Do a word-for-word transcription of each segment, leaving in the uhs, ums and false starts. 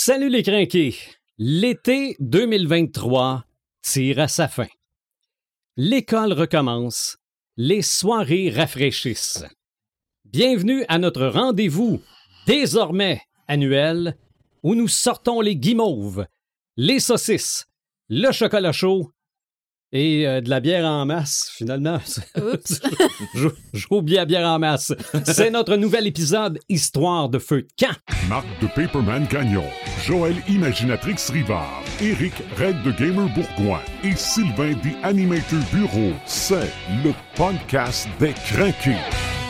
Salut les crinqués! L'été deux mille vingt-trois tire à sa fin. L'école recommence, les soirées rafraîchissent. Bienvenue à notre rendez-vous, désormais annuel, où nous sortons les guimauves, les saucisses, le chocolat chaud et euh, de la bière en masse, finalement. J'ai oublié la bière en masse. C'est notre nouvel épisode Histoire de feu de camp. Marc de Paperman Gagnon, Joël Imaginatrix Rivard, Éric Red de Gamer Bourgoin et Sylvain des Animator Bureau. C'est le podcast des crinqués.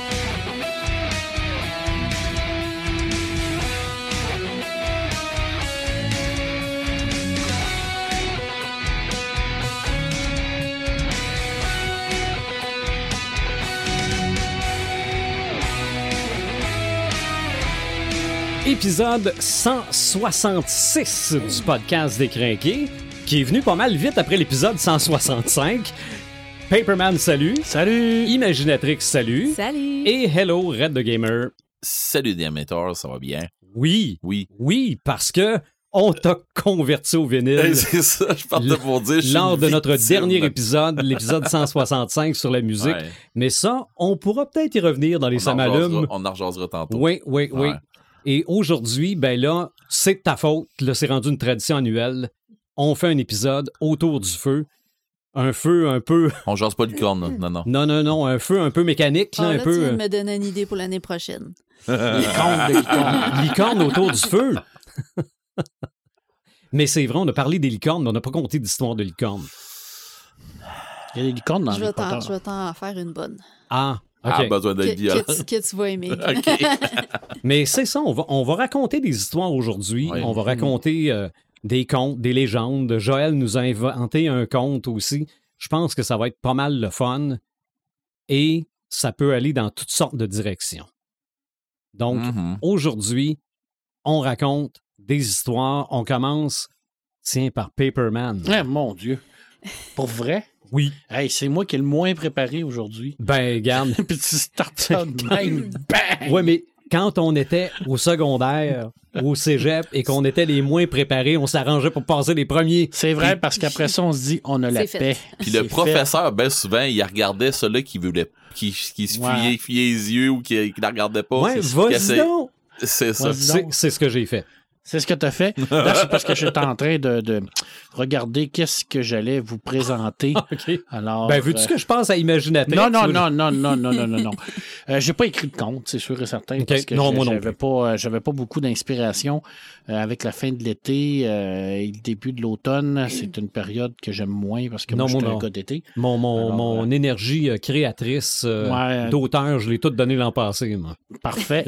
Épisode cent soixante-six du podcast des crinqués, qui est venu pas mal vite après l'épisode cent soixante-cinq. Paperman, salut. Salut. Imaginatrix, salut. Salut. Et hello, Red the Gamer. Salut, Diamator, ça va bien? Oui. Oui. Oui, parce que on t'a converti au vinyle. Hey, c'est ça, je partais pour dire. Je Lors suis de notre victime. dernier épisode, l'épisode cent soixante-cinq sur la musique. Ouais. Mais ça, on pourra peut-être y revenir dans les On en samalumes. rejasera- On en rejasera tantôt. Oui, oui, oui. Ouais. Et aujourd'hui, ben là, c'est de ta faute. Là, c'est rendu une tradition annuelle. On fait un épisode autour du feu. Un feu un peu... On jase pas de licorne, là. non, non. Non, non, non, un feu un peu mécanique. Oh, Là, là, un tu peu... viens euh, de me donner une idée pour l'année prochaine. Licorne de licorne. Licorne autour du feu. Mais c'est vrai, on a parlé des licornes, mais on n'a pas compté d'histoire de licorne. Il y a des licornes dans Je les vais, t'en, poteurs. je vais t'en faire une bonne. Ah, OK. Ah, besoin Que, d'être violent. que tu, que tu vas aimer. OK. Mais c'est ça, on va, on va raconter des histoires aujourd'hui. Oui. On va raconter euh, des contes, des légendes. Joël nous a inventé un conte aussi. Je pense que ça va être pas mal le fun. Et ça peut aller dans toutes sortes de directions. Donc, Mhm. aujourd'hui, on raconte des histoires. On commence, tiens, par Paperman. Eh, mon Dieu. Pour vrai? Oui. Hey, c'est moi qui est le moins préparé aujourd'hui. Ben, garde. Puis tu startes ça de même. Bang! Ouais, mais quand on était au secondaire, au cégep, et qu'on était les moins préparés, on s'arrangeait pour passer les premiers. C'est vrai, parce qu'après ça, on se dit, on a la C'est paix. fait. Puis C'est le professeur, ben souvent, il regardait ceux-là qui voulait, qui, qui se Ouais. fuyait, fuyait les yeux ou qui, qui la regardait pas. Ouais, C'est- vas-y c'est- donc! C'est ça. Vas-y. C'est, c'est ce que j'ai fait. C'est ce que tu as fait. Là, c'est parce que j'étais en train de, de regarder qu'est-ce que j'allais vous présenter. OK. Alors, Ben, veux-tu euh, que je passe à Imaginatrix? Non, non, ou- non, non, non, non, non, non, non. Euh, j'ai pas écrit de compte, c'est sûr et certain, Ok. parce que Non, j'ai- moi non j'avais plus. pas, euh, j'avais pas beaucoup d'inspiration euh, avec la fin de l'été euh, et le début de l'automne. C'est une période que j'aime moins parce que Non, moi, je suis moi un non. gars d'été. Mon, mon, Alors, mon euh, énergie euh, créatrice euh, Ouais. d'auteur, je l'ai toute donnée l'an passé, moi. Parfait.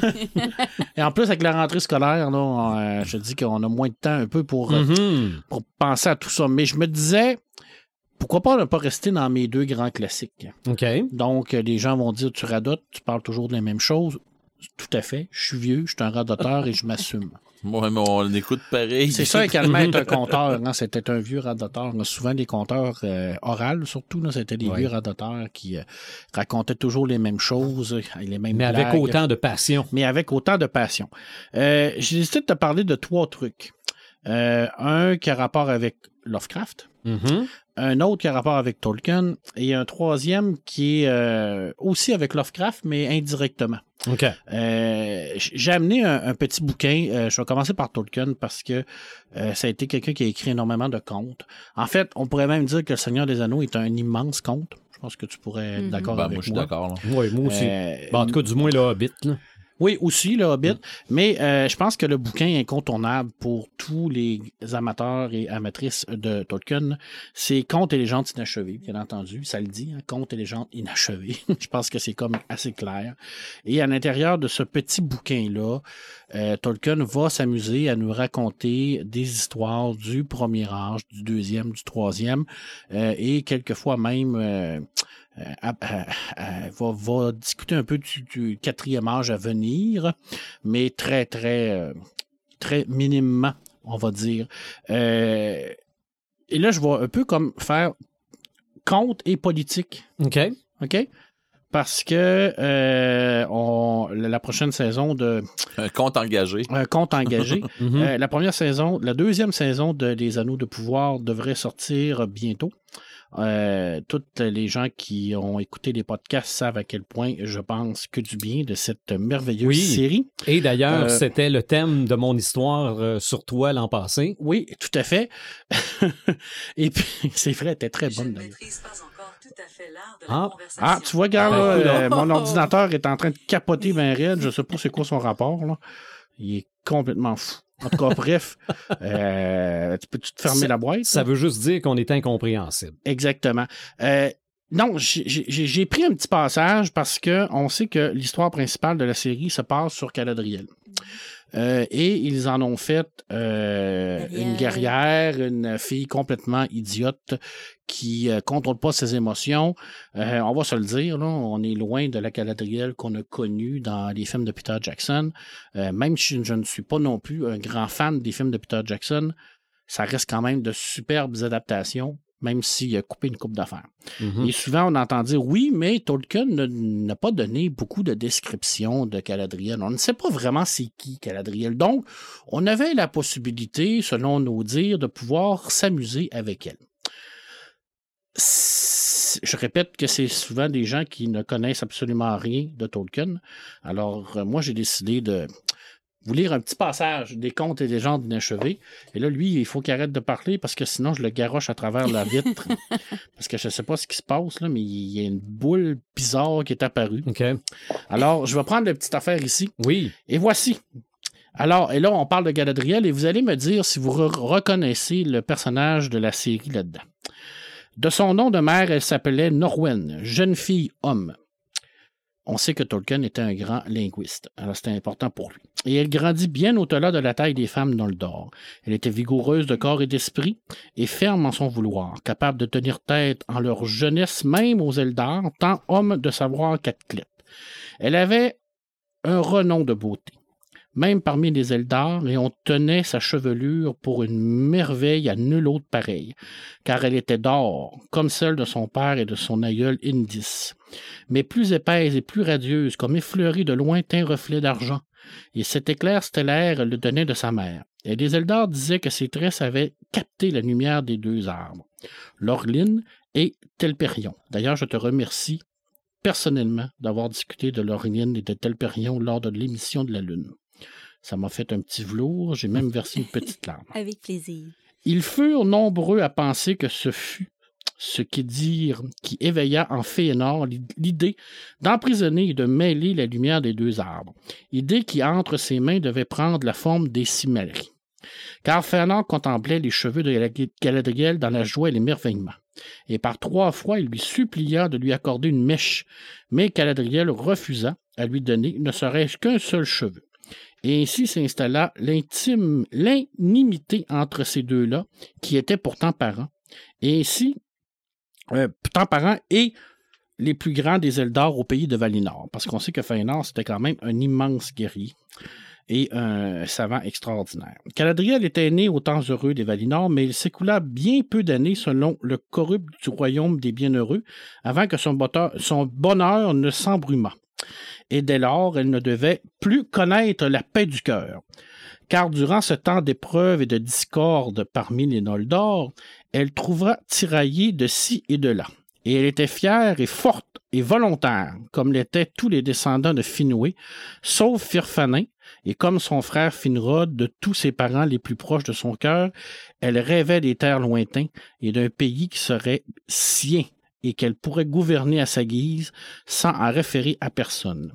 Et en plus, avec la rentrée scolaire, là, on, euh, je te dis qu'on a moins de temps un peu pour, euh, Mhm. pour penser à tout ça. Mais je me disais, pourquoi pas ne pas rester dans mes deux grands classiques? OK. Donc, euh, les gens vont dire, tu radotes, tu parles toujours de la même chose. Tout à fait. Je suis vieux, je suis un radoteur et je m'assume. Ouais, mais on écoute pareil. C'est ça également être un conteur. Hein, c'était un vieux radoteur. Là, souvent, les conteurs euh, orales, surtout, là, c'était des Ouais. vieux radoteurs qui euh, racontaient toujours les mêmes choses, euh, les mêmes Mais avec blagues, autant de passion. mais avec autant de passion. Euh, J'ai décidé de te parler de trois trucs. Euh, un qui a rapport avec Lovecraft, Mhm. un autre qui a rapport avec Tolkien, et un troisième qui est euh, aussi avec Lovecraft, mais indirectement. OK. Euh, j'ai amené un, un petit bouquin. Euh, je vais commencer par Tolkien parce que euh, ça a été quelqu'un qui a écrit énormément de contes. En fait, on pourrait même dire que Le Seigneur des Anneaux est un immense conte. Je pense que tu pourrais être Mhm. d'accord Ben, avec moi, je suis moi. d'accord. là. Oui, moi aussi. Euh, Bon, en tout cas, du moins, le Hobbit, là. Oui, aussi, le Hobbit. Mais euh, je pense que le bouquin est incontournable pour tous les amateurs et amatrices de Tolkien. C'est Contes et légendes inachevées, bien entendu. Ça le dit, hein, Contes et légendes inachevées. Je pense que c'est comme assez clair. Et à l'intérieur de ce petit bouquin-là, euh, Tolkien va s'amuser à nous raconter des histoires du premier âge, du deuxième, du troisième, euh, et quelquefois même... euh, Euh, euh, euh, va, va discuter un peu du, du quatrième âge à venir, mais très, très, euh, très minimement, on va dire. Euh, et là, je vais un peu comme faire conte et politique. OK. OK? parce que euh, on, la prochaine saison de... Un compte engagé. Un compte engagé. Mhm. euh, la première saison, la deuxième saison de Les Anneaux de pouvoir devrait sortir bientôt. Euh, toutes les gens qui ont écouté les podcasts savent à quel point je pense que du bien de cette merveilleuse Oui. série. Et d'ailleurs, Euh, c'était le thème de mon histoire euh, sur toi l'an passé. Oui, tout à fait. Et puis, c'est vrai, elle était très Je bonne ne d'ailleurs. maîtrise pas encore tout à fait l'art de Ah. la conversation. Ah, tu vois, gars, Ben, là, coudonc. euh, mon ordinateur est en train de capoter ben raide. Je sais pas c'est quoi son rapport, là. Il est complètement fou. En tout cas, bref, euh, tu peux-tu te fermer Ça- la boîte? Ça là? veut juste dire qu'on est incompréhensible. Exactement. Euh, non, j'ai- j'ai j'ai pris un petit passage parce que on sait que l'histoire principale de la série se passe sur Galadriel. Euh, et ils en ont fait euh, Guerrière. une guerrière, une fille complètement idiote qui euh, contrôle pas ses émotions. Euh, on va se le dire, là, on est loin de la Galadriel qu'on a connue dans les films de Peter Jackson. Euh, même si je ne suis pas non plus un grand fan des films de Peter Jackson, ça reste quand même de superbes adaptations, même s'il a coupé une coupe d'affaires. Mhm. Et souvent, on entend dire oui, mais Tolkien ne- n'a pas donné beaucoup de descriptions de Galadriel. On ne sait pas vraiment c'est qui Galadriel. Donc, on avait la possibilité, selon nos dires, de pouvoir s'amuser avec elle. C'est- Je répète que c'est souvent des gens qui ne connaissent absolument rien de Tolkien. Alors, euh, moi, j'ai décidé de vous lire un petit passage des contes et légendes inachevés. Et là, lui, il faut qu'il arrête de parler parce que sinon, je le garoche à travers la vitre. Parce que je ne sais pas ce qui se passe, là, mais il y a une boule bizarre qui est apparue. OK. Alors, je vais prendre la petite affaire ici. Oui. Et voici. Alors, et là, on parle de Galadriel et vous allez me dire si vous re- reconnaissez le personnage de la série là-dedans. De son nom de mère, elle s'appelait Norwen, jeune fille homme. On sait que Tolkien était un grand linguiste, alors c'était important pour lui. Et elle grandit bien au-delà de la taille des femmes dans le Dor. Elle était vigoureuse de corps et d'esprit et ferme en son vouloir, capable de tenir tête en leur jeunesse même aux Eldar, tant homme de savoir qu'athlète. Elle avait un renom de beauté, même parmi les Eldar, et on tenait sa chevelure pour une merveille à nul autre pareille, car elle était d'or, comme celle de son père et de son aïeul Indis, mais plus épaisse et plus radieuse, comme effleurie de lointains reflets d'argent, et cet éclair stellaire le donnait de sa mère. Et les Eldar disaient que ses tresses avaient capté la lumière des deux arbres, l'Orline et Telperion. D'ailleurs, je te remercie personnellement d'avoir discuté de l'Orline et de Telperion lors de l'émission de la Lune. Ça m'a fait un petit velours, j'ai même versé une petite larme. Avec plaisir. Ils furent nombreux à penser que ce fut ce qui dire qui éveilla en Féanor l'idée d'emprisonner et de mêler la lumière des deux arbres, idée qui entre ses mains devait prendre la forme des Silmarils. Car Féanor contemplait les cheveux de Galadriel dans la joie et l'émerveillement, et par trois fois il lui supplia de lui accorder une mèche, mais Galadriel refusa à lui donner ne serait-ce qu'un seul cheveu. Et ainsi s'installa l'intime, l'inimité entre ces deux-là, qui étaient pourtant parents. Et ainsi, euh, pourtant parents et les plus grands des Eldar au pays de Valinor. Parce qu'on sait que Féanor, c'était quand même un immense guerrier et un savant extraordinaire. Galadriel était né aux temps heureux des Valinor, mais il s'écoula bien peu d'années selon le corrupt du royaume des bienheureux, avant que son, boteur, son bonheur ne s'embrumât. Et dès lors, elle ne devait plus connaître la paix du cœur. Car durant ce temps d'épreuve et de discorde parmi les Noldor, elle trouva tiraillés de ci et de là. Et elle était fière et forte et volontaire, comme l'étaient tous les descendants de Finwë, sauf Firfanin, et comme son frère Finrod, de tous ses parents les plus proches de son cœur, elle rêvait des terres lointains et d'un pays qui serait sien, et qu'elle pourrait gouverner à sa guise sans en référer à personne.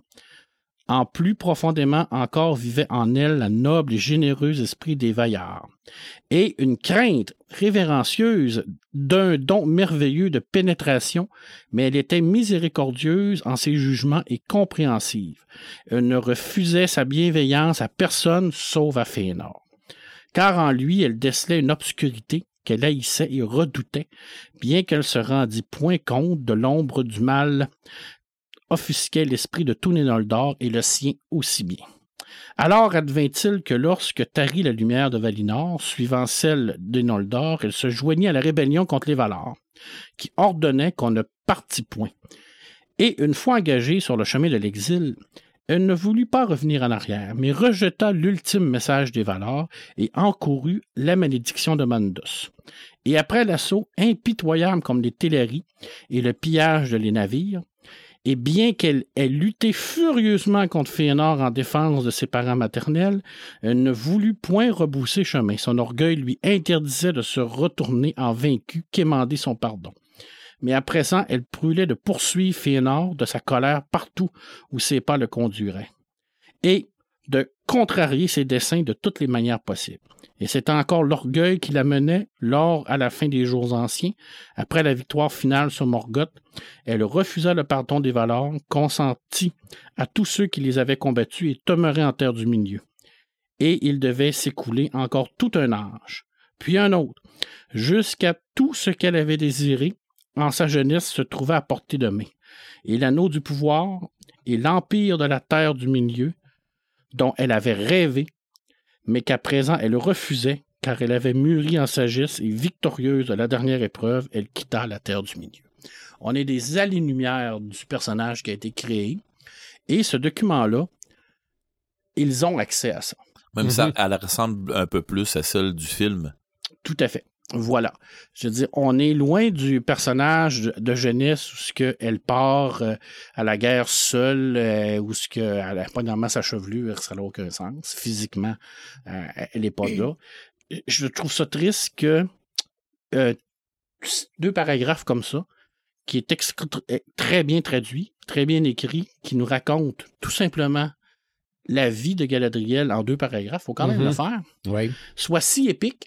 En plus profondément encore vivait en elle la noble et généreux esprit des Vaillards, et une crainte révérencieuse d'un don merveilleux de pénétration, mais elle était miséricordieuse en ses jugements et compréhensive. Elle ne refusait sa bienveillance à personne sauf à Féanor, car en lui elle décelait une obscurité qu'elle haïssait et redoutait, bien qu'elle se rendît point compte de l'ombre du mal offusquait l'esprit de tous les Noldor et le sien aussi bien. Alors advint-il que lorsque tarit la lumière de Valinor, suivant celle des Noldor, elle se joignit à la rébellion contre les Valar, qui ordonnait qu'on ne partît point. Et une fois engagée sur le chemin de l'exil, elle ne voulut pas revenir en arrière, mais rejeta l'ultime message des Valar et encourut la malédiction de Mandos. Et après l'assaut impitoyable comme les Teleri et le pillage de les navires, et bien qu'elle ait lutté furieusement contre Fëanor en défense de ses parents maternels, elle ne voulut point rebousser chemin. Son orgueil lui interdisait de se retourner en vaincu qu'émander son pardon. Mais à présent, elle brûlait de poursuivre Fëanor de sa colère partout où ses pas le conduiraient, et de contrarier ses desseins de toutes les manières possibles. Et c'était encore l'orgueil qui la menait lors, à la fin des jours anciens, après la victoire finale sur Morgoth. Elle refusa le pardon des Valar, consentit à tous ceux qui les avaient combattus et demeuraient en terre du milieu. Et il devait s'écouler encore tout un âge, puis un autre, jusqu'à tout ce qu'elle avait désiré en sa jeunesse se trouvait à portée de main. Et l'anneau du pouvoir et l'empire de la terre du milieu, dont elle avait rêvé, mais qu'à présent elle refusait, car elle avait mûri en sagesse et victorieuse de la dernière épreuve, elle quitta la terre du milieu. On est des allées-lumière du personnage qui a été créé, et ce document-là, ils ont accès à ça. Même Mm-hmm. ça, elle ressemble un peu plus à celle du film. Tout à fait. Voilà. Je veux dire, on est loin du personnage de, de jeunesse où ce que elle part euh, à la guerre seule, euh, où ce que elle n'a pas normalement sa chevelure, ça n'a aucun sens. Physiquement, euh, elle n'est pas là. Je trouve ça triste que euh, deux paragraphes comme ça, qui est ex- très bien traduit, très bien écrit, qui nous raconte tout simplement la vie de Galadriel en deux paragraphes, il faut quand même Mm-hmm. le faire, Oui. soit si épique,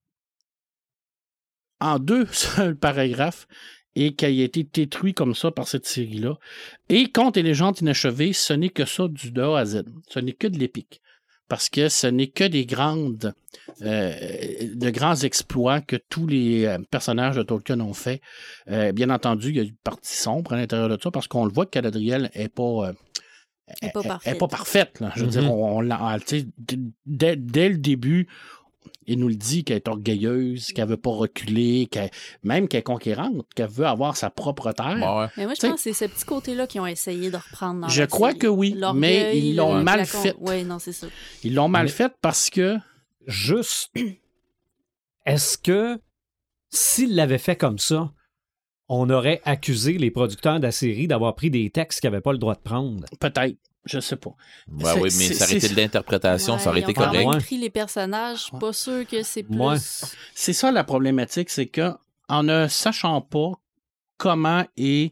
en deux seuls paragraphes, et qui a été détruit comme ça par cette série-là. Et Contes et légendes inachevées, ce n'est que ça du de A à Z. Ce n'est que de l'épique. Parce que ce n'est que des grandes, euh, de grands exploits que tous les euh, personnages de Tolkien ont fait. Euh, bien entendu, il y a une partie sombre à l'intérieur de ça, parce qu'on le voit que Galadriel n'est pas... Euh, Elle est pas elle- parfaite. elle est pas parfaite. Là. Je veux Mm-hmm. dire, on, on l'a- tu sais, d- dès, dès le début, il nous le dit qu'elle est orgueilleuse, qu'elle veut pas reculer, qu'elle, même qu'elle est conquérante, qu'elle veut avoir sa propre terre. Bon, ouais. Mais moi, je T'sais- pense que c'est ce petit côté-là qu'ils ont essayé de reprendre dans Je la crois série. que oui, L'orgueil, mais ils l'ont le- mal la con- fait. Oui, non, c'est ça. Ils l'ont mal Mais- fait parce que... Juste, est-ce que s'il l'avait fait comme ça, on aurait accusé les producteurs de la série d'avoir pris des textes qu'ils n'avaient pas le droit de prendre? Peut-être, je sais pas. Ouais, C'est- oui, mais c'est- ça aurait été c'est- de l'interprétation, ça aurait Ouais, été ils ont quand correct. même Ouais. pris les personnages, je suis pas sûr que c'est plus... Ouais. C'est ça la problématique, c'est que en ne sachant pas comment est,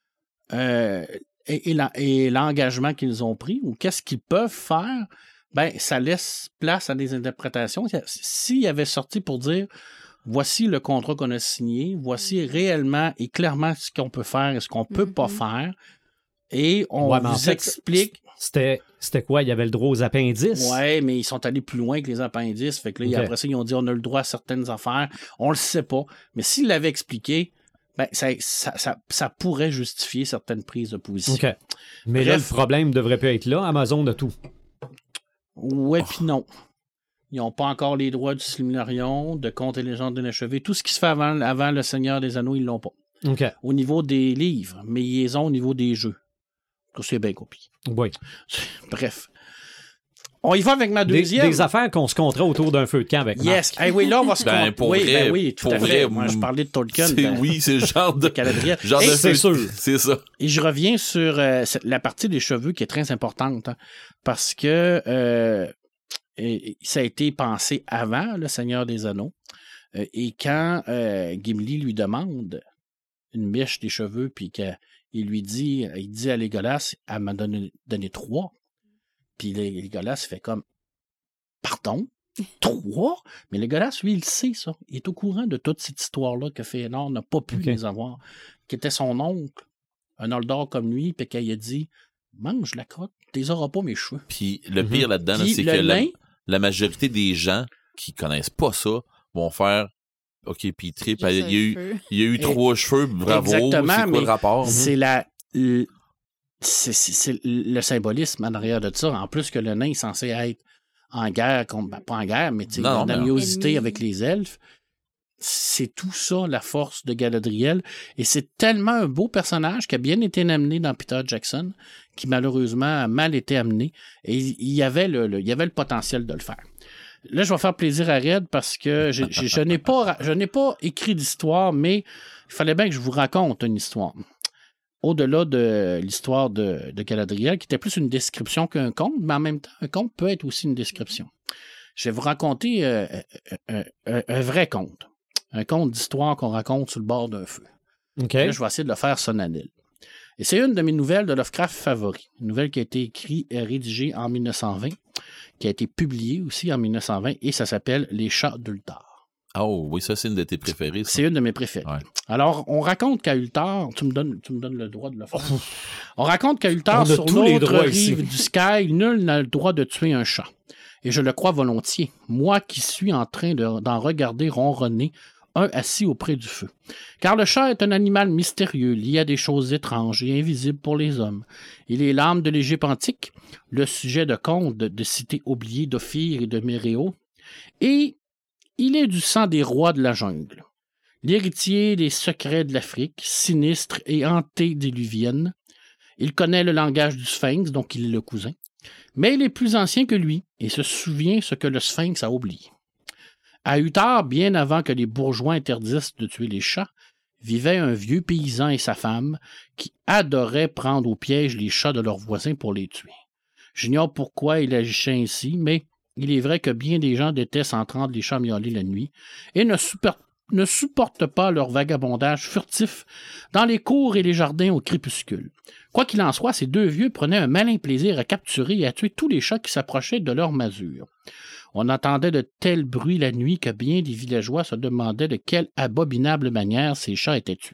euh, est, est la- est l'engagement qu'ils ont pris ou qu'est-ce qu'ils peuvent faire, ben ça laisse place à des interprétations. S'il avait sorti pour dire voici le contrat qu'on a signé, voici réellement et clairement ce qu'on peut faire et ce qu'on peut pas Mhm. faire, et on Ouais, mais en vous fait, explique. C'était, c'était quoi? Il y avait le droit aux appendices? Ouais, mais ils sont allés plus loin que les appendices. Fait que là, Ok. après ça, ils ont dit on a le droit à certaines affaires. On le sait pas. Mais s'ils l'avaient expliqué, ben, ça, ça, ça, ça pourrait justifier certaines prises de position. OK. Mais là, le Bref. problème devrait plus être là. Amazon de tout. Ouais, puis non. Ils n'ont pas encore les droits du Silmarillion, de Contes et légendes inachevées. Tout ce qui se fait avant, avant Le Seigneur des Anneaux, ils l'ont pas. OK. Au niveau des livres, mais ils les ont au niveau des jeux. Ça, c'est bien compliqué. Oui. Bref. On y va avec ma Des, deuxième. des affaires qu'on se compterait autour d'un feu de camp avec Yes. Marc. Hey, oui, là, on va se Ben, con- pour oui, vrai, ben oui, tout pour à fait. vrai, Moi, je parlais de Tolkien. C'est- ben, oui, c'est le genre de. de Galadriel. Genre Et de c'est feu- sûr. C'est ça. Et je reviens sur euh, cette- la partie des cheveux qui est très importante, hein, parce que euh, et- et ça a été pensé avant Le Seigneur des Anneaux. Euh, et quand euh, Gimli lui demande une mèche des cheveux, puis qu'il lui dit, il dit à Légolas, elle m'a donné, donné trois. Puis Lé- Légolas fait comme, pardon? Trois? Mais Légolas, lui, il sait ça. Il est au courant de toute cette histoire-là que Fëanor n'a pas pu Ok. les avoir. Qui était son oncle, un Noldor comme lui, puis qu'il a dit, mange la crotte, t'es auras pas mes cheveux. Puis le Mhm. pire là-dedans, là, Puis c'est le que la, nain, la majorité des gens qui connaissent pas ça vont faire OK, puis trip, il y a eu, il y a eu Et- trois cheveux, bravo, c'est Exactement, quoi mais le rapport? c'est la... le- C'est, c'est- c'est le symbolisme en arrière de ça. En plus que le nain est censé être en guerre, contre- ben, pas en guerre, mais tu sais, Non, en non, mais- animosité Ennemi. avec les elfes. c'est tout ça, la force de Galadriel. Et c'est tellement un beau personnage qui a bien été amené dans Peter Jackson, qui malheureusement a mal été amené. Et il y avait le, le, il y avait le potentiel de le faire. Là, je vais faire plaisir à Red parce que je, je, je, n'ai pas, je n'ai pas écrit d'histoire, mais il fallait bien que je vous raconte une histoire. Au-delà de l'histoire de, de Galadriel, qui était plus une description qu'un conte, mais en même temps, un conte peut être aussi une description. Je vais vous raconter euh, un, un, un vrai conte. Un conte d'histoire qu'on raconte sur le bord d'un feu. Okay. Là, je vais essayer de le faire solennel. Et c'est une de mes nouvelles de Lovecraft favoris. Une nouvelle qui a été écrite et rédigée en mille neuf cent vingt, qui a été publiée aussi en mille neuf cent vingt, et ça s'appelle Les Chats d'Ultar. Oh oui, ça, c'est une de tes préférées. Ça. C'est une de mes préférées. Ouais. Alors, on raconte qu'à Ultar, tu me donnes, tu me donnes le droit de le faire. Oh. On raconte qu'à Ultar, sur l'autre rive ici. Du Sky, nul n'a le droit de tuer un chat. Et je le crois volontiers, moi qui suis en train de, d'en regarder ronronner un assis auprès du feu. Car le chat est un animal mystérieux, lié à des choses étranges et invisibles pour les hommes. Il est l'âme de l'Égypte antique, le sujet de contes de, de cités oubliées d'Ophir et de Méréo, et il est du sang des rois de la jungle, l'héritier des secrets de l'Afrique, sinistre et antédiluvienne. Il connaît le langage du Sphinx, donc il est le cousin, mais il est plus ancien que lui et se souvient ce que le Sphinx a oublié. À Utah, bien avant que les bourgeois interdisent de tuer les chats, vivait un vieux paysan et sa femme qui adoraient prendre au piège les chats de leurs voisins pour les tuer. J'ignore pourquoi il agissait ainsi, mais il est vrai que bien des gens détestent entendre les chats miauler la nuit et ne, super, ne supportent pas leur vagabondage furtif dans les cours et les jardins au crépuscule. Quoi qu'il en soit, ces deux vieux prenaient un malin plaisir à capturer et à tuer tous les chats qui s'approchaient de leur masure. On entendait de tels bruits la nuit que bien des villageois se demandaient de quelle abominable manière ces chats étaient tués.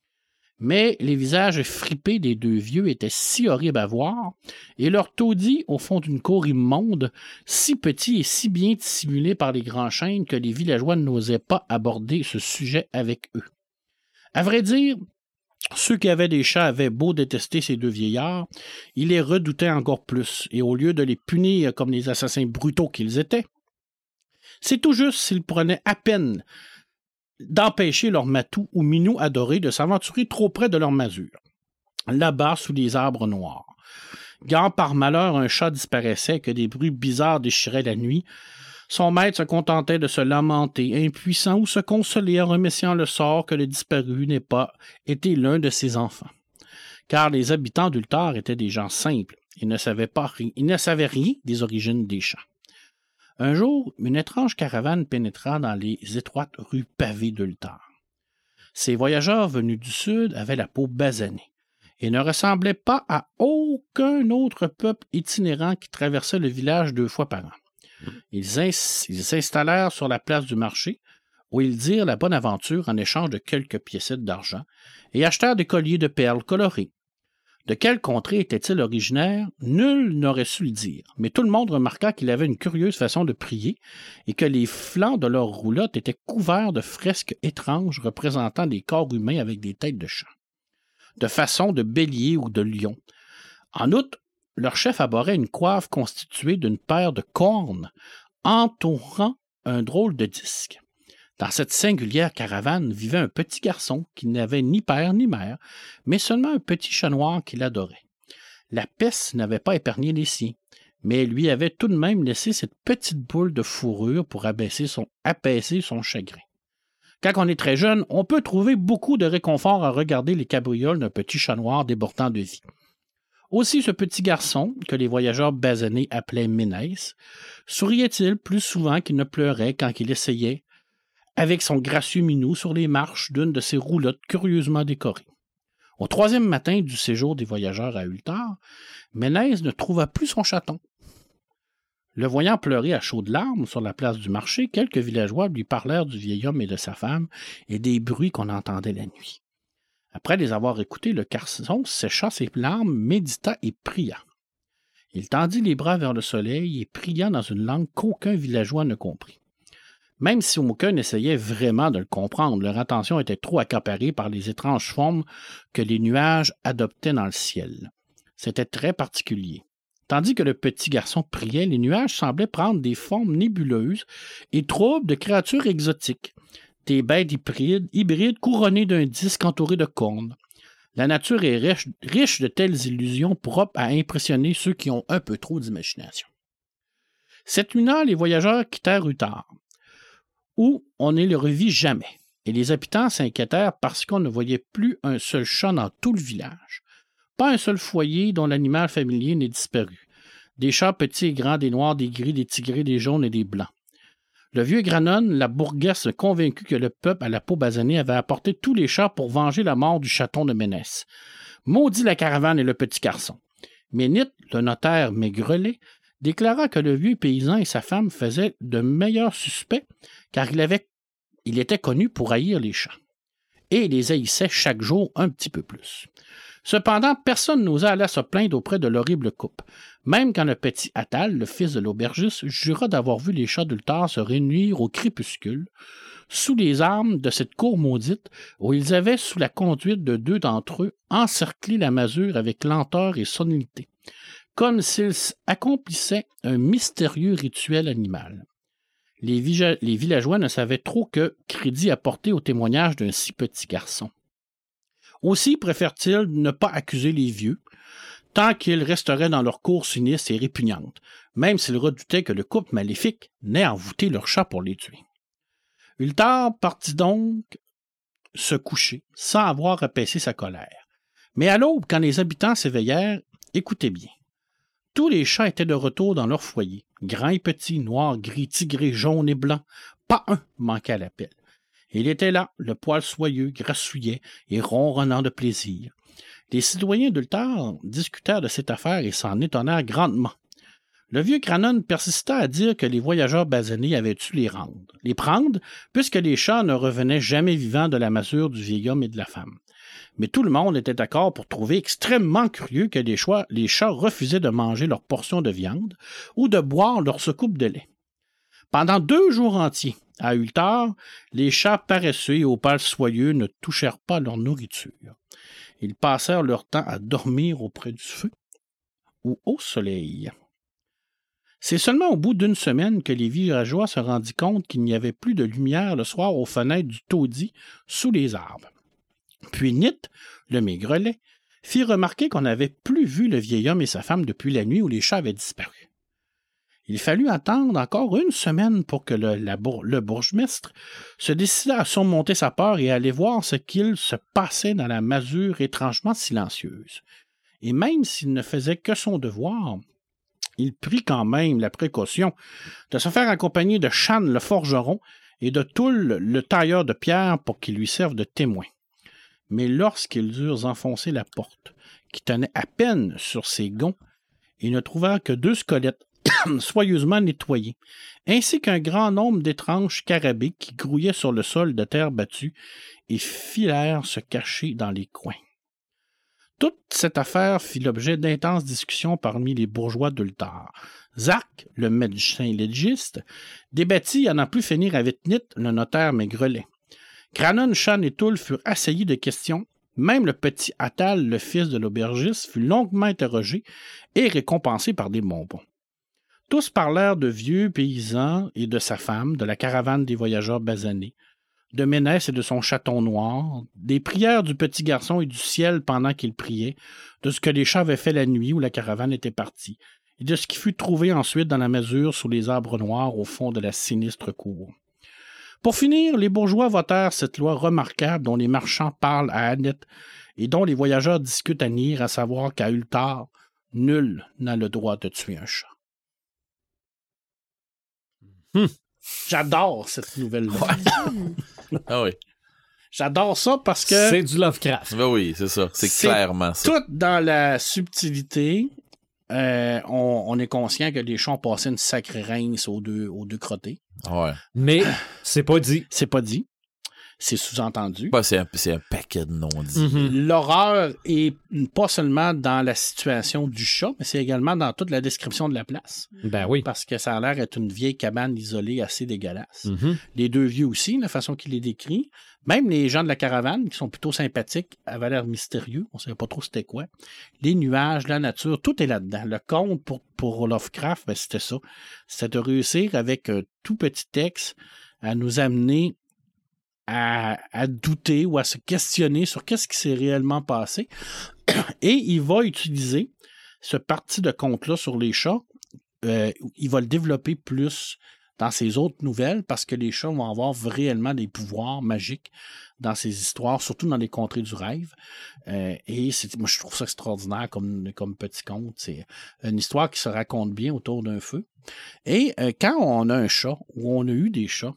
Mais les visages fripés des deux vieux étaient si horribles à voir, et leurs taudis au fond d'une cour immonde, si petits et si bien dissimulés par les grands chênes que les villageois n'osaient pas aborder ce sujet avec eux. À vrai dire, ceux qui avaient des chats avaient beau détester ces deux vieillards, ils les redoutaient encore plus, et au lieu de les punir comme les assassins brutaux qu'ils étaient, c'est tout juste s'ils prenaient à peine d'empêcher leur matou ou minou adoré de s'aventurer trop près de leur masure, là-bas sous les arbres noirs. Quand par malheur un chat disparaissait, que des bruits bizarres déchiraient la nuit, son maître se contentait de se lamenter, impuissant ou se consoler en remerciant le sort que le disparu n'ait pas été l'un de ses enfants. Car les habitants d'Ultar étaient des gens simples, ils ne savaient pas, ils ne savaient rien des origines des chats. Un jour, une étrange caravane pénétra dans les étroites rues pavées d'Ultar. Ces voyageurs venus du sud avaient la peau basanée et ne ressemblaient pas à aucun autre peuple itinérant qui traversait le village deux fois par an. Ils, ins- ils s'installèrent sur la place du marché, où ils dirent la bonne aventure en échange de quelques piécettes d'argent, et achetèrent des colliers de perles colorées. De quelle contrée était-il originaire? Nul n'aurait su le dire, mais tout le monde remarqua qu'il avait une curieuse façon de prier et que les flancs de leurs roulottes étaient couverts de fresques étranges représentant des corps humains avec des têtes de chats, de façon de bélier ou de lion. En outre, leur chef arborait une coiffe constituée d'une paire de cornes entourant un drôle de disque. Dans cette singulière caravane vivait un petit garçon qui n'avait ni père ni mère, mais seulement un petit chat noir qu'il adorait. La peste n'avait pas épargné les siens, mais lui avait tout de même laissé cette petite boule de fourrure pour abaisser son, apaiser son chagrin. Quand on est très jeune, on peut trouver beaucoup de réconfort à regarder les cabrioles d'un petit chat noir débordant de vie. Aussi, ce petit garçon, que les voyageurs basanés appelaient Ménès, souriait-il plus souvent qu'il ne pleurait quand il essayait avec son gracieux minou sur les marches d'une de ses roulottes curieusement décorées. Au troisième matin du séjour des voyageurs à Ultar, Ménès ne trouva plus son chaton. Le voyant pleurer à chaudes larmes sur la place du marché, quelques villageois lui parlèrent du vieil homme et de sa femme et des bruits qu'on entendait la nuit. Après les avoir écoutés, le garçon sécha ses larmes, médita et pria. Il tendit les bras vers le soleil et pria dans une langue qu'aucun villageois ne comprit. Même si aucun n'essayait vraiment de le comprendre, leur attention était trop accaparée par les étranges formes que les nuages adoptaient dans le ciel. C'était très particulier. Tandis que le petit garçon priait, les nuages semblaient prendre des formes nébuleuses et troubles de créatures exotiques, des bêtes hybrides, hybrides couronnées d'un disque entouré de cornes. La nature est riche, riche de telles illusions propres à impressionner ceux qui ont un peu trop d'imagination. Cette nuit-là, les voyageurs quittèrent Utah, où on ne les revit jamais, et les habitants s'inquiétèrent parce qu'on ne voyait plus un seul chat dans tout le village. Pas un seul foyer dont l'animal familier n'ait disparu. Des chats petits et grands, des noirs, des gris, des tigrés, des jaunes et des blancs. Le vieux Granon, la bourgesse convaincue que le peuple à la peau basanée avait apporté tous les chats pour venger la mort du chaton de Ménès. Maudit la caravane et le petit garçon. Ménite, le notaire Maigrelet, déclara que le vieux paysan et sa femme faisaient de meilleurs suspects car il, avait, il était connu pour haïr les chats. Et les haïssait chaque jour un petit peu plus. Cependant, personne n'osa aller se plaindre auprès de l'horrible couple, même quand le petit Attal, le fils de l'aubergiste, jura d'avoir vu les chats d'Ultar se réunir au crépuscule, sous les armes de cette cour maudite, où ils avaient, sous la conduite de deux d'entre eux, encerclé la masure avec lenteur et solennité, comme s'ils accomplissaient un mystérieux rituel animal. Les, vija- les villageois ne savaient trop que crédit apporter au témoignage d'un si petit garçon. Aussi préfèrent-ils ne pas accuser les vieux, tant qu'ils resteraient dans leur cour sinistre et répugnante, même s'ils redoutaient que le couple maléfique n'ait envoûté leur chat pour les tuer. Ultar partit donc se coucher, sans avoir apaisé sa colère. Mais à l'aube, quand les habitants s'éveillèrent, écoutez bien. Tous les chats étaient de retour dans leur foyer, grands et petits, noirs, gris, tigrés, jaunes et blancs. Pas un manquait à l'appel. Il était là, le poil soyeux, grassouillet et ronronnant de plaisir. Les citoyens d'Ultar discutèrent de cette affaire et s'en étonnèrent grandement. Le vieux Granon persista à dire que les voyageurs basanés avaient dû les rendre, les prendre, puisque les chats ne revenaient jamais vivants de la masure du vieil homme et de la femme. Mais tout le monde était d'accord pour trouver extrêmement curieux que les, choix, les chats refusaient de manger leur portion de viande ou de boire leur secoupe de lait. Pendant deux jours entiers, à Ultar, les chats paresseux et aux pâles soyeux ne touchèrent pas leur nourriture. Ils passèrent leur temps à dormir auprès du feu ou au soleil. C'est seulement au bout d'une semaine que les villageois se rendirent compte qu'il n'y avait plus de lumière le soir aux fenêtres du taudis sous les arbres. Puis Nit, le Maigrelet, fit remarquer qu'on n'avait plus vu le vieil homme et sa femme depuis la nuit où les chats avaient disparu. Il fallut attendre encore une semaine pour que le, la, le bourgmestre se décidât à surmonter sa peur et à aller voir ce qu'il se passait dans la masure étrangement silencieuse. Et même s'il ne faisait que son devoir, il prit quand même la précaution de se faire accompagner de Chan le forgeron et de Toul le tailleur de pierre pour qu'ils lui servent de témoin. Mais lorsqu'ils eurent enfoncé la porte, qui tenait à peine sur ses gonds, ils ne trouvèrent que deux squelettes soigneusement nettoyés, ainsi qu'un grand nombre d'étranges scarabées qui grouillaient sur le sol de terre battue et filèrent se cacher dans les coins. Toute cette affaire fit l'objet d'intenses discussions parmi les bourgeois d'Ultar. Zark, le médecin légiste, débattit à n'en plus finir avec Nit, le notaire Maigrelet. Granon, Chan et Toul furent assaillis de questions. Même le petit Attal, le fils de l'aubergiste, fut longuement interrogé et récompensé par des bonbons. Tous parlèrent de vieux paysans et de sa femme, de la caravane des voyageurs basanés, de Ménès et de son chaton noir, des prières du petit garçon et du ciel pendant qu'il priait, de ce que les chats avaient fait la nuit où la caravane était partie, et de ce qui fut trouvé ensuite dans la masure sous les arbres noirs au fond de la sinistre cour. Pour finir, les bourgeois votèrent cette loi remarquable dont les marchands parlent à Annette et dont les voyageurs discutent à Nir, à savoir qu'à Ultar, nul n'a le droit de tuer un chat. Hmm. J'adore cette nouvelle-là. Ouais. Ah oui. J'adore ça parce que... C'est du Lovecraft. Ben oui, c'est ça. C'est, c'est clairement ça. Tout dans la subtilité. Euh, on, on est conscient que les chats ont passé une sacrée rince aux deux, aux deux crottés. Ouais. Mais c'est pas dit. C'est pas dit. C'est sous-entendu. Ben, c'est, un, c'est un paquet de non-dits. Mm-hmm. L'horreur est pas seulement dans la situation du chat, mais c'est également dans toute la description de la place. Ben oui. Parce que ça a l'air d'être une vieille cabane isolée assez dégueulasse. Mm-hmm. Les deux vieux aussi, la façon qu'il les décrit. Même les gens de la caravane, qui sont plutôt sympathiques, avaient l'air mystérieux. On ne savait pas trop c'était quoi. Les nuages, la nature, tout est là-dedans. Le conte pour, pour Lovecraft, ben, c'était ça. C'était de réussir avec un tout petit texte à nous amener à, à douter ou à se questionner sur qu'est-ce qui s'est réellement passé. Et il va utiliser ce parti de conte-là sur les chats. Euh, il va le développer plus dans ses autres nouvelles parce que les chats vont avoir réellement des pouvoirs magiques dans ces histoires, surtout dans les contrées du rêve. Euh, et c'est, moi, je trouve ça extraordinaire comme, comme petit conte. C'est une histoire qui se raconte bien autour d'un feu. Et euh, quand on a un chat, ou on a eu des chats,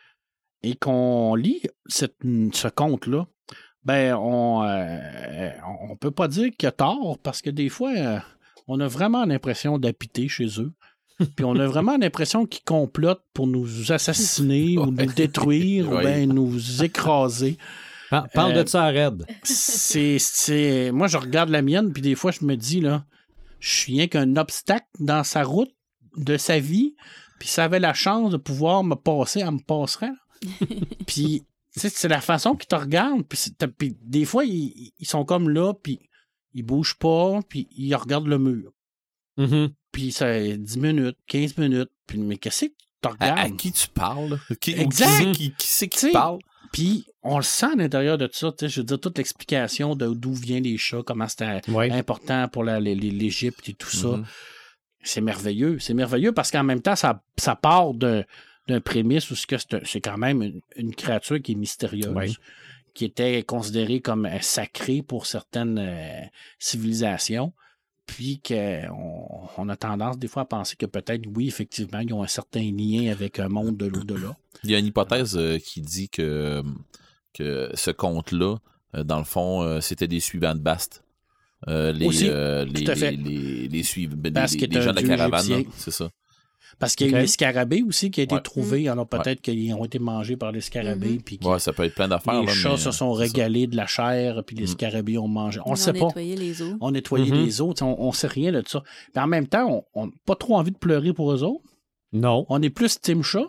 et qu'on lit cette, ce conte-là, ben, on euh, on peut pas dire qu'il y a tort, parce que des fois, euh, on a vraiment l'impression d'habiter chez eux. Puis on a vraiment l'impression qu'ils complotent pour nous assassiner ou nous détruire Oui. ou bien nous écraser. Par- Parle Euh, de ça à Red. C'est, c'est... Moi, je regarde la mienne, puis des fois, je me dis, là, je suis rien qu'un obstacle dans sa route de sa vie, puis ça avait la chance de pouvoir me passer, elle me passerait. là. Puis, tu sais, c'est la façon qu'ils te regardent, puis, c'est- puis des fois, ils, ils sont comme là, puis ils bougent pas, puis ils regardent le mur. Mhm. Puis ça dix minutes, quinze minutes, puis mais qu'est-ce que tu te À, regardes? à qui tu parles? Qui, Exact. Qui, c'est qui, qui, c'est qui T'sais, parle? Puis on le sent à l'intérieur de ça, tu sais, je veux dire, toute l'explication de d'où viennent les chats, comment c'était Ouais. important pour la- les- les- l'Égypte et tout ça. Mhm. C'est merveilleux. C'est merveilleux parce qu'en même temps, ça, ça part de, d'un prémisse où c'est, que c'est, c'est quand même une, une créature qui est mystérieuse, Ouais. qui était considérée comme euh, sacrée pour certaines euh, civilisations. Puis qu'on on a tendance des fois à penser que peut-être, oui, effectivement, ils ont un certain lien avec un monde de l'au-delà. Il y a une hypothèse euh, qui dit que, que ce conte-là, euh, dans le fond, euh, c'était des suivants de Bast. Euh, les, Aussi, euh, les, tout à fait. les, les, les, suiv- ben, Bast les- qui est les un gens de la dieu caravane, égyptien. là, c'est ça. Parce qu'il y a Ok. eu les scarabées aussi qui a été Ouais. trouvés. Alors peut-être qu'ils ont été mangés par les scarabées. Mhm. Puis que Ouais, ça peut être plein d'affaires. les là, chats mais, se euh, sont c'est ça. régalés de la chair, puis les Mm. scarabées ont mangé. On ne Ils sait ont pas. nettoyé les os. On nettoyait Mhm. les autres. On ne sait rien de ça. Mais en même temps, on n'a pas trop envie de pleurer pour eux autres. Non. On est plus team chat.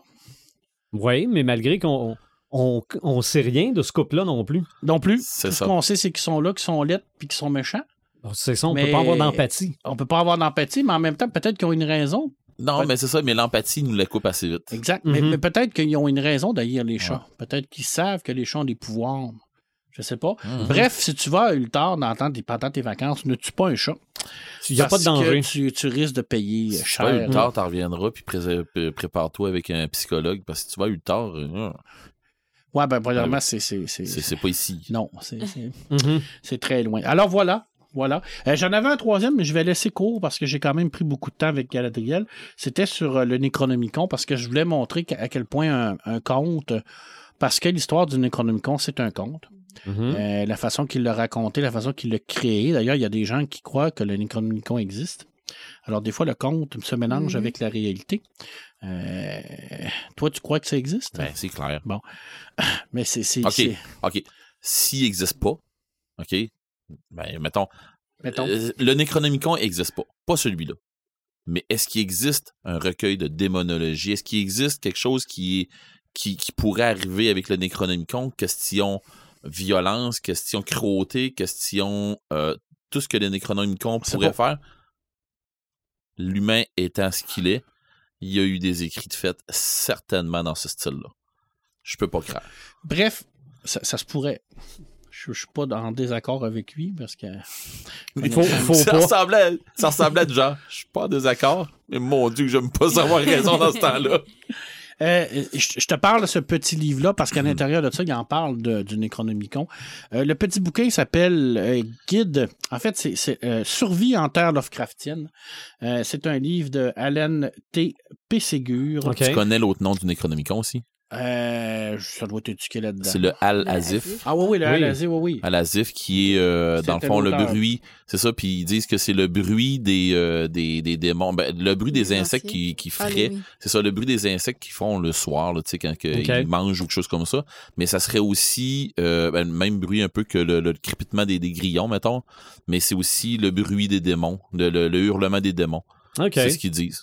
Oui, mais malgré qu'on on, on sait rien de ce couple-là non plus. Non plus. C'est Tout ce ça. qu'on sait, c'est qu'ils sont là, qu'ils sont laids, puis qu'ils sont méchants. C'est ça, on Mais- peut pas avoir d'empathie. On peut pas avoir d'empathie, mais en même temps, peut-être qu'ils ont une raison. Non, Ouais. mais c'est ça, mais l'empathie nous la coupe assez vite. Exact. Mhm. mais, mais peut-être qu'ils ont une raison d'haïr les chats. Peut-être qu'ils savent que les chats ont des pouvoirs. Je sais pas. Mhm. Bref, si tu vas à Ultar dans tes- pendant tes vacances, ne tue pas un chat. Il n'y a pas de Parce que danger. Tu, tu risques de payer Si tu cher. vas à Ultar, t'en reviendras, puis pré- pré- prépare-toi avec un psychologue, parce que si tu vas à Ultar, euh, Ouais, ben, premièrement, Ouais. c'est, c'est, c'est, c'est c'est pas ici. Non, c'est, c'est, Mhm. c'est très loin. Alors voilà. Voilà. Euh, j'en avais un troisième, mais je vais laisser court parce que j'ai quand même pris beaucoup de temps avec Galadriel. C'était sur euh, le Necronomicon parce que je voulais montrer qu'à- à quel point un, un conte, parce que l'histoire du Necronomicon, c'est un conte. Mhm. Euh, la façon qu'il l'a raconté, la façon qu'il l'a créé. D'ailleurs, il y a des gens qui croient que le Necronomicon existe. Alors, des fois, le conte se mélange Mhm. avec la réalité. Euh, toi, tu crois que ça existe? Ben, c'est clair. Mais c'est... c'est, OK. c'est- OK. S'il n'existe pas, OK, ben, mettons, mettons. euh, le Necronomicon n'existe pas. Pas celui-là. Mais est-ce qu'il existe un recueil de démonologie? Est-ce qu'il existe quelque chose qui, est, qui, qui pourrait arriver avec le Necronomicon? Question violence, question cruauté, question euh, tout ce que le Necronomicon C'est pourrait pas- faire. L'humain étant ce qu'il est, il y a eu des écrits de fait certainement dans ce style-là. Je peux pas croire. Bref, ça, ça se pourrait. Je ne suis pas en désaccord avec lui parce que... Il faut, faut ça, pas. ressemblait, ça ressemblait à du genre, je suis pas en désaccord, mais mon Dieu, j'aime pas savoir raison dans ce temps-là. Euh, je, je te parle de ce petit livre-là parce qu'à l'intérieur de ça, il en parle de- du Necronomicon. Euh, le petit bouquin s'appelle euh, Guide. En fait, c'est, c'est euh, Survie en terre Lovecraftienne. Euh, c'est un livre de Allen T. Pességur. OK. Tu connais l'autre nom du Necronomicon aussi? Euh, ça doit être éduqué là-dedans. C'est le Al-Azif. Al-Azif. Ah oui, oui, le Oui. Al-Azif, oui, oui. Al-Azif qui est, euh, dans le C'était fond, le l'auteur. bruit. C'est ça, puis ils disent que c'est le bruit des, euh, des, des démons. Ben, le bruit des Les insectes anciens. qui, qui Ah, feraient. oui, oui. C'est ça, le bruit des insectes qu'ils font le soir, là, tu sais, quand que Ok. ils mangent ou quelque chose comme ça. Mais ça serait aussi euh, ben, le même bruit un peu que le, le crépitement des, des grillons, mettons. Mais c'est aussi le bruit des démons, le, le, le hurlement des démons. OK. C'est ce qu'ils disent.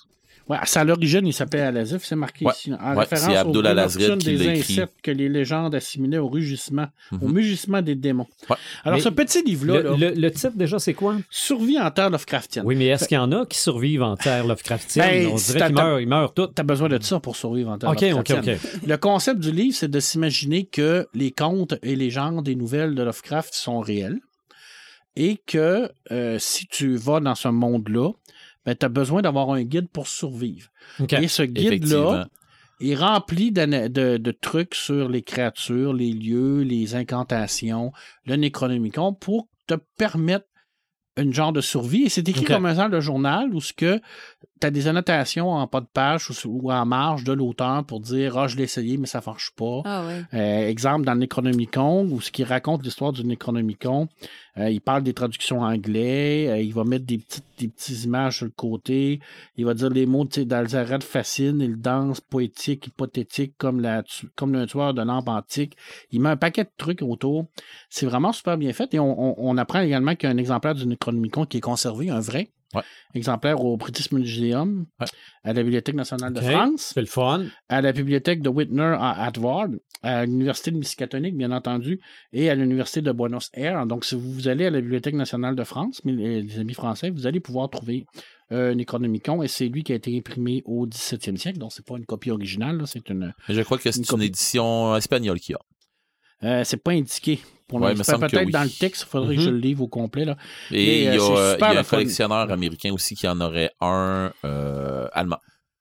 Ouais, c'est à l'origine, il s'appelait Al-Azif, c'est marqué Ouais. ici. En Ouais, référence c'est Abdul aux Al-Azred nocturnes qui des l'a écrit. insectes que les légendes assimilaient au rugissement, Mhm. au mugissement des démons. Ouais. Alors, Mais ce petit livre-là, Le, là, le- le titre, déjà, c'est quoi? survit en terre Lovecraftienne. Oui, mais est-ce qu'il y en a qui survivent en terre Lovecraftienne? Ben, On si dirait qu'ils t'as- meurent, ils meurent tous. T'as besoin de ça pour survivre en terre OK, OK, Lovecraftienne. OK. Le concept du livre, c'est de s'imaginer que les contes et légendes et nouvelles de Lovecraft sont réels et que euh, si tu vas dans ce monde-là, ben, tu as besoin d'avoir un guide pour survivre. OK. Et ce guide-là Effectivement. est rempli de, de, de trucs sur les créatures, les lieux, les incantations, le Necronomicon pour te permettre une genre de survie. Et c'est écrit OK. comme un genre de journal où tu as des annotations en pas de page ou, ou en marge de l'auteur pour dire « Ah, je l'ai essayé, mais ça ne marche pas. Ah ouais. Euh, exemple, dans le Necronomicon, où ce qui raconte l'histoire du Necronomicon, euh, il parle des traductions anglais, euh, il va mettre des petites, des petites images sur le côté, il va dire les mots d'Alzarad fascinent, il danse poétique, hypothétique, comme, la, comme le tueur de lampe antique. Il met un paquet de trucs autour. C'est vraiment super bien fait. Et on, on, on apprend également qu'il y a un exemplaire du Necronomicon qui est conservé, un vrai. Ouais. Exemplaire au British Museum, Ouais. à la Bibliothèque nationale OK. de France, C'est le fun. à la bibliothèque de Whitner à Harvard, à l'Université de Miskatonic, bien entendu, et à l'Université de Buenos Aires. Donc, si vous allez à la Bibliothèque nationale de France, mais les amis français, vous allez pouvoir trouver euh, un Necronomicon, et c'est lui qui a été imprimé au dix-septième siècle, donc c'est pas une copie originale, là, c'est une... Mais je crois que c'est Une une, copie. édition espagnole qu'il y a. Euh, c'est pas indiqué. Pour Ouais, l'instant. il me semble que Peut-être oui. dans le texte, il faudrait Mhm. que je le livre au complet. Là. Et Mais, il y a, euh, c'est euh, super il y a le un fun. collectionneur américain aussi qui en aurait un euh, allemand.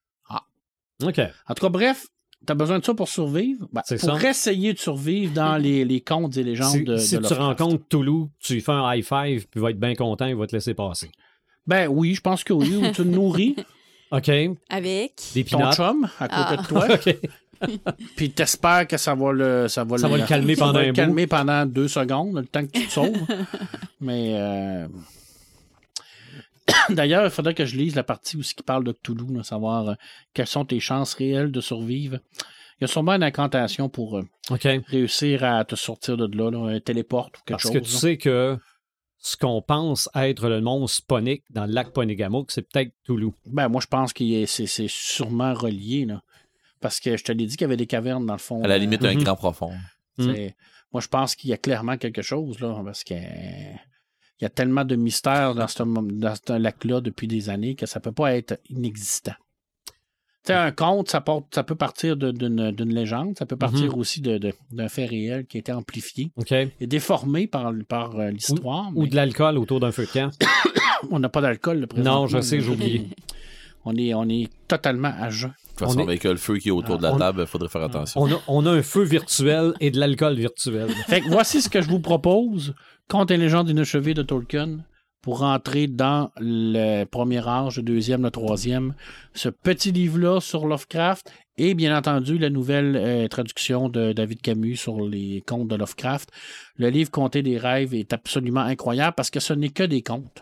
OK. En tout cas, bref, tu as besoin de ça pour survivre. Ben, C'est pour ça. essayer de survivre dans les, les contes et légendes Si, de, si de tu Lovecraft. rencontres Toulouse, tu lui fais un high five, puis il va être bien content, il va te laisser passer. Ben oui, je pense que oui. Ou tu te nourris OK. Avec. Des ton pinottes. chum à côté Ah. de toi, OK. puis t'espères que ça va le ça va, Ça va le calmer ça pendant va un le bout. calmer pendant deux secondes, le temps que tu te sauves. Mais euh, d'ailleurs, il faudrait que je lise la partie où il parle de Cthulhu, là, savoir euh, quelles sont tes chances réelles de survivre. Il y a sûrement une incantation pour euh, OK. réussir à te sortir de là, là, un téléporte ou quelque Parce chose. que tu là. sais que ce qu'on pense être le monstre ponique dans le lac Ponégamouk, c'est peut-être Toulouse. Ben, moi, je pense que c'est, c'est sûrement relié, là. Parce que je te l'ai dit qu'il y avait des cavernes dans le fond. À la euh, limite, un Mhm. grand profond. Mm. c'est- Moi, je pense qu'il y a clairement quelque chose, là, parce que euh, il y a tellement de mystères dans ce, dans ce lac-là depuis des années que ça peut pas être inexistant. Tu sais, un conte, ça, porte, ça peut partir de- d'une, d'une légende, ça peut partir Mhm. aussi de, de- d'un fait réel qui a été amplifié OK. et déformé par, par euh, l'histoire. Ou mais de l'alcool autour d'un feu de camp. on n'a pas d'alcool, le président. Non, je sais, j'ai oublié. On est, on est totalement à jeun. De toute façon, On est- avec le feu qui est autour de la On- table, il faudrait faire attention. On a, on a un feu virtuel et de l'alcool virtuel. Fait que voici ce que je vous propose. Contes et légendes inachevées de Tolkien pour rentrer dans le premier âge, le deuxième, le troisième. Ce petit livre-là sur Lovecraft et bien entendu la nouvelle euh, traduction de David Camus sur les contes de Lovecraft. Le livre Conter des rêves est absolument incroyable parce que ce n'est que des contes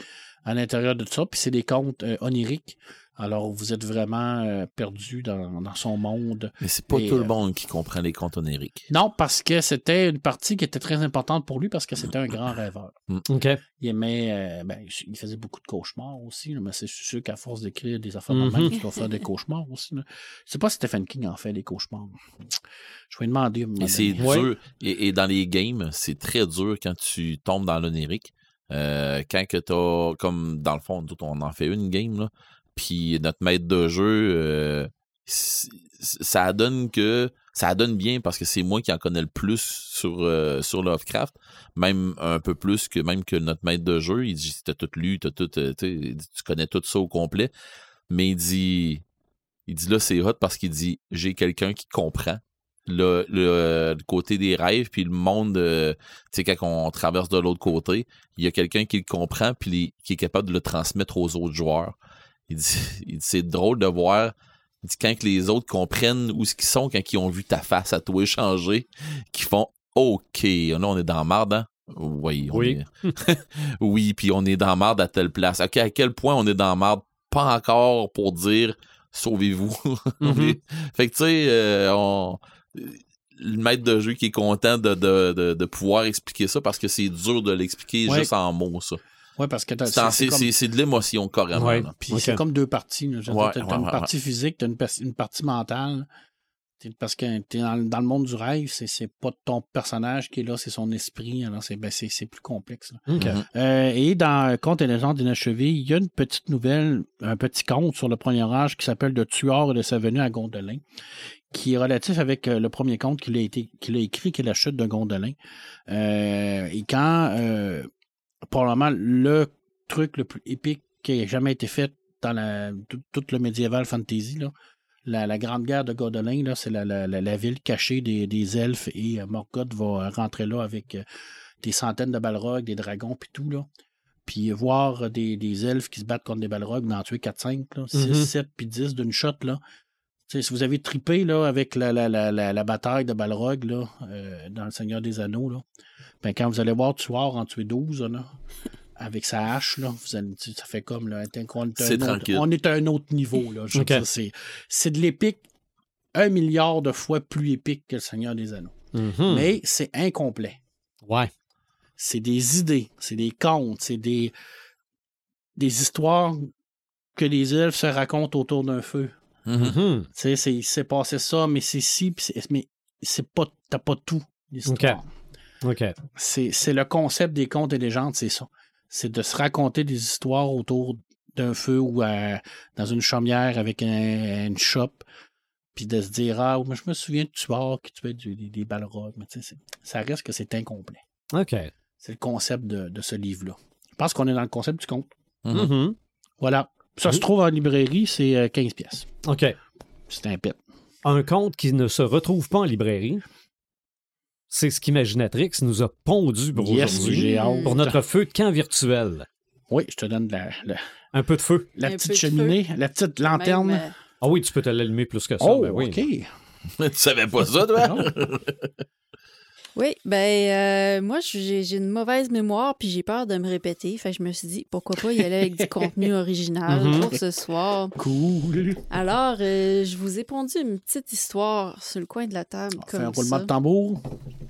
à l'intérieur de ça. Puis c'est des contes euh, oniriques. Alors vous êtes vraiment euh, perdu dans, dans son monde. Mais c'est pas Et, tout euh, le monde qui comprend les contes oniriques. Non, parce que c'était une partie qui était très importante pour lui parce que c'était un grand rêveur. OK. Il aimait, euh, ben, il faisait beaucoup de cauchemars aussi, là, mais c'est sûr qu'à force d'écrire des affaires de Mhm. même, tu dois faire des cauchemars aussi. Là. Je sais pas si Stephen King en fait des cauchemars. Je vais lui demander. à un moment Et c'est donné. Ouais. dur. Et, et dans les games, c'est très dur quand tu tombes dans l'onirique. Euh, quand que t'as, comme dans le fond, nous autres, on en fait une game, là. Puis notre maître de jeu, euh, c- ça donne que ça donne bien parce que c'est moi qui en connais le plus sur, euh, sur Lovecraft, même un peu plus que même que notre maître de jeu. Il dit t'as tout lu, t'as tout, euh, tu sais, il dit, tu connais tout ça au complet. Mais il dit, il dit là c'est hot parce qu'il dit j'ai quelqu'un qui comprend le, le, le côté des rêves puis le monde, euh, tu sais quand on traverse de l'autre côté, il y a quelqu'un qui le comprend puis les- qui est capable de le transmettre aux autres joueurs. Il dit, il dit, c'est drôle de voir il dit, quand que les autres comprennent où ce qu'ils sont quand ils ont vu ta face à toi changer, qu'ils font OK, là on est dans la marde, hein? Oui, on Oui. est- oui, puis on est dans la marde à telle place. OK, à quel point on est dans la marde? Pas encore pour dire sauvez-vous. On Mhm. est- Fait que tu sais, euh, on... le maître de jeu qui est content de, de, de, de pouvoir expliquer ça parce que c'est dur de l'expliquer Ouais. juste en mots, ça. Oui, parce que t'as, C'est, en- c'est, c'est, comme, c'est, c'est de l'émotion, carrément. Ouais. là. puis Ok. c'est comme deux parties. Là. Je veux Ouais, dire, t'as, ouais, t'as une ouais, partie physique, t'as une, pa- une partie mentale. T'es- Parce que t'es dans, dans le monde du rêve, c'est, c'est pas ton personnage qui est là, c'est son esprit. Alors c'est, ben, c'est, c'est plus complexe. Là. OK. Mhm. Euh, et dans Contes et légendes d'Inachevé, il y a une petite nouvelle, un petit conte sur le premier âge qui s'appelle Le tueur de sa venue à Gondolin, qui est relatif avec euh, le premier conte qu'il a, été, qu'il a écrit, qui est La chute de Gondolin. Euh, et quand, euh, probablement, le truc le plus épique qui ait jamais été fait dans la, tout, tout le médiéval fantasy, là, la, la grande guerre de Gondolin, là, c'est la, la, la, la ville cachée des, des elfes et euh, Morgoth va rentrer là avec euh, des centaines de balrogs, des dragons puis tout, là. Puis voir des, des elfes qui se battent contre des balrogs, d'en tuer quatre cinq, six, sept puis dix d'une shot, là. T'sais, si vous avez trippé là, avec la, la, la, la, la bataille de Balrog là, euh, dans Le Seigneur des Anneaux, là, ben, quand vous allez voir Tuor en tuer douze là, avec sa hache, là, vous allez, ça fait comme là, on, est C'est un autre, tranquille. on est à un autre niveau. Là, je veux Okay. dire, c'est, c'est de l'épique un milliard de fois plus épique que Le Seigneur des Anneaux. Mhm. Mais c'est incomplet. Ouais. C'est des idées, c'est des contes, c'est des, des histoires que les elfes se racontent autour d'un feu. Mhm. Mhm. Tu sais, c'est, c'est passé ça, mais c'est ci, pis c'est, mais c'est pas, t'as pas tout, l'histoire. OK. C'est, c'est le concept des contes et légendes, c'est ça. C'est de se raconter des histoires autour d'un feu ou à- dans une chaumière avec un, une shop, puis de se dire, ah, mais je me souviens de tueur qui tuait du- des, des balrogs, mais tu sais, c'est- ça reste que c'est incomplet. OK. C'est le concept de, de ce livre-là. Je pense qu'on est dans le concept du conte. Mhm. Mhm. Voilà. Ça se trouve en librairie, c'est euh, quinze pièces. OK. C'est un pet. Un conte qui ne se retrouve pas en librairie, c'est ce qu'Imaginatrix nous a pondu pour Yes, aujourd'hui. j'ai hâte. Pour notre feu de camp virtuel. Oui, je te donne la, la, Un peu de feu. la Un petite peu de cheminée, la petite lanterne. Même, euh, Ah oui, tu peux te l'allumer plus que ça. oh, ben oui. OK. Tu savais pas ça, toi? Non. Oui, ben euh, moi j'ai, j'ai une mauvaise mémoire puis j'ai peur de me répéter. Fait que je me suis dit pourquoi pas y aller avec du contenu original Mhm. pour ce soir. Cool. Alors, euh, je vous ai pondu une petite histoire sur le coin de la table On fait comme un roulement ça. de tambour.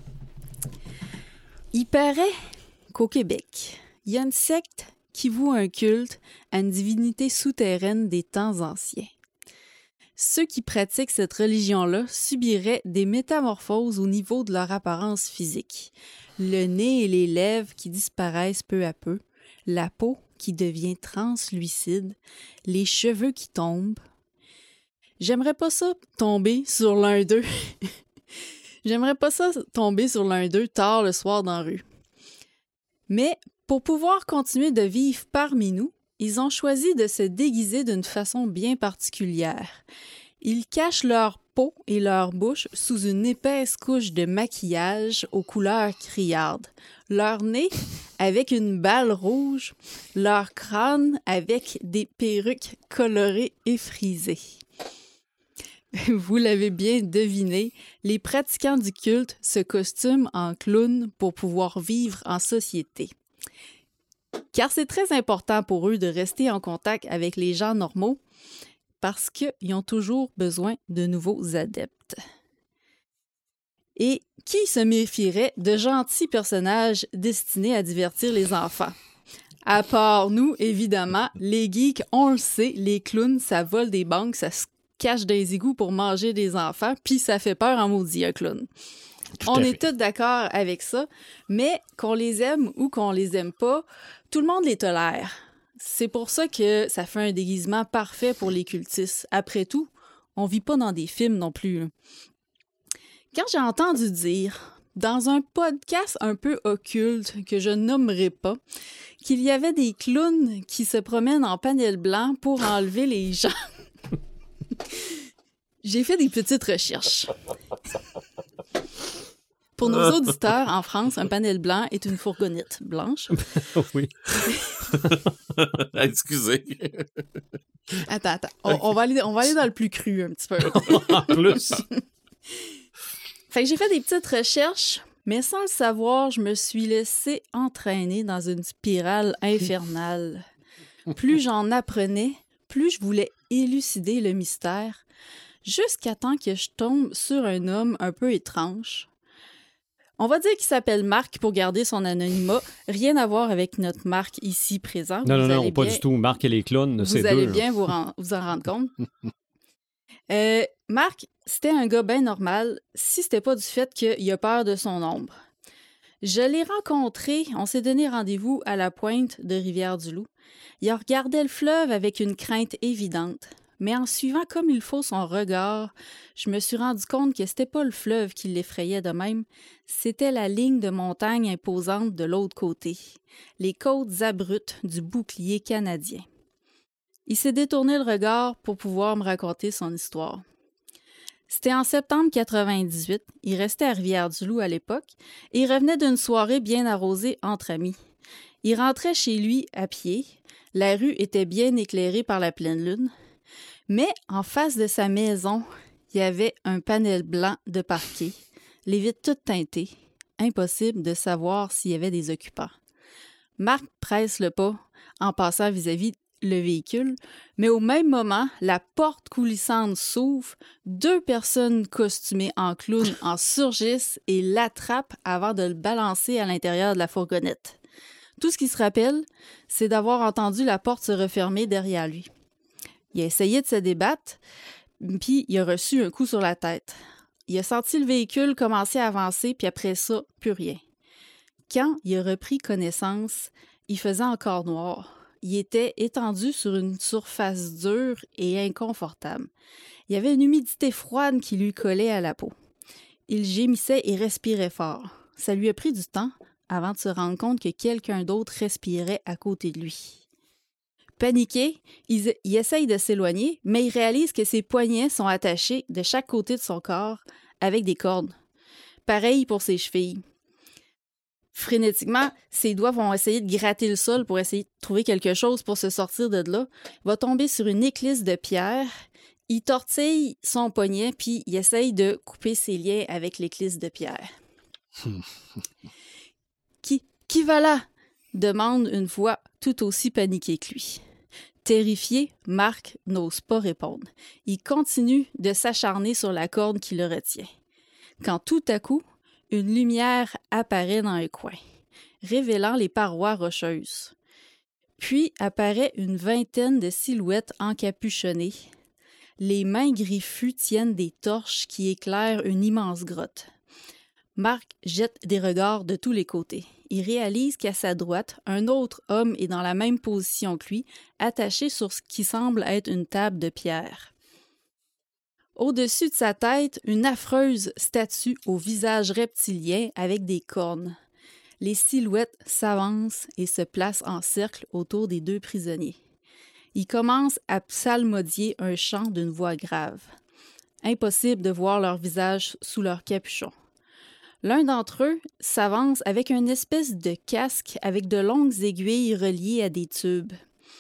Il paraît qu'au Québec, il y a une secte qui voue un culte à une divinité souterraine des temps anciens. Ceux qui pratiquent cette religion-là subiraient des métamorphoses au niveau de leur apparence physique. Le nez et les lèvres qui disparaissent peu à peu, la peau qui devient translucide, les cheveux qui tombent. J'aimerais pas ça tomber sur l'un d'eux. J'aimerais pas ça tomber sur l'un d'eux tard le soir dans la rue. Mais pour pouvoir continuer de vivre parmi nous, ils ont choisi de se déguiser d'une façon bien particulière. Ils cachent leur peau et leur bouche sous une épaisse couche de maquillage aux couleurs criardes, leur nez avec une balle rouge, leur crâne avec des perruques colorées et frisées. Vous l'avez bien deviné, les pratiquants du culte se costument en clowns pour pouvoir vivre en société. Car c'est très important pour eux de rester en contact avec les gens normaux parce qu'ils ont toujours besoin de nouveaux adeptes. Et qui se méfierait de gentils personnages destinés à divertir les enfants? À part nous, évidemment, les geeks, on le sait, les clowns, ça vole des banques, ça se cache dans les égouts pour manger des enfants, puis ça fait peur en maudit, un clown. Tout On à est fait. tous d'accord avec ça, mais qu'on les aime ou qu'on les aime pas, tout le monde les tolère. C'est pour ça que ça fait un déguisement parfait pour les cultistes. Après tout, on vit pas dans des films non plus. Quand j'ai entendu dire, dans un podcast un peu occulte que je nommerai pas, qu'il y avait des clowns qui se promènent en panel blanc pour enlever les gens, j'ai fait des petites recherches. Pour nos auditeurs, en France, un panel blanc est une fourgonnette blanche. oui. Excusez. Attends, attends. On, on va aller, on va aller dans le plus cru un petit peu. En plus. Fait que j'ai fait des petites recherches, mais sans le savoir, je me suis laissée entraîner dans une spirale infernale. Plus j'en apprenais, plus je voulais élucider le mystère, jusqu'à temps que je tombe sur un homme un peu étrange. On va dire qu'il s'appelle Marc pour garder son anonymat. Rien à voir avec notre Marc ici présent. Non, Vous non, non, allez pas bien- du tout. Marc et les clowns, c'est Vous deux. allez là. bien vous, ren- vous en rendre compte. Euh, Marc, c'était un gars bien normal si c'était pas du fait qu'il a peur de son ombre. Je l'ai rencontré, on s'est donné rendez-vous à la pointe de Rivière-du-Loup. Il regardait le fleuve avec une crainte évidente, mais en suivant comme il faut son regard, je me suis rendu compte que c'était pas le fleuve qui l'effrayait de même, c'était la ligne de montagne imposante de l'autre côté, les côtes abruptes du bouclier canadien. Il s'est détourné le regard pour pouvoir me raconter son histoire. C'était en septembre quatre-vingt-dix-huit, il restait à Rivière-du-Loup à l'époque, et il revenait d'une soirée bien arrosée entre amis. Il rentrait chez lui à pied, la rue était bien éclairée par la pleine lune, mais en face de sa maison, il y avait un panel blanc de parquet, les vitres toutes teintées, impossible de savoir s'il y avait des occupants. Marc presse le pas en passant vis-à-vis le véhicule, mais au même moment, la porte coulissante s'ouvre, deux personnes costumées en clown en surgissent et l'attrapent avant de le balancer à l'intérieur de la fourgonnette. Tout ce qu'il se rappelle, c'est d'avoir entendu la porte se refermer derrière lui. Il a essayé de se débattre, puis il a reçu un coup sur la tête. Il a senti le véhicule commencer à avancer, puis après ça, plus rien. Quand il a repris connaissance, il faisait encore noir. Il était étendu sur une surface dure et inconfortable. Il y avait une humidité froide qui lui collait à la peau. Il gémissait et respirait fort. Ça lui a pris du temps avant de se rendre compte que quelqu'un d'autre respirait à côté de lui. Paniqué, il, il essaye de s'éloigner, mais il réalise que ses poignets sont attachés de chaque côté de son corps avec des cordes. Pareil pour ses chevilles. Frénétiquement, ses doigts vont essayer de gratter le sol pour essayer de trouver quelque chose pour se sortir de là. Il va tomber sur une éclisse de pierre. Il tortille son poignet, puis il essaye de couper ses liens avec l'éclisse de pierre. Qui, qui va là? Demande une voix tout aussi paniquée que lui. Terrifié, Marc n'ose pas répondre. Il continue de s'acharner sur la corde qui le retient. Quand tout à coup, une lumière apparaît dans un coin, révélant les parois rocheuses. Puis apparaît une vingtaine de silhouettes encapuchonnées. Les mains griffues tiennent des torches qui éclairent une immense grotte. Marc jette des regards de tous les côtés. Il réalise qu'à sa droite, un autre homme est dans la même position que lui, attaché sur ce qui semble être une table de pierre. Au-dessus de sa tête, une affreuse statue au visage reptilien avec des cornes. Les silhouettes s'avancent et se placent en cercle autour des deux prisonniers. Ils commencent à psalmodier un chant d'une voix grave. Impossible de voir leur visage sous leur capuchon. L'un d'entre eux s'avance avec une espèce de casque avec de longues aiguilles reliées à des tubes.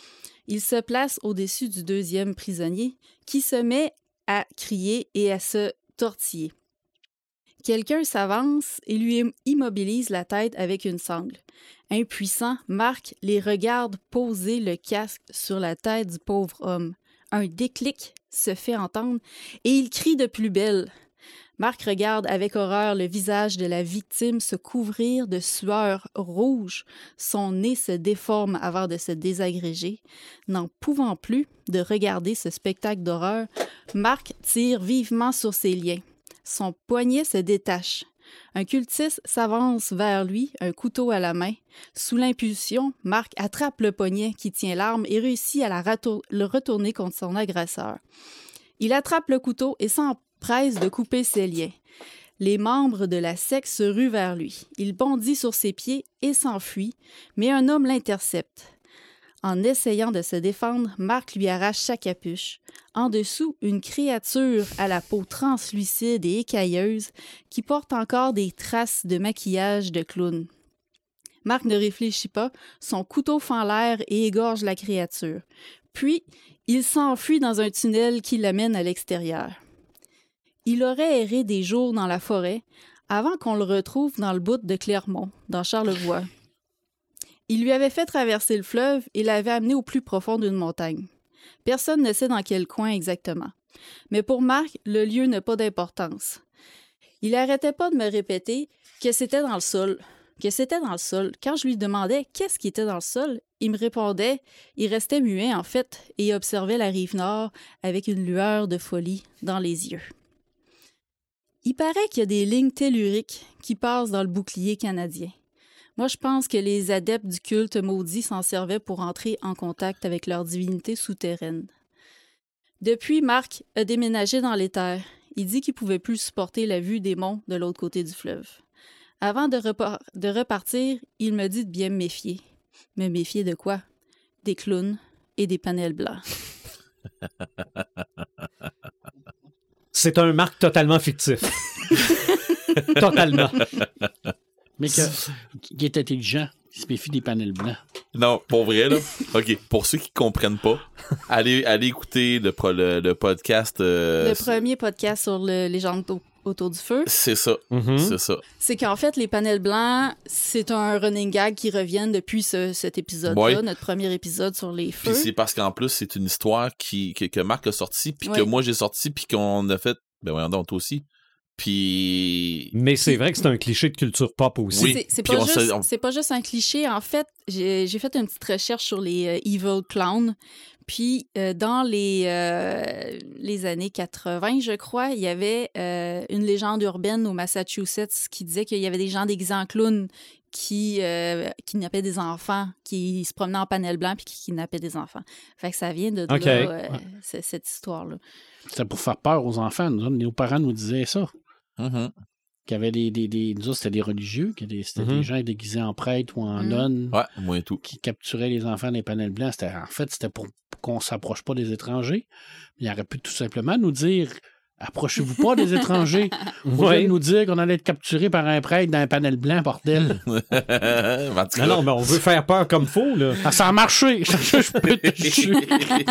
Il se place au-dessus du deuxième prisonnier qui se met à crier et à se tortiller. Quelqu'un s'avance et lui immobilise la tête avec une sangle. Impuissant, Marc les regarde poser le casque sur la tête du pauvre homme. Un déclic se fait entendre et il crie de plus belle. Marc regarde avec horreur le visage de la victime se couvrir de sueur rouge. Son nez se déforme avant de se désagréger. N'en pouvant plus de regarder ce spectacle d'horreur, Marc tire vivement sur ses liens. Son poignet se détache. Un cultiste s'avance vers lui, un couteau à la main. Sous l'impulsion, Marc attrape le poignet qui tient l'arme et réussit à la ratour- le retourner contre son agresseur. Il attrape le couteau et s'empresse de couper ses liens. Les membres de la secte se ruent vers lui. Il bondit sur ses pieds et s'enfuit, mais un homme l'intercepte. En essayant de se défendre, Marc lui arrache sa capuche. En dessous, une créature à la peau translucide et écailleuse qui porte encore des traces de maquillage de clown. Marc ne réfléchit pas, son couteau fend l'air et égorge la créature. Puis, il s'enfuit dans un tunnel qui l'amène à l'extérieur. Il aurait erré des jours dans la forêt avant qu'on le retrouve dans le bout de Clermont, dans Charlevoix. Il lui avait fait traverser le fleuve et l'avait amené au plus profond d'une montagne. Personne ne sait dans quel coin exactement. Mais pour Marc, le lieu n'a pas d'importance. Il arrêtait pas de me répéter que c'était dans le sol, que c'était dans le sol. Quand je lui demandais qu'est-ce qui était dans le sol, il me répondait, il restait muet en fait, et observait la rive nord avec une lueur de folie dans les yeux. Il paraît qu'il y a des lignes telluriques qui passent dans le bouclier canadien. Moi, je pense que les adeptes du culte maudit s'en servaient pour entrer en contact avec leur divinité souterraine. Depuis, Marc a déménagé dans les terres. Il dit qu'il ne pouvait plus supporter la vue des monts de l'autre côté du fleuve. Avant de, repar- de repartir, il me dit de bien me méfier. Me méfier de quoi? Des clowns et des panels blancs. C'est un Marc totalement fictif. Totalement. Mais que, qui est intelligent, il se méfie des panels blancs. Non, pour vrai, là. OK, pour ceux qui comprennent pas, allez, allez écouter le, pro- le, le podcast. Euh, Le premier podcast sur le légende au- autour du feu, C'est ça. Mhm. C'est ça. c'est qu'en fait, les panels blancs, c'est un running gag qui revient depuis ce- cet épisode-là, Ouais. notre premier épisode sur les Puis feux. c'est parce qu'en plus, c'est une histoire qui, que, que Marc a sorti, puis que Oui. moi j'ai sorti, puis qu'on a fait. Ben voyons donc, toi aussi. Puis. Mais c'est vrai que c'est un cliché de culture pop aussi. Oui. C'est- C'est Puis pas, on juste- se- on- c'est pas juste un cliché. En fait, j'ai j'ai fait une petite recherche sur les euh, Evil Clowns. Puis, euh, dans les, euh, les années quatre-vingts, je crois, il y avait euh, une légende urbaine au Massachusetts qui disait qu'il y avait des gens déguisés en clowns qui euh, kidnappaient des enfants, qui se promenaient en panel blanc puis qui kidnappaient des enfants. Fait que ça vient de OK. là, euh, c- cette histoire-là. C'était pour faire peur aux enfants. Nous, autres, nos parents nous disaient ça. Mhm. Qu'il y avait des, des, des nous autres, c'était des religieux, que des- c'était Mhm. des gens déguisés en prêtres ou en Mhm. nonnes Ouais, moi et tout. qui capturaient les enfants des panels blancs. C'était, en fait, c'était pour qu'on s'approche pas des étrangers. Il aurait pu tout simplement nous dire approchez-vous pas des étrangers. Au lieu Ouais. de nous dire qu'on allait être capturé par un prêtre dans un panel blanc, bordel. En tout cas, Non, non, mais on veut faire peur comme faux, là. Ah, ça a marché! Je peux te jurer.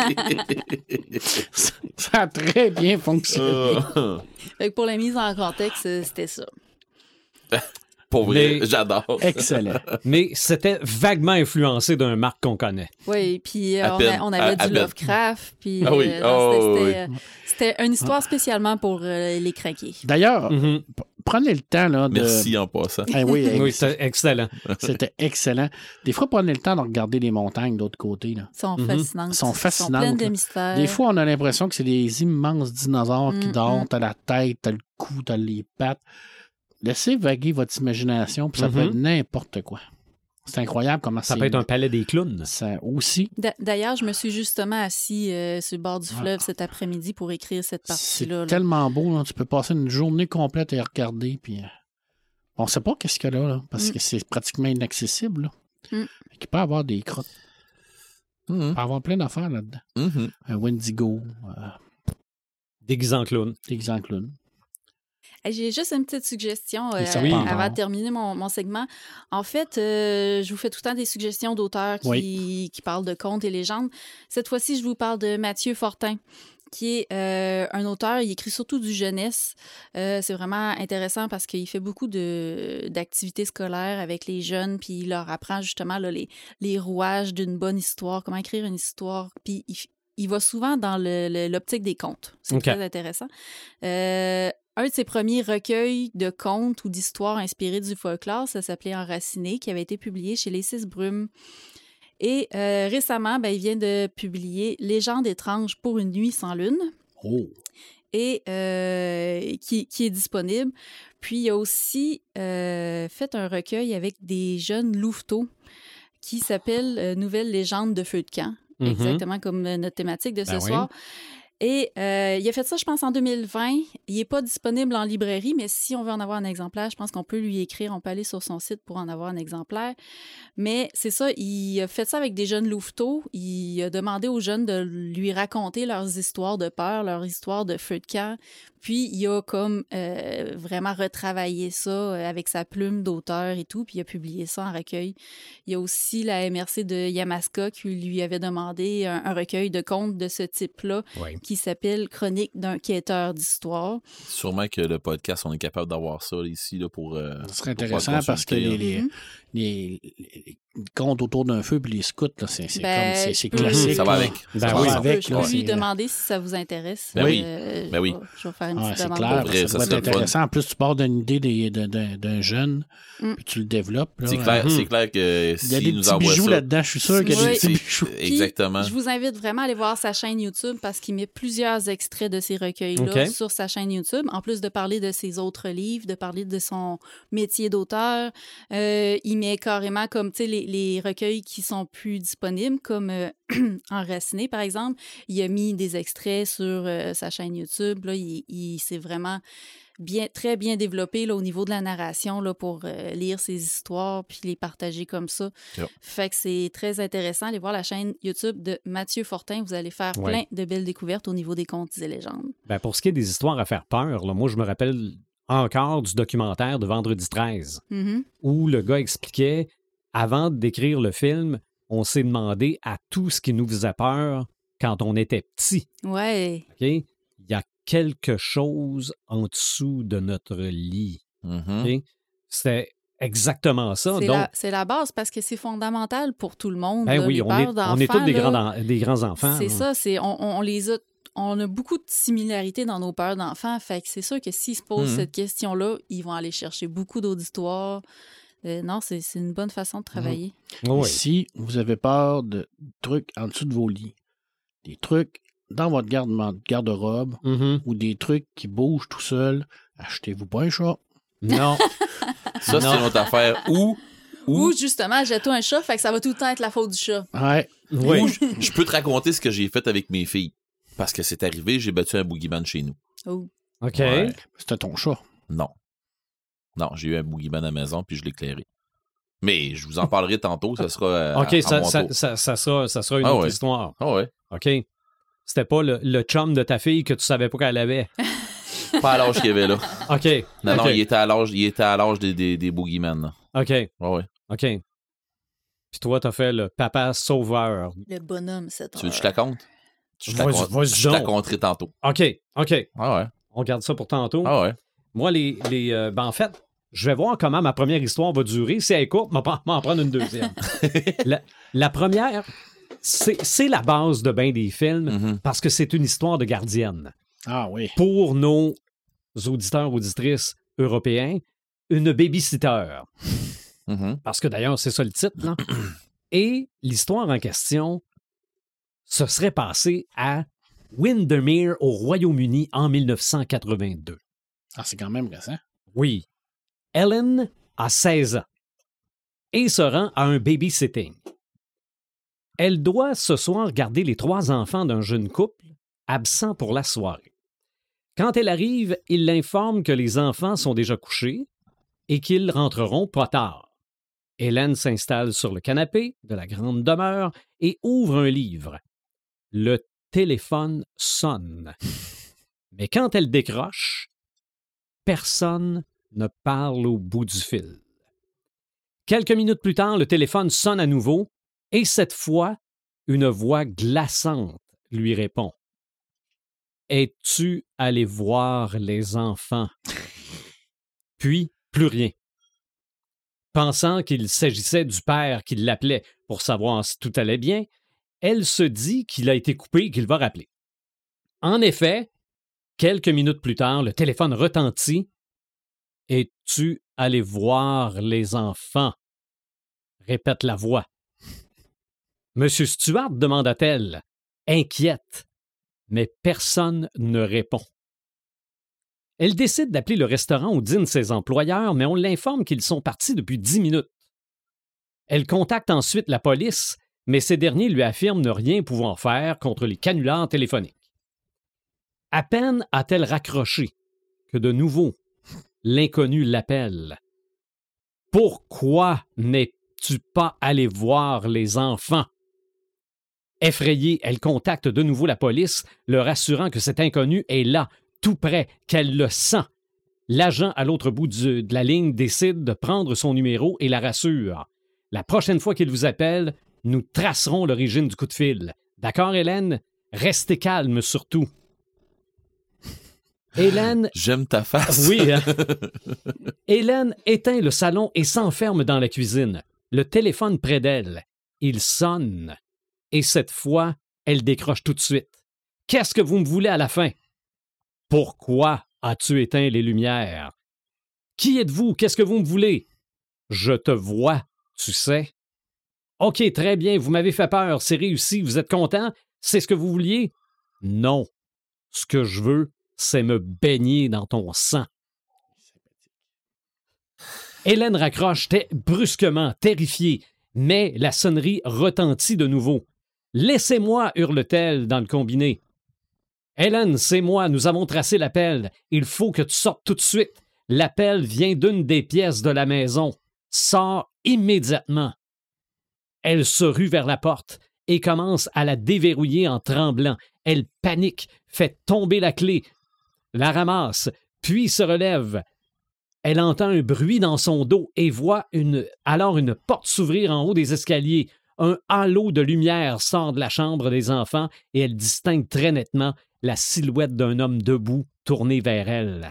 Ça- Ça a très bien fonctionné. Euh, Fait que pour la mise en contexte, euh, c'était ça. pour vrai, Mais- j'adore. Excellent. Mais c'était vaguement influencé d'un Marc qu'on connaît. Oui, puis euh, À on, peine, a- on avait à- à du peine. Lovecraft. Puis, Ah oui, euh, oh, non, c'était- oui. c'était, euh, c'était une histoire spécialement pour euh, les craqués. D'ailleurs, Mhm. p- prenez le temps là, de. Merci en passant. Ah oui, Oui, ex- c'était excellent. c'était excellent. Des fois, prenez le temps de regarder les montagnes de l'autre côté. Là. Ils sont Mhm. fascinantes. Ils sont fascinantes, Ils sont pleines de là. mystères. Des fois, on a l'impression que c'est des immenses dinosaures qui Mm, dorment. mm. T'as la tête, t'as le cou, t'as les pattes. Laissez vaguer votre imagination, puis ça peut Mhm. être n'importe quoi. C'est incroyable comment Ça c'est- peut être un palais des clowns. Ça aussi. D'a- D'ailleurs, je me suis justement assis euh, sur le bord du Ah. fleuve cet après-midi pour écrire cette C'est partie-là. là. tellement beau. Là. Tu peux passer une journée complète à regarder. Puis, euh, on sait pas qu'est-ce qu'il y a là, là, parce Mm. que c'est pratiquement inaccessible. Là. Mm. Il peut y avoir des crottes. Il Mhm. peut y avoir plein d'affaires là-dedans. Mhm. Un Wendigo, euh, Déguisé en clown. des exemples. Hey, J'ai juste une petite suggestion euh, Les serpents avant d'or. de terminer mon, mon segment. En fait, euh, je vous fais tout le temps des suggestions d'auteurs qui, qui parlent de contes et légendes. Cette fois-ci, je vous parle de Mathieu Fortin, qui est euh, un auteur. Il écrit surtout du jeunesse. Euh, c'est vraiment intéressant parce qu'il fait beaucoup de, d'activités scolaires avec les jeunes, puis il leur apprend justement là, les, les rouages d'une bonne histoire, comment écrire une histoire. Puis il, il va souvent dans le- le- l'optique des contes. C'est OK. très intéressant. Euh, un de ses premiers recueils de contes ou d'histoires inspirées du folklore, ça s'appelait Enraciné, qui avait été publié chez Les Six Brumes. Et euh, récemment, ben, il vient de publier Légende étrange pour une nuit sans lune, Oh! et euh, qui, qui est disponible. Puis il a aussi euh, fait un recueil avec des jeunes louveteaux qui s'appelle euh, Nouvelle légende de feu de camp, Mhm. exactement comme euh, notre thématique de ce Ben oui. soir. Et euh, il a fait ça, je pense, en deux mille vingt. Il n'est pas disponible en librairie, mais si on veut en avoir un exemplaire, je pense qu'on peut lui écrire. On peut aller sur son site pour en avoir un exemplaire. Mais c'est ça, il a fait ça avec des jeunes louveteaux. Il a demandé aux jeunes de lui raconter leurs histoires de peur, leurs histoires de feu de camp. Puis il a comme euh, vraiment retravaillé ça euh, avec sa plume d'auteur et tout, puis il a publié ça en recueil. Il y a aussi la M R C de Yamaska qui lui avait demandé un, un recueil de contes de ce type-là Oui. qui s'appelle Chronique d'un quêteur d'histoire. Sûrement que le podcast, on est capable d'avoir ça là, ici là, pour. Euh, Ce serait pour pouvoir intéressant parce que consulter, les, hein. les, Mhm. les- les- comptent autour d'un feu puis les scouts, là, c'est, c'est Ben, comme c'est, c'est je peux- classique. Ça va là. avec. Ben Ça oui. va Ça ensemble. avec, je là, peux lui c'est- demander si ça vous intéresse. Ben oui. Euh, Ben oui. Je vais, je vais faire une Ouais, petite c'est demande. clair, Pour vrai, ça, ça doit être serait le fun. intéressant. En plus, tu pars d'une idée des- d'un, d'un, d'un jeune, Mm. puis tu le développes. là. C'est clair, Mhm. c'est clair que Il y a des s'il nous petits envoie bijoux ça... là-dedans, je suis sûr qu'il y a Oui. des petits c'est- bijoux. Puis, Exactement. Je vous invite vraiment à aller voir sa chaîne YouTube parce qu'il met plusieurs extraits de ces recueils-là OK. sur sa chaîne YouTube. En plus de parler de ses autres livres, de parler de son métier d'auteur, euh, il met carrément comme, tu sais, les, les recueils qui sont plus disponibles, comme euh, Enraciné, par exemple. Il a mis des extraits sur euh, sa chaîne YouTube. Là, il, il s'est vraiment bien, très bien développé là, au niveau de la narration là, pour euh, lire ses histoires puis les partager comme ça. Yep. Fait que c'est très intéressant. Allez voir la chaîne YouTube de Mathieu Fortin. Vous allez faire Ouais. plein de belles découvertes au niveau des contes et légendes. Ben, pour ce qui est des histoires à faire peur, là, moi, je me rappelle encore du documentaire de Vendredi treize, Mhm. où le gars expliquait, avant d'écrire le film, on s'est demandé à tout ce qui nous faisait peur quand on était petit. Ouais. OK? Il y a quelque chose en dessous de notre lit. Mhm. OK? C'était exactement ça. C'est Donc, la, c'est la base parce que c'est fondamental pour tout le monde. ben là, oui, les on est, peurs on est tous des, d'enfants, grands, là. en- des grands enfants. C'est là. ça, c'est, on, on les a, on a beaucoup de similarités dans nos peurs d'enfants. Fait que c'est sûr que s'ils se posent Mhm. cette question-là, ils vont aller chercher beaucoup d'auditoire. Euh, non, c'est, c'est une bonne façon de travailler. Oui. Si vous avez peur de trucs en dessous de vos lits, des trucs dans votre garde- garde-robe Mhm. ou des trucs qui bougent tout seuls, achetez-vous pas un chat. Non. Ça, c'est Non. une autre affaire. Ou, Ou ou, justement, jette-toi un chat, fait que ça va tout le temps être la faute du chat. Ouais. Oui. ou je, je peux te raconter ce que j'ai fait avec mes filles. Parce que c'est arrivé, j'ai battu un boogeyman chez nous. Oh. OK. Ouais. C'était ton chat. Non. Non, j'ai eu un boogeyman à la maison, puis je l'ai éclairé. Mais je vous en parlerai tantôt, ça sera euh, OK, à, à ça, mon ça, tour. ça, ça sera, ça sera une Ah autre ouais. histoire. Ah ouais. OK. C'était pas le, le chum de ta fille que tu savais pas qu'elle avait. Pas à l'âge qu'il y avait là. OK. Non, non, OK. il était à l'âge, il était à l'âge des, des, des boogeyman. là. OK. Ouais, ouais. OK. Puis toi, t'as fait le papa sauveur. Le bonhomme, c'est Tu veux que je te la compte? Je te la, Vas-y, con- vas-y je te la donc. conterai tantôt. OK. OK. Ah ouais. On garde ça pour tantôt. Ah ouais. Moi, les. les euh, ben, en fait, je vais voir comment ma première histoire va durer. Si elle est courte, je vais m'en prendre une deuxième. la, la première, c'est, c'est la base de bien des films Mhm. parce que c'est une histoire de gardienne. Ah oui. Pour nos auditeurs, auditrices européens, une babysitter. Mhm. Parce que d'ailleurs, c'est ça le titre. Là. Et l'histoire en question se serait passée à Windermere, au Royaume-Uni, en dix-neuf cent quatre-vingt-deux. Ah, c'est quand même récent. Oui. Ellen a seize ans et se rend à un babysitting. Elle doit ce soir garder les trois enfants d'un jeune couple absent pour la soirée. Quand elle arrive, il l'informe que les enfants sont déjà couchés et qu'ils rentreront pas tard. Hélène s'installe sur le canapé de la grande demeure et ouvre un livre. Le téléphone sonne. Mais quand elle décroche, personne ne parle au bout du fil. Quelques minutes plus tard, le téléphone sonne à nouveau et cette fois, une voix glaçante lui répond. « Es-tu allé voir les enfants? » Puis, plus rien. Pensant qu'il s'agissait du père qui l'appelait pour savoir si tout allait bien, elle se dit qu'il a été coupé et qu'il va rappeler. En effet, quelques minutes plus tard, le téléphone retentit. « Es-tu allé voir les enfants? » répète la voix. « Monsieur Stuart, demanda-t-elle, inquiète, mais personne ne répond. Elle décide d'appeler le restaurant où dînent ses employeurs, mais on l'informe qu'ils sont partis depuis dix minutes. Elle contacte ensuite la police, mais ces derniers lui affirment ne rien pouvoir faire contre les canulars téléphoniques. À peine a-t-elle raccroché que de nouveau, l'inconnu l'appelle. « Pourquoi n'es-tu pas allé voir les enfants? » Effrayée, elle contacte de nouveau la police, leur assurant que cet inconnu est là, tout près, qu'elle le sent. L'agent à l'autre bout du- de la ligne décide de prendre son numéro et la rassure. « La prochaine fois qu'il vous appelle, nous tracerons l'origine du coup de fil. D'accord, Hélène? Restez calme surtout. » Hélène J'aime ta face. oui. Hein? Hélène éteint le salon et s'enferme dans la cuisine. Le téléphone près d'elle. Il sonne. Et cette fois, elle décroche tout de suite. « Qu'est-ce que vous me voulez à la fin? »« Pourquoi as-tu éteint les lumières? »« Qui êtes-vous? Qu'est-ce que vous me voulez? »« Je te vois, tu sais. »« OK, très bien, vous m'avez fait peur, c'est réussi, vous êtes content? C'est ce que vous vouliez? »« Non. Ce que je veux, c'est me baigner dans ton sang. » Hélène raccroche t- brusquement, terrifiée, mais la sonnerie retentit de nouveau. « Laissez-moi » hurle-t-elle dans le combiné. « Hélène, c'est moi, nous avons tracé l'appel. Il faut que tu sortes tout de suite. L'appel vient d'une des pièces de la maison. Sors immédiatement. » Elle se rue vers la porte et commence à la déverrouiller en tremblant. Elle panique, fait tomber la clé, la ramasse, puis se relève. Elle entend un bruit dans son dos et voit une, alors une porte s'ouvrir en haut des escaliers. Un halo de lumière sort de la chambre des enfants et elle distingue très nettement la silhouette d'un homme debout tourné vers elle.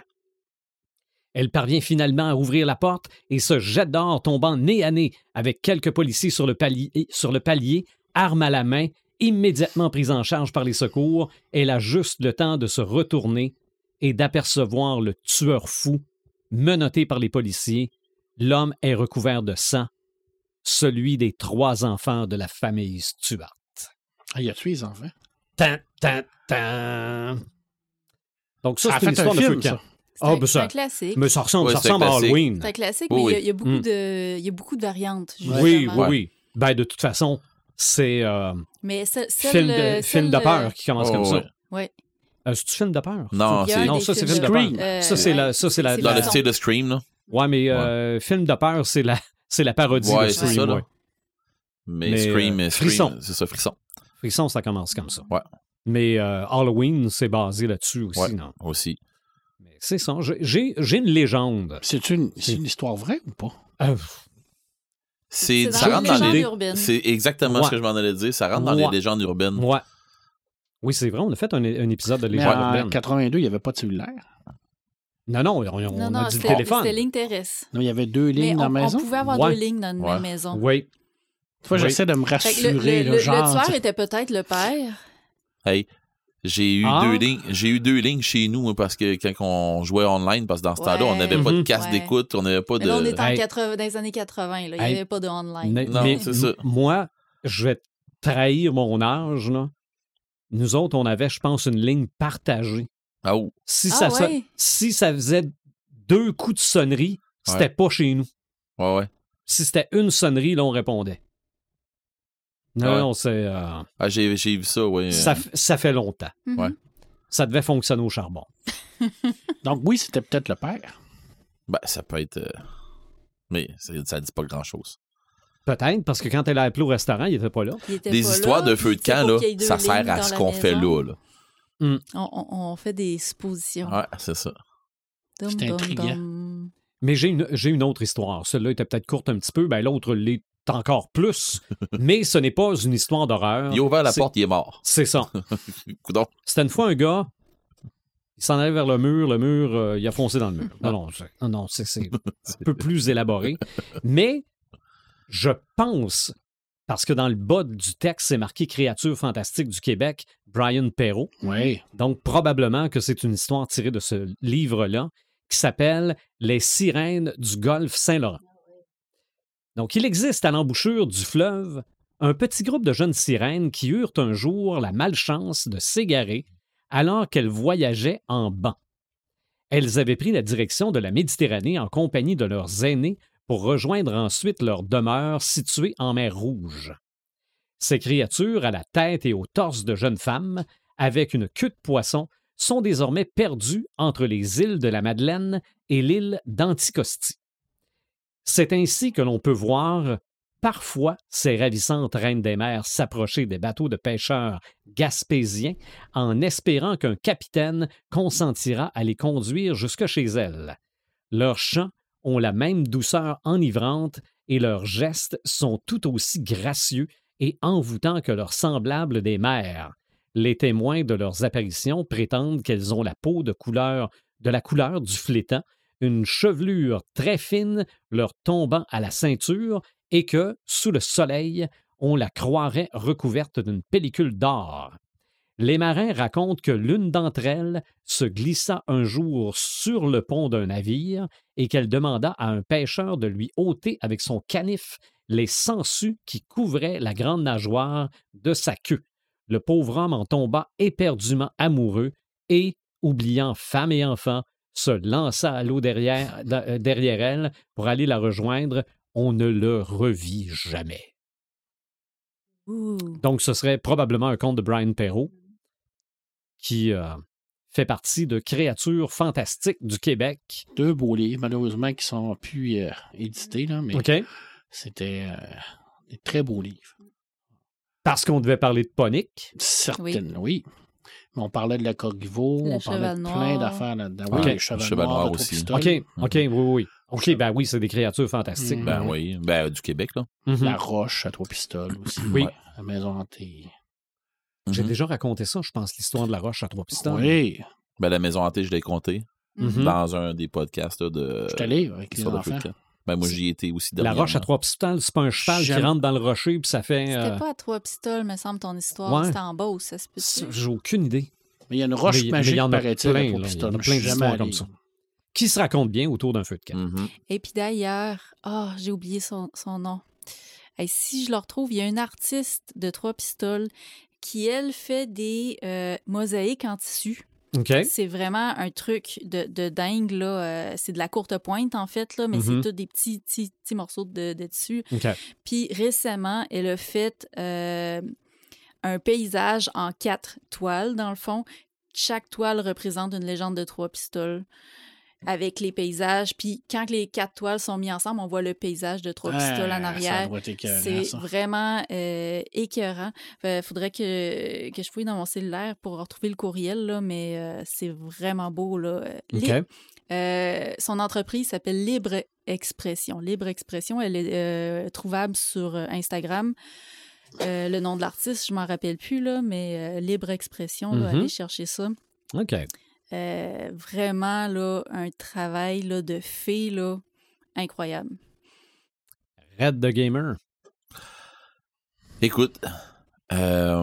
Elle parvient finalement à ouvrir la porte et se jette dehors, tombant nez à nez avec quelques policiers sur le palier, sur le palier, arme à la main, immédiatement prise en charge par les secours. Elle a juste le temps de se retourner et d'apercevoir le tueur fou, menotté par les policiers. L'homme est recouvert de sang, celui des trois enfants de la famille Stuart. Ah, il a tué les enfants. Tan, tan, tan. Donc ça, Ça a c'est une fait un histoire de film, feu de camp. ça. C'est Ah, un, ben c'est ça, un classique. mais ça ressemble, Ouais, ça c'est un ressemble à classique. Halloween. C'est un classique, Oui, mais il y a- oui. il y, a beaucoup Mm. de, il y a beaucoup de variantes. Oui, oui, justement. oui. Ben, de toute façon, c'est euh, Mais ce- celle, film, de, euh, film de celle, peur qui commence Oh, comme ouais. ça. Ouais. Euh, c'est-tu film de peur? Non, Il y a un c'est Non, des ça, c'est films film de Scream. peur. Euh, Ça, c'est la- ouais, ça, c'est la- dans le façon. style de Scream, là. Ouais, mais euh, film de peur, c'est la, c'est la parodie Ouais, de c'est Scream. ça, là. ouais. Mais, Mais, Scream, euh, Scream, frisson. c'est ça, frisson. Frisson, ça commence comme ça. Ouais. Mais euh, Halloween, c'est basé là-dessus aussi, Ouais. non? Aussi. Mais c'est ça. J'ai- J'ai j'ai une légende. C'est une, C'est- c'est une histoire vraie ou pas? Euh, C'est, C'est ça dans rentre les dans légendes les. urbaines. C'est exactement Ouais. ce que je m'en allais dire. Ça rentre dans Ouais. les légendes urbaines. ouais. Oui, c'est vrai, on a fait un, un épisode de Mais légende en urbaine. quatre-vingt-deux, il n'y avait pas de cellulaire. Non, non, on, on Non, a non, dit le c'était téléphone. c'était ligne terrestre. Non, il y avait deux Mais lignes on, dans la on maison. pouvait avoir Ouais. deux lignes dans une Ouais. même maison. Oui. Des fois, Oui. j'essaie de me Fait que rassurer. le, le, là, le- genre, le tueur tu sais. était peut-être le père. Hey, j'ai eu Ah. deux lignes. J'ai eu deux lignes chez nous, moi, parce que quand on jouait online, parce que dans ce temps-là, on Ouais. n'avait pas de Mhm. casque Ouais. d'écoute, on n'avait pas Mais de. là, on est en Hey. quatre-vingts dans les années quatre-vingts. Là. Il n'y Hey. avait pas de online. Mais, Non, mais c'est ça. m- moi, je vais trahir mon âge, là. Nous autres, on avait, je pense, une ligne partagée. Ah, oh. Si, Ah ça, se- ouais? si ça faisait deux coups de sonnerie, c'était Ouais. pas chez nous. Ouais, ouais. Si c'était une sonnerie, là, on répondait. Non, Ouais. non, c'est... euh, Ah, j'ai, j'ai vu ça, ouais. ça, f- ça fait longtemps. Mhm. Ouais. Ça devait fonctionner au charbon. Donc, oui, c'était peut-être le père. Ben, ça peut être. euh, Mais ça, ça dit pas grand-chose. Peut-être, parce que quand elle a appelé au restaurant, il était pas là. Il était Des pas histoires là, de feu de puis c'est camp, pour là, qu'il y ait deux ça lignes sert à dans ce la qu'on fait maison. là, là. On, on- on fait des suppositions. Ouais, c'est ça. Dum, C'est dum, intriguant. dum. Mais j'ai une, j'ai une autre histoire. Celle-là était peut-être courte un petit peu, ben l'autre l'est encore plus. Mais ce n'est pas une histoire d'horreur. Il a ouvert la C'est- porte, il est mort. C'est ça. Coudon. C'était une fois un gars, il s'en allait vers le mur, le mur, euh, il a foncé dans le mur. Non, non, c'est, non, non, c'est, c'est un peu plus élaboré. Mais je pense, parce que dans le bas du texte, c'est marqué Créatures fantastiques du Québec, Brian Perrault. Oui. Donc, probablement que c'est une histoire tirée de ce livre-là qui s'appelle Les sirènes du golfe Saint-Laurent. Donc, il existe à l'embouchure du fleuve un petit groupe de jeunes sirènes qui eurent un jour la malchance de s'égarer alors qu'elles voyageaient en banc. Elles avaient pris la direction de la Méditerranée en compagnie de leurs aînés pour rejoindre ensuite leur demeure située en mer Rouge. Ces créatures, à la tête et au torse de jeunes femmes, avec une queue de poisson, sont désormais perdues entre les îles de la Madeleine et l'île d'Anticosti. C'est ainsi que l'on peut voir parfois ces ravissantes reines des mers s'approcher des bateaux de pêcheurs gaspésiens en espérant qu'un capitaine consentira à les conduire jusque chez elles. Leurs chants ont la même douceur enivrante et leurs gestes sont tout aussi gracieux et envoûtants que leurs semblables des mers. Les témoins de leurs apparitions prétendent qu'elles ont la peau de couleur de la couleur du flétan, une chevelure très fine leur tombant à la ceinture et que, sous le soleil, on la croirait recouverte d'une pellicule d'or. Les marins racontent que l'une d'entre elles se glissa un jour sur le pont d'un navire et qu'elle demanda à un pêcheur de lui ôter avec son canif les sangsues qui couvraient la grande nageoire de sa queue. Le pauvre homme en tomba éperdument amoureux et, oubliant femme et enfants, se lança à l'eau derrière, derrière elle pour aller la rejoindre. On ne le revit jamais. Ouh. Donc, ce serait probablement un conte de Brian Perrault qui euh, fait partie de Créatures fantastiques du Québec. Deux beaux livres, malheureusement, qui sont plus euh, édités, là, mais OK. c'était euh, des très beaux livres. Parce qu'on devait parler de Ponique. Certaines, oui. Mais on parlait de la Corriveau, Le on parlait cheval de noir. plein d'affaires là-dedans. Ok. Oui, le cheval, Le cheval noir, noir le aussi. trois OK, pistoles, OK, oui, oui, oui. OK, ben oui, c'est des créatures fantastiques. Mm. Ben Ben oui. Ben, du Québec, là. Mhm. La roche à trois pistoles aussi. Oui. Ouais. La maison hantée. J'ai Mhm. déjà raconté ça, je pense, l'histoire de la roche à trois pistons. Oui. Ben, la maison hantée, je l'ai compté Mhm. dans un des podcasts là, de. Je suis allé avec les sur le enfants. truc, là. Ben, moi, j'y étais aussi La dernièrement. roche à trois pistons, c'est pas un cheval J'aime- qui rentre dans le rocher puis ça fait... C'était euh, pas à trois pistoles, me semble, ton histoire. Ouais. C'était en Beauce, ça se peut-tu? J'ai aucune idée. Mais il y a une roche Mais il- mais il magique, y en a paraît-il, plein, à là. trois Il y en a pistoles. plein Je suis d'histoires jamais comme allé. ça. Qui se raconte bien autour d'un feu de camp. Mhm. Et puis d'ailleurs, ah, j'ai oublié son, son nom. Hey, si je le retrouve, il y a une artiste de Trois Pistoles qui, elle, fait des euh, mosaïques en tissu. OK. C'est vraiment un truc de, de dingue, là. Euh, c'est de la courte pointe, en fait, là, mais Mhm. c'est tous des petits, petits, petits morceaux de, de tissu. OK. Puis récemment, elle a fait euh, un paysage en quatre toiles, dans le fond. Chaque toile représente une légende de Trois Pistoles avec les paysages. Puis quand les quatre toiles sont mises ensemble, on voit le paysage de Trois Pistoles en Ah, arrière. Ça doit être écœurant, C'est ça. vraiment euh, écœurant. Il faudrait que, que je fouille dans mon cellulaire pour retrouver le courriel, là, mais euh, c'est vraiment beau. Là. OK. Li- euh, son entreprise s'appelle Libre Expression. Libre Expression, elle est euh, trouvable sur euh, Instagram. Euh, le nom de l'artiste, je m'en rappelle plus, là, mais euh, Libre Expression, là, Mhm. allez chercher ça. OK. Euh, vraiment, là, un travail là, de fée là, incroyable. Red the Gamer. Écoute, euh,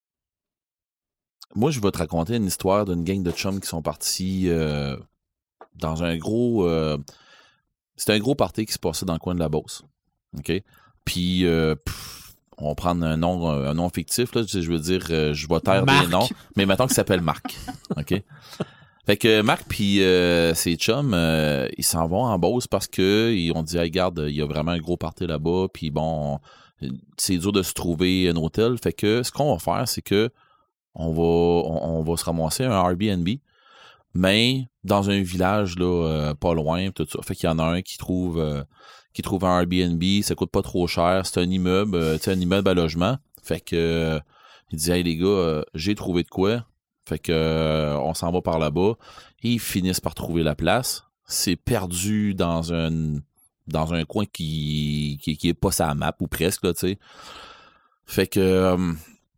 moi, je vais te raconter une histoire d'une gang de chums qui sont partis euh, dans un gros... Euh, c'était un gros party qui se passait dans le coin de la Beauce. OK? Puis, euh, pff, on va prendre un nom, un nom fictif, là, je veux dire, euh, je vais taire Marc. des noms, mais mettons qu'il s'appelle Marc. OK? Fait que Marc puis euh, ses chums, euh, ils s'en vont en Beauce parce que ils ont dit, hey, regarde, il y a vraiment un gros party là-bas, puis bon, on- c'est dur de se trouver un hôtel. Fait que ce qu'on va faire, c'est que on va, on, on va se ramasser un Airbnb, mais dans un village là, euh, pas loin, tout ça. Fait qu'il y en a un qui trouve, euh, qui trouve un Airbnb, ça coûte pas trop cher, c'est un immeuble, euh, tu sais, un immeuble à logement. Fait que euh, il dit, hey les gars, euh, j'ai trouvé de quoi. Fait que euh, on s'en va par là-bas. Ils finissent par trouver la place. C'est perdu dans un dans un coin qui qui, qui est pas sa map ou presque là, tu sais. Fait que euh,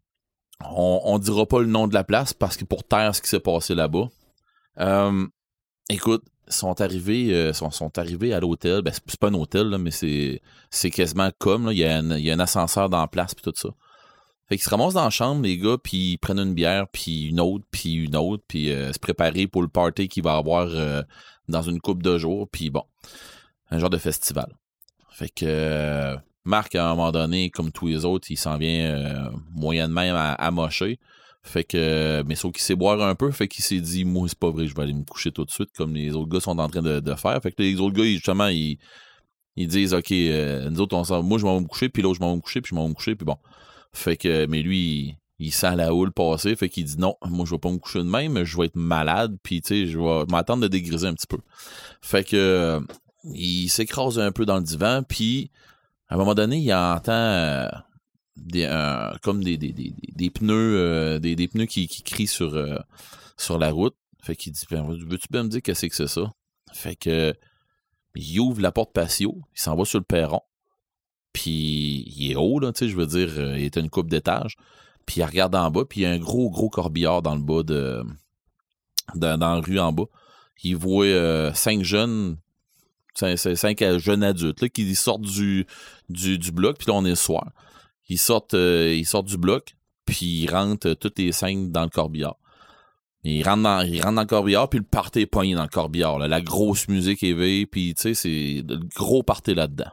on on dira pas le nom de la place parce que pour taire ce qui s'est passé là-bas. Euh, écoute, sont arrivés euh, sont, sont arrivés à l'hôtel. Ben c'est, c'est pas un hôtel là, mais c'est c'est quasiment comme là. Il y a un, il y a un ascenseur dans la place puis tout ça. Fait qu'ils se ramassent dans la chambre, les gars, puis ils prennent une bière, puis une autre, puis une autre, puis euh, se préparer pour le party qu'il va avoir euh, dans une couple de jours, puis bon, un genre de festival. Fait que euh, Marc, à un moment donné, comme tous les autres, il s'en vient euh, moyen de même à, à mocher. Fait que, mais sauf qu'il sait boire un peu, fait qu'il s'est dit, moi, c'est pas vrai, je vais aller me coucher tout de suite, comme les autres gars sont en train de, de faire. Fait que les autres gars, ils, justement, ils, ils disent, OK, euh, nous autres, on s'en, moi, je m'en vais me coucher, puis l'autre, je m'en vais me coucher, puis je m'en vais me coucher, puis bon. Fait que, mais lui, il, il sent la houle passer, fait qu'il dit non, moi je vais pas me coucher de même, je vais être malade, puis tu sais, je vais m'attendre de dégriser un petit peu. Fait que, euh, il s'écrase un peu dans le divan, puis à un moment donné, il entend euh, des, euh, comme des, des, des, des pneus, euh, des, des pneus qui, qui crient sur, euh, sur la route. Fait qu'il dit, ben, veux-tu bien me dire qu'est-ce que c'est ça? Fait que, il ouvre la porte patio, il s'en va sur le perron. Puis il est haut, là, tu sais, je veux dire, euh, il est à une coupe d'étage. Puis il regarde en bas, puis il y a un gros, gros corbillard dans le bas de. Dans, dans la rue en bas. Il voit euh, cinq jeunes C'est, c'est cinq jeunes adultes là, qui sortent du, du, du bloc, puis là, on est le soir. Ils sortent, euh, ils sortent du bloc, puis ils rentrent euh, toutes les cinq dans le corbillard. Ils rentrent dans, ils rentrent dans le corbillard, puis le party est pogné dans le corbillard. Là. La grosse musique est vée, puis tu sais, c'est le gros party là-dedans.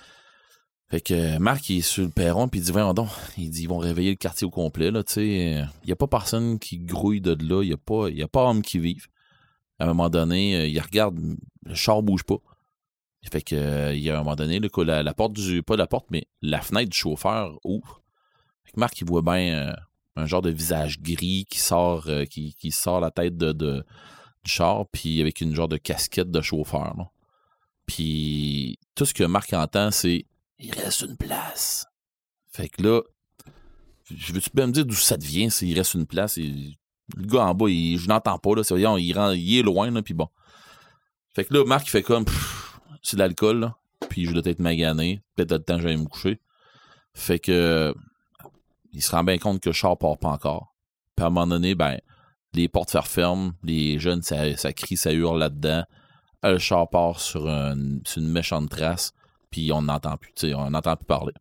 Fait que Marc, il est sur le perron, puis il dit, voyons donc, il dit, ils vont réveiller le quartier au complet, là, tu sais. Il n'y a pas personne qui grouille de là, il n'y a pas, il y a pas homme qui vive. À un moment donné, il regarde, le char bouge pas. Fait que, il y a un moment donné, là, la, la porte du, pas la porte, mais la fenêtre du chauffeur ouvre. Fait que Marc, il voit bien euh, un genre de visage gris qui sort, euh, qui, qui sort la tête de, de, du char, puis avec une genre de casquette de chauffeur, là. Puis, tout ce que Marc entend, c'est il reste une place. Fait que là, je veux-tu bien me dire d'où ça devient, s'il reste une place? Il, le gars en bas, il, je n'entends pas, là. C'est, il, rend, il est loin, là, puis bon. Fait que là, Marc, il fait comme, pff, c'est de l'alcool, là. Puis je dois être magané. Peut-être le temps que j'allais me coucher. Fait que, il se rend bien compte que le char part pas encore. Puis à un moment donné, ben, les portes se referment, les jeunes, ça, ça crie, ça hurle là-dedans. Le char part sur, un, sur une méchante trace. Puis on n'entend plus, tu sais, on n'entend plus parler.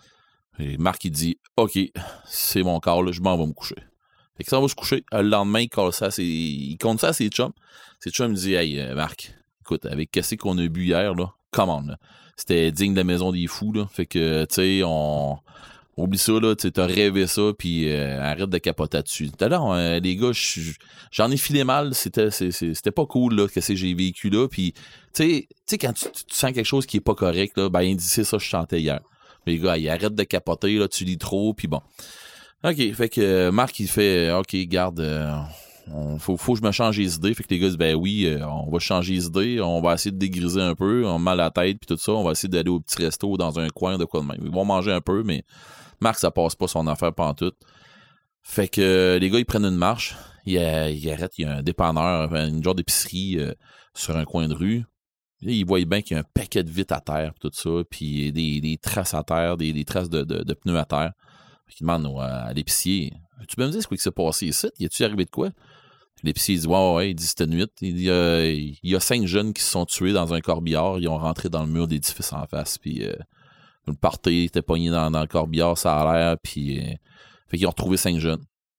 Et Marc, il dit, OK, c'est mon corps, là, je m'en vais me coucher. Fait que ça, on va se coucher. Le lendemain, il, colle ça à ses, il compte ça à ses chums. Ses chums me disent, hey, euh, Marc, écoute, avec qu'est-ce qu'on a bu hier, là, commande, là. C'était digne de la maison des fous, là. Fait que, tu sais, on... Oublie ça, là, tu t'as rêvé ça, puis euh, arrête de capoter dessus. Tout à l'heure, euh, les gars, j'en ai filé mal, c'était, c'est, c'est, c'était pas cool, là, que c'est j'ai vécu là, puis, tu sais, quand tu, tu sens quelque chose qui est pas correct, là, ben, il dit, c'est ça, je chantais hier. Mais les gars, il arrête de capoter, là, tu lis trop, puis bon. OK, fait que euh, Marc, il fait, OK, garde, euh, on, faut, faut que je me change les idées. Fait que les gars disent, ben oui, euh, on va changer les idées, on va essayer de dégriser un peu, on met la tête, puis tout ça, on va essayer d'aller au petit resto dans un coin de quoi de même. Ils vont manger un peu, mais Marc, ça passe pas son affaire pantoute. Fait que euh, les gars, ils prennent une marche, ils, euh, ils arrêtent, il y a un dépanneur, une genre d'épicerie euh, sur un coin de rue. Là, ils voient bien qu'il y a un paquet de vitres à terre, tout ça, puis des, des traces à terre, des, des traces de, de, de pneus à terre. Fait qu'ils demandent à, à l'épicier, tu peux me dire ce qui s'est passé ici? Y a-tu arrivé de quoi? L'épicier dit, ouais, ouais, ouais, il dit, c'était nuit. Il dit, euh, il y a cinq jeunes qui se sont tués dans un corbillard, ils ont rentré dans le mur d'édifice en face, puis... Euh, le party était pogné dans, dans le corbillard, ça a l'air, puis euh, fait qu'ils ont retrouvé cinq jeunes.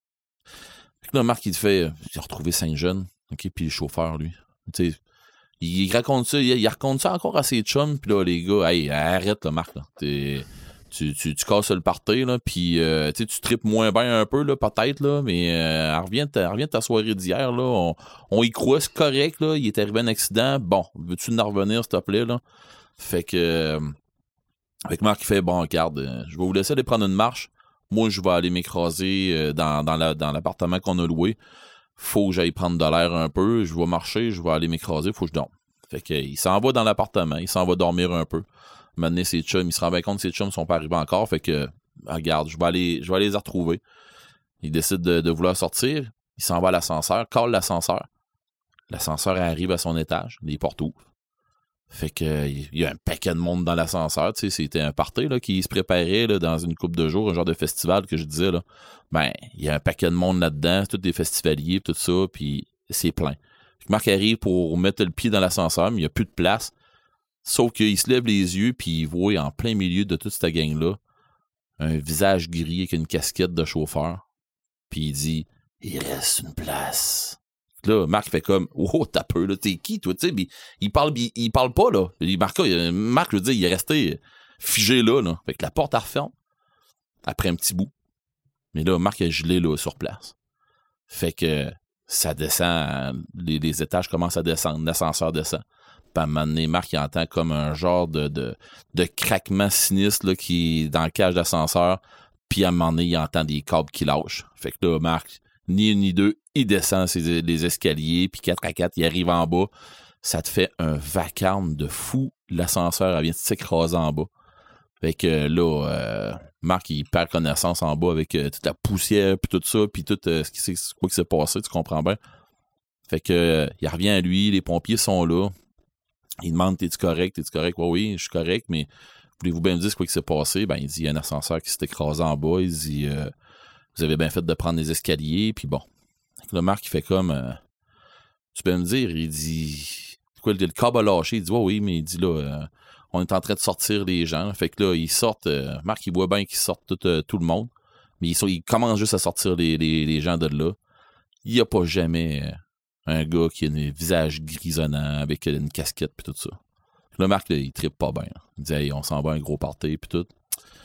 Fait que là, Marc, il fait, ils ont retrouvé cinq jeunes, ok, puis le chauffeur, lui, tu sais, il, il raconte ça, il, il raconte ça encore à ses chums, puis là, les gars, hey, arrête, là, Marc, là, tu, tu, tu casses le party, là, puis euh, tu tripes moins bien un peu, là, peut-être, là, mais euh, reviens, de, reviens de ta soirée d'hier, là, on, on y croit, c'est correct, là, il est arrivé un accident, bon, veux-tu en revenir, s'il te plaît, là? Fait que... Euh, Avec Marc qui fait, bon, regarde, euh, je vais vous laisser aller prendre une marche. Moi, je vais aller m'écraser euh, dans, dans, la, dans l'appartement qu'on a loué. Faut que j'aille prendre de l'air un peu. Je vais marcher, je vais aller m'écraser, faut que je dorme. Fait que, il s'en va dans l'appartement, il s'en va dormir un peu. Maintenant, ses chums, il se rend bien compte que ses chums sont pas arrivés encore. Fait que, regarde, je vais aller, je vais aller les retrouver. Il décide de, de vouloir sortir. Il s'en va à l'ascenseur, colle l'ascenseur. L'ascenseur arrive à son étage, les portes ouvrent. Fait que il y a un paquet de monde dans l'ascenseur, tu sais, c'était un party là, qui se préparait là, dans une couple de jours, un genre de festival que je disais là. Ben, il y a un paquet de monde là-dedans, tous des festivaliers, tout ça, puis c'est plein. Marc arrive pour mettre le pied dans l'ascenseur, mais il n'y a plus de place. Sauf qu'il se lève les yeux, puis il voit en plein milieu de toute cette gang-là un visage gris avec une casquette de chauffeur. Puis il dit, il reste une place. Là, Marc fait comme, oh, t'as peu, là, t'es qui, toi, tu sais, il, il parle, il, il parle pas, là. Il, Marc, Marc, je veux dire, il est resté figé là, là. Fait que la porte, elle referme, après un petit bout. Mais là, Marc est gelé, là, sur place. Fait que ça descend, les, les étages commencent à descendre, l'ascenseur descend. Puis à un moment donné, Marc, il entend comme un genre de, de, de craquement sinistre, là, qui est dans le cage d'ascenseur. Puis à un moment donné, il entend des câbles qui lâchent. Fait que là, Marc, ni une ni deux, il descend ses, les escaliers, puis quatre à quatre, il arrive en bas. Ça te fait un vacarme de fou. L'ascenseur, elle vient de s'écraser en bas. Fait que là, euh, Marc, il perd connaissance en bas avec euh, toute la poussière, puis tout ça, puis tout euh, ce qui s'est, quoi qui s'est passé, tu comprends bien. Fait que euh, il revient à lui, les pompiers sont là. Il demande, t'es-tu correct, t'es-tu correct? Ouais, oui, je suis correct, mais voulez-vous bien me dire ce qui s'est passé? Ben, il dit, il y a un ascenseur qui s'est écrasé en bas. Il dit, euh, vous avez bien fait de prendre les escaliers, puis bon. Le Marc, il fait comme, euh, tu peux me dire, il dit, pourquoi le, le câble a lâché. Il dit, ouais, oui, mais il dit, là, euh, on est en train de sortir les gens. Fait que là, ils sortent, euh, Marc, il voit bien qu'ils sortent tout, euh, tout le monde. Mais ils, sont, ils commencent juste à sortir les, les, les gens de là. Il n'y a pas jamais euh, un gars qui a un visage grisonnant avec une casquette puis tout ça. Là, Marc, là, il trippe pas bien. Il dit, hey, on s'en va à un gros party puis tout.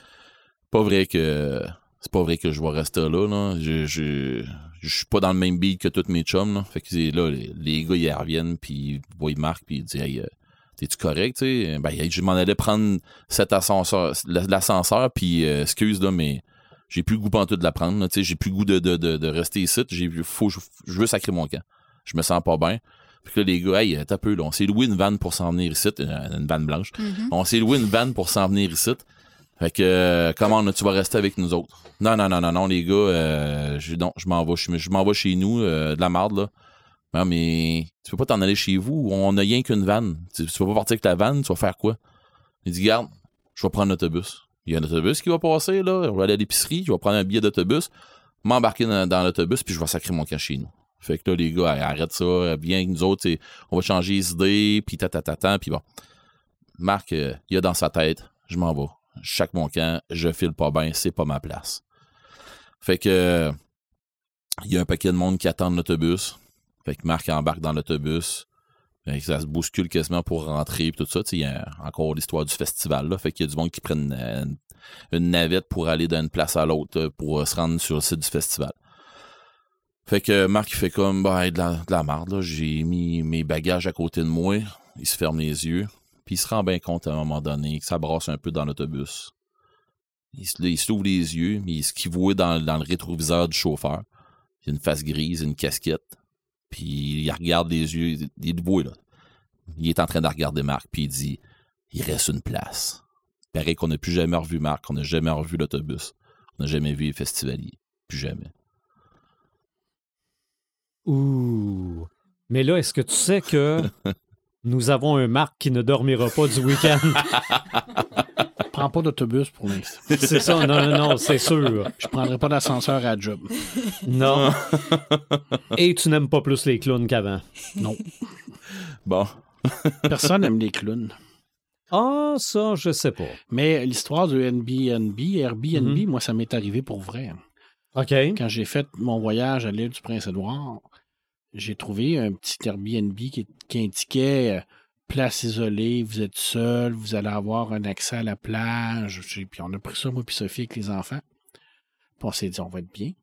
Pas vrai que... C'est pas vrai que je vais rester là, là. Je, je, je suis pas dans le même beat que tous mes chums, là. Fait que là, les, les gars, ils reviennent, puis ils voient Marc, puis ils disent, hey, euh, t'es-tu correct, tu sais? Ben, je m'en allais prendre cet ascenseur, l'ascenseur, puis euh, excuse, là, mais j'ai plus le goût pantoute de la prendre, tu sais. J'ai plus le goût de, de, de, de rester ici. J'ai, faut, je, je veux sacrer mon camp. Je me sens pas bien. Puis là, les gars, hey, t'as peu, là. On s'est loué une vanne pour s'en venir ici, une, une vanne blanche. Mm-hmm. On s'est loué une vanne pour s'en venir ici. Fait que, euh, comment tu vas rester avec nous autres? Non, non, non, non, non, les gars, euh, je, non, je m'en vais, je, je m'en vais chez nous, euh, de la marde, là. Non, mais tu peux pas t'en aller chez vous, on a rien qu'une vanne. Tu, tu vas pas partir avec la vanne, tu vas faire quoi? Il dit, garde, je vais prendre l'autobus. Il y a un autobus qui va passer, là, je vais aller à l'épicerie, je vais prendre un billet d'autobus, m'embarquer dans, dans l'autobus, puis je vais sacrer mon camp chez nous. Fait que là, les gars, arrête ça, viens avec nous autres, on va changer les idées, puis tatatatan, puis bon. Marc, euh, il a dans sa tête, je m'en vais. Je sac mon camp, je file pas bien, c'est pas ma place. Fait que il y a un paquet de monde qui attend l'autobus. Fait que Marc embarque dans l'autobus. Fait que ça se bouscule quasiment pour rentrer et tout ça. Il y a encore l'histoire du festival. Là. Fait qu'il y a du monde qui prennent une, une navette pour aller d'une place à l'autre pour se rendre sur le site du festival. Fait que Marc il fait comme bah, de la, de la merde. Là. J'ai mis mes bagages à côté de moi. Il se ferme les yeux. Puis il se rend bien compte à un moment donné que ça brasse un peu dans l'autobus. Il se, il se ouvre les yeux, mais il se voit dans, dans le rétroviseur du chauffeur. Il a une face grise, une casquette. Puis il regarde les yeux, il le voit là. Il est en train de regarder Marc, puis il dit il reste une place. Pareil qu'on n'a plus jamais revu Marc, qu'on n'a jamais revu l'autobus. On n'a jamais vu les festivaliers. Plus jamais. Ouh. Mais là, est-ce que tu sais que nous avons un Marc qui ne dormira pas du week-end? Prends pas d'autobus pour l'instant. C'est ça, non, non, non, c'est sûr. Je prendrai pas d'ascenseur à la job. Non. Et tu n'aimes pas plus les clowns qu'avant? Non. Bon. Personne n'aime les clowns. Ah, ça, je sais pas. Mais l'histoire du Airbnb, Airbnb, Mm-hmm. moi, ça m'est arrivé pour vrai. OK. Quand j'ai fait mon voyage à l'île du Prince-Édouard, j'ai trouvé un petit Airbnb qui, qui indiquait euh, place isolée, vous êtes seul, vous allez avoir un accès à la plage. J'ai, puis on a pris ça, moi puis Sophie, avec les enfants. Puis on s'est dit, on va être bien.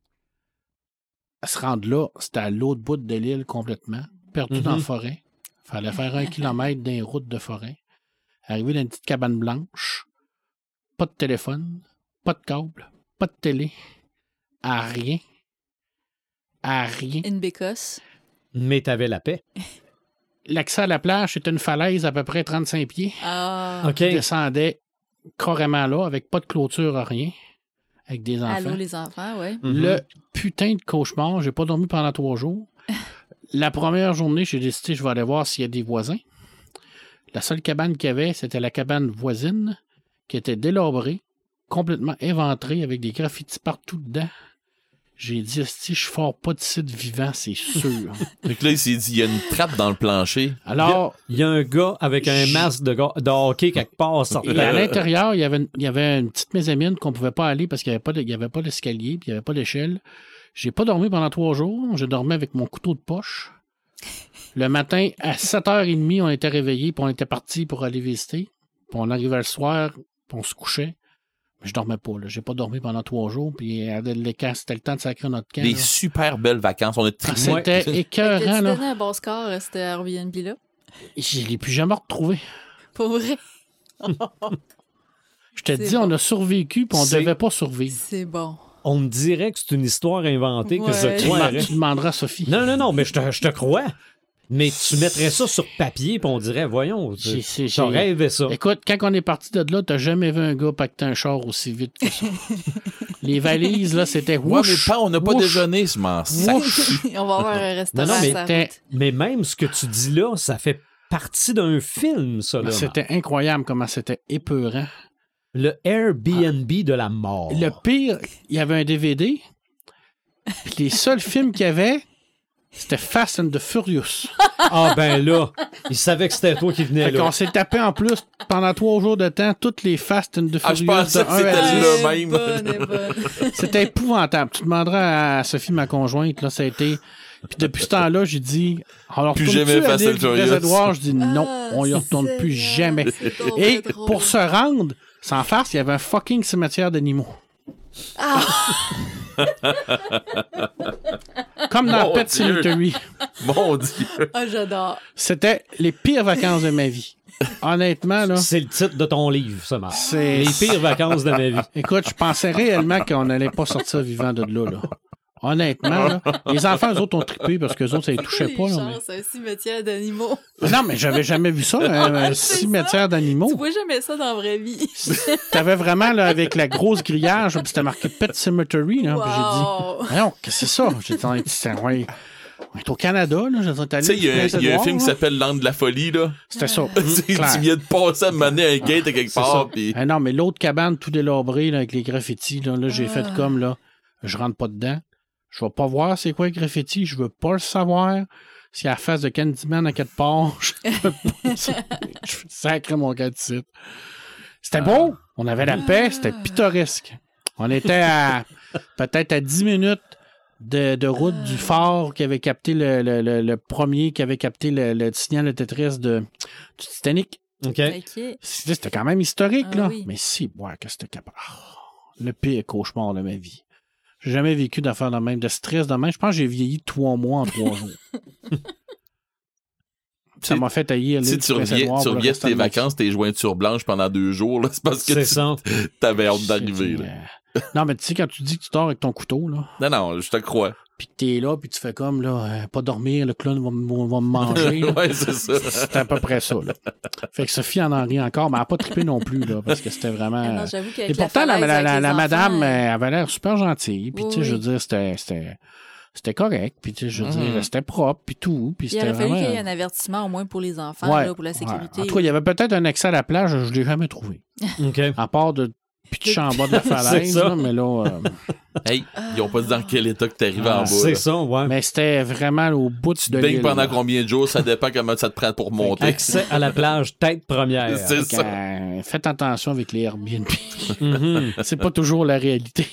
À se rendre là, c'était à l'autre bout de l'île complètement, perdu Mm-hmm. dans la forêt. Fallait faire un kilomètre d'un route de forêt. Arriver dans une petite cabane blanche, pas de téléphone, pas de câble, pas de télé, à rien. À rien. Une bécosse. Mais t'avais la paix. L'accès à la plage, c'était une falaise à peu près trente-cinq pieds. Ah. OK. Qui descendait carrément là, avec pas de clôture, rien. Avec des enfants. Allô, les enfants, ouais. Mm-hmm. Le putain de cauchemar, j'ai pas dormi pendant trois jours. La première journée, j'ai décidé, je vais aller voir s'il y a des voisins. La seule cabane qu'il y avait, c'était la cabane voisine, qui était délabrée, complètement éventrée, avec des graffitis partout dedans. J'ai dit, si je ne pas de site vivant, c'est sûr. Fait que là, il s'est dit, il y a une trappe dans le plancher. Alors, Il y a un gars avec un J- masque de, ga- de hockey quelque part sortant. et à l'intérieur, il y avait une, il y avait une petite mezzanine qu'on ne pouvait pas aller parce qu'il n'y avait pas de- il y avait pas d'escalier puis il n'y avait pas d'échelle. J'ai pas dormi pendant trois jours. J'ai dormi avec mon couteau de poche. Le matin, à sept heures trente, on était réveillés puis on était partis pour aller visiter. Puis on arrivait le soir, puis on se couchait. Mais je dormais pas, là. J'ai pas dormi pendant trois jours. Puis euh, quand c'était le temps de sacrer notre camp. Des là. super belles vacances. On a Ah, tri- C'était Ouais. écœurant, T'as-tu là. donné un bon score à cet Airbnb-là? Je l'ai plus jamais retrouvé. Pour vrai? Je te C'est dis, bon. on a survécu puis on C'est- devait pas survivre. C'est bon. On me dirait que c'est une histoire inventée que Ouais. je Tu, croirais. demandes- tu demanderas à Sophie. Non, non, non, mais je te, je te crois. Mais tu mettrais ça sur papier puis on dirait, voyons, J'ai- c'est- tu rêvé ça. Écoute, quand on est parti de là, t'as jamais vu un gars pacter un char aussi vite que ça. Les valises, là, c'était Ouais, mais whoosh, pas, on n'a pas whoosh, déjeuné, je m'en sac. whoosh. On va avoir un restaurant Non, non, mais à sa t'es- route. Mais même ce que tu dis là, ça fait partie d'un film, ça. Là. C'était incroyable comment c'était épeurant. Le Airbnb de la mort. Le pire, il y avait un D V D. Puis les seuls films qu'il y avait C'était Fast and the Furious. Ah, ben là, il savait que c'était toi qui venais Fait là. qu'on s'est tapé en plus, pendant trois jours de temps, toutes les Fast and the Ah, je Furious pensais de que un c'était à dix. le Elle est même. bonne, elle est bonne. C'était épouvantable. Tu demanderas à Sophie, ma conjointe, là, ça a été... Puis depuis ce temps-là, j'ai dit... Alors, Plus retournes-tu jamais à Fast l'île and du Furious. Réservoir? Je dis non, Ah, on y retourne Seigneur, plus jamais. c'est donc Et bien drôle. pour se rendre, sans farce, il y avait un fucking cimetière d'animaux. Ah, Comme dans Mon Pet Dieu. Cemetery. Mon Dieu. ah, j'adore. C'était les pires vacances de ma vie. Honnêtement, là, C'est le titre de ton livre, ça, Marc. c'est... Les pires vacances de ma vie. Écoute, je pensais réellement qu'on n'allait pas sortir vivant de là, là. Honnêtement, là. Les enfants, eux autres, ont trippé parce qu'eux autres, ça les touchait Les pas, là. chances, un cimetière d'animaux. Mais... Non, mais j'avais jamais vu ça, un, un C'est cimetière Tu d'animaux. vois jamais ça dans la vraie vie. T'avais vraiment, là, avec la grosse grillage, puis c'était marqué Pet Cemetery, là. Puis j'ai dit, Wow. voyons, qu'est-ce que c'est ça? J'ai dit, on est, c'est- ouais, on est au Canada, là. J'ai dit, on est allé Tu sais, il y a, au il y a un Prince film qui Édouard, là. s'appelle L'Anne de la folie, là. C'était ça. Tu Clair. viens de passer à mener un gate à quelque C'est part, ça. puis... Ah non, mais l'autre cabane tout délabré là, avec les graffitis, là, là j'ai Ah. fait comme là, je rentre pas dedans. Je vais pas voir c'est quoi les graffitis, je veux pas le savoir. S'il y a la face de Candyman à quelque part, je veux pas ça. Je veux sacrer mon gars de site. C'était beau, on avait la paix, c'était pittoresque. On était à peut-être à dix minutes de, de route du phare qui avait capté le, le, le, le premier, qui avait capté le, le signal de détresse de, du Titanic. OK. OK. C'était c'était quand même historique, Ah là. oui. Mais si, ouais, que c'était capable. Ah, le pire cauchemar de ma vie. J'ai jamais vécu d'affaires de même, de stress de même. Je pense que j'ai vieilli trois mois en trois jours. Ça m'a fait tailler Si l'île tu du reviens, Prince-Édouard tu pour le reviens de restant tes de ma vie. vacances, tes jointures blanches pendant deux jours, là, c'est parce que C'est tu ça. t'avais hâte d'arriver, J'ai dit, là. euh, Non, mais tu sais, quand tu dis que tu dors avec ton couteau, là, Non, non, je te crois. puis que t'es là, puis tu fais comme, là, euh, pas dormir, le clown va, m- va me manger. là. Ouais, c'est ça. C'était à peu près ça, là. Fait que Sophie en en rit encore, mais elle n'a pas trippé non plus, là, parce que c'était vraiment... Ah non, euh, j'avoue qu'avec Et pourtant, la, falaise la, avec la, les la enfants, madame, euh, euh, elle avait l'air super gentille. Puis, Oui, tu sais, je veux oui. dire, c'était, c'était, c'était correct. Puis, tu sais, je veux Mhm. dire, c'était propre, puis tout. Puis, il c'était aurait fallu vraiment... qu'il y ait un avertissement au moins pour les enfants, Ouais, là, pour la ouais. sécurité. En tout cas, il y avait peut-être un accès à la plage, je ne l'ai jamais trouvé. OK. À part de pitcher en bas de la falaise, ça. là, mais là... euh, Hey, ils ont pas dit dans quel état que t'arrives Ah, en bas. C'est là. ça, ouais. mais c'était vraiment au bout Tu de baignes l'île. pendant là. combien de jours, ça dépend comment ça te prend pour monter. Accès à la plage, tête première. C'est Fait que, ça. euh, faites attention avec les Airbnb. Mhm. C'est pas toujours la réalité.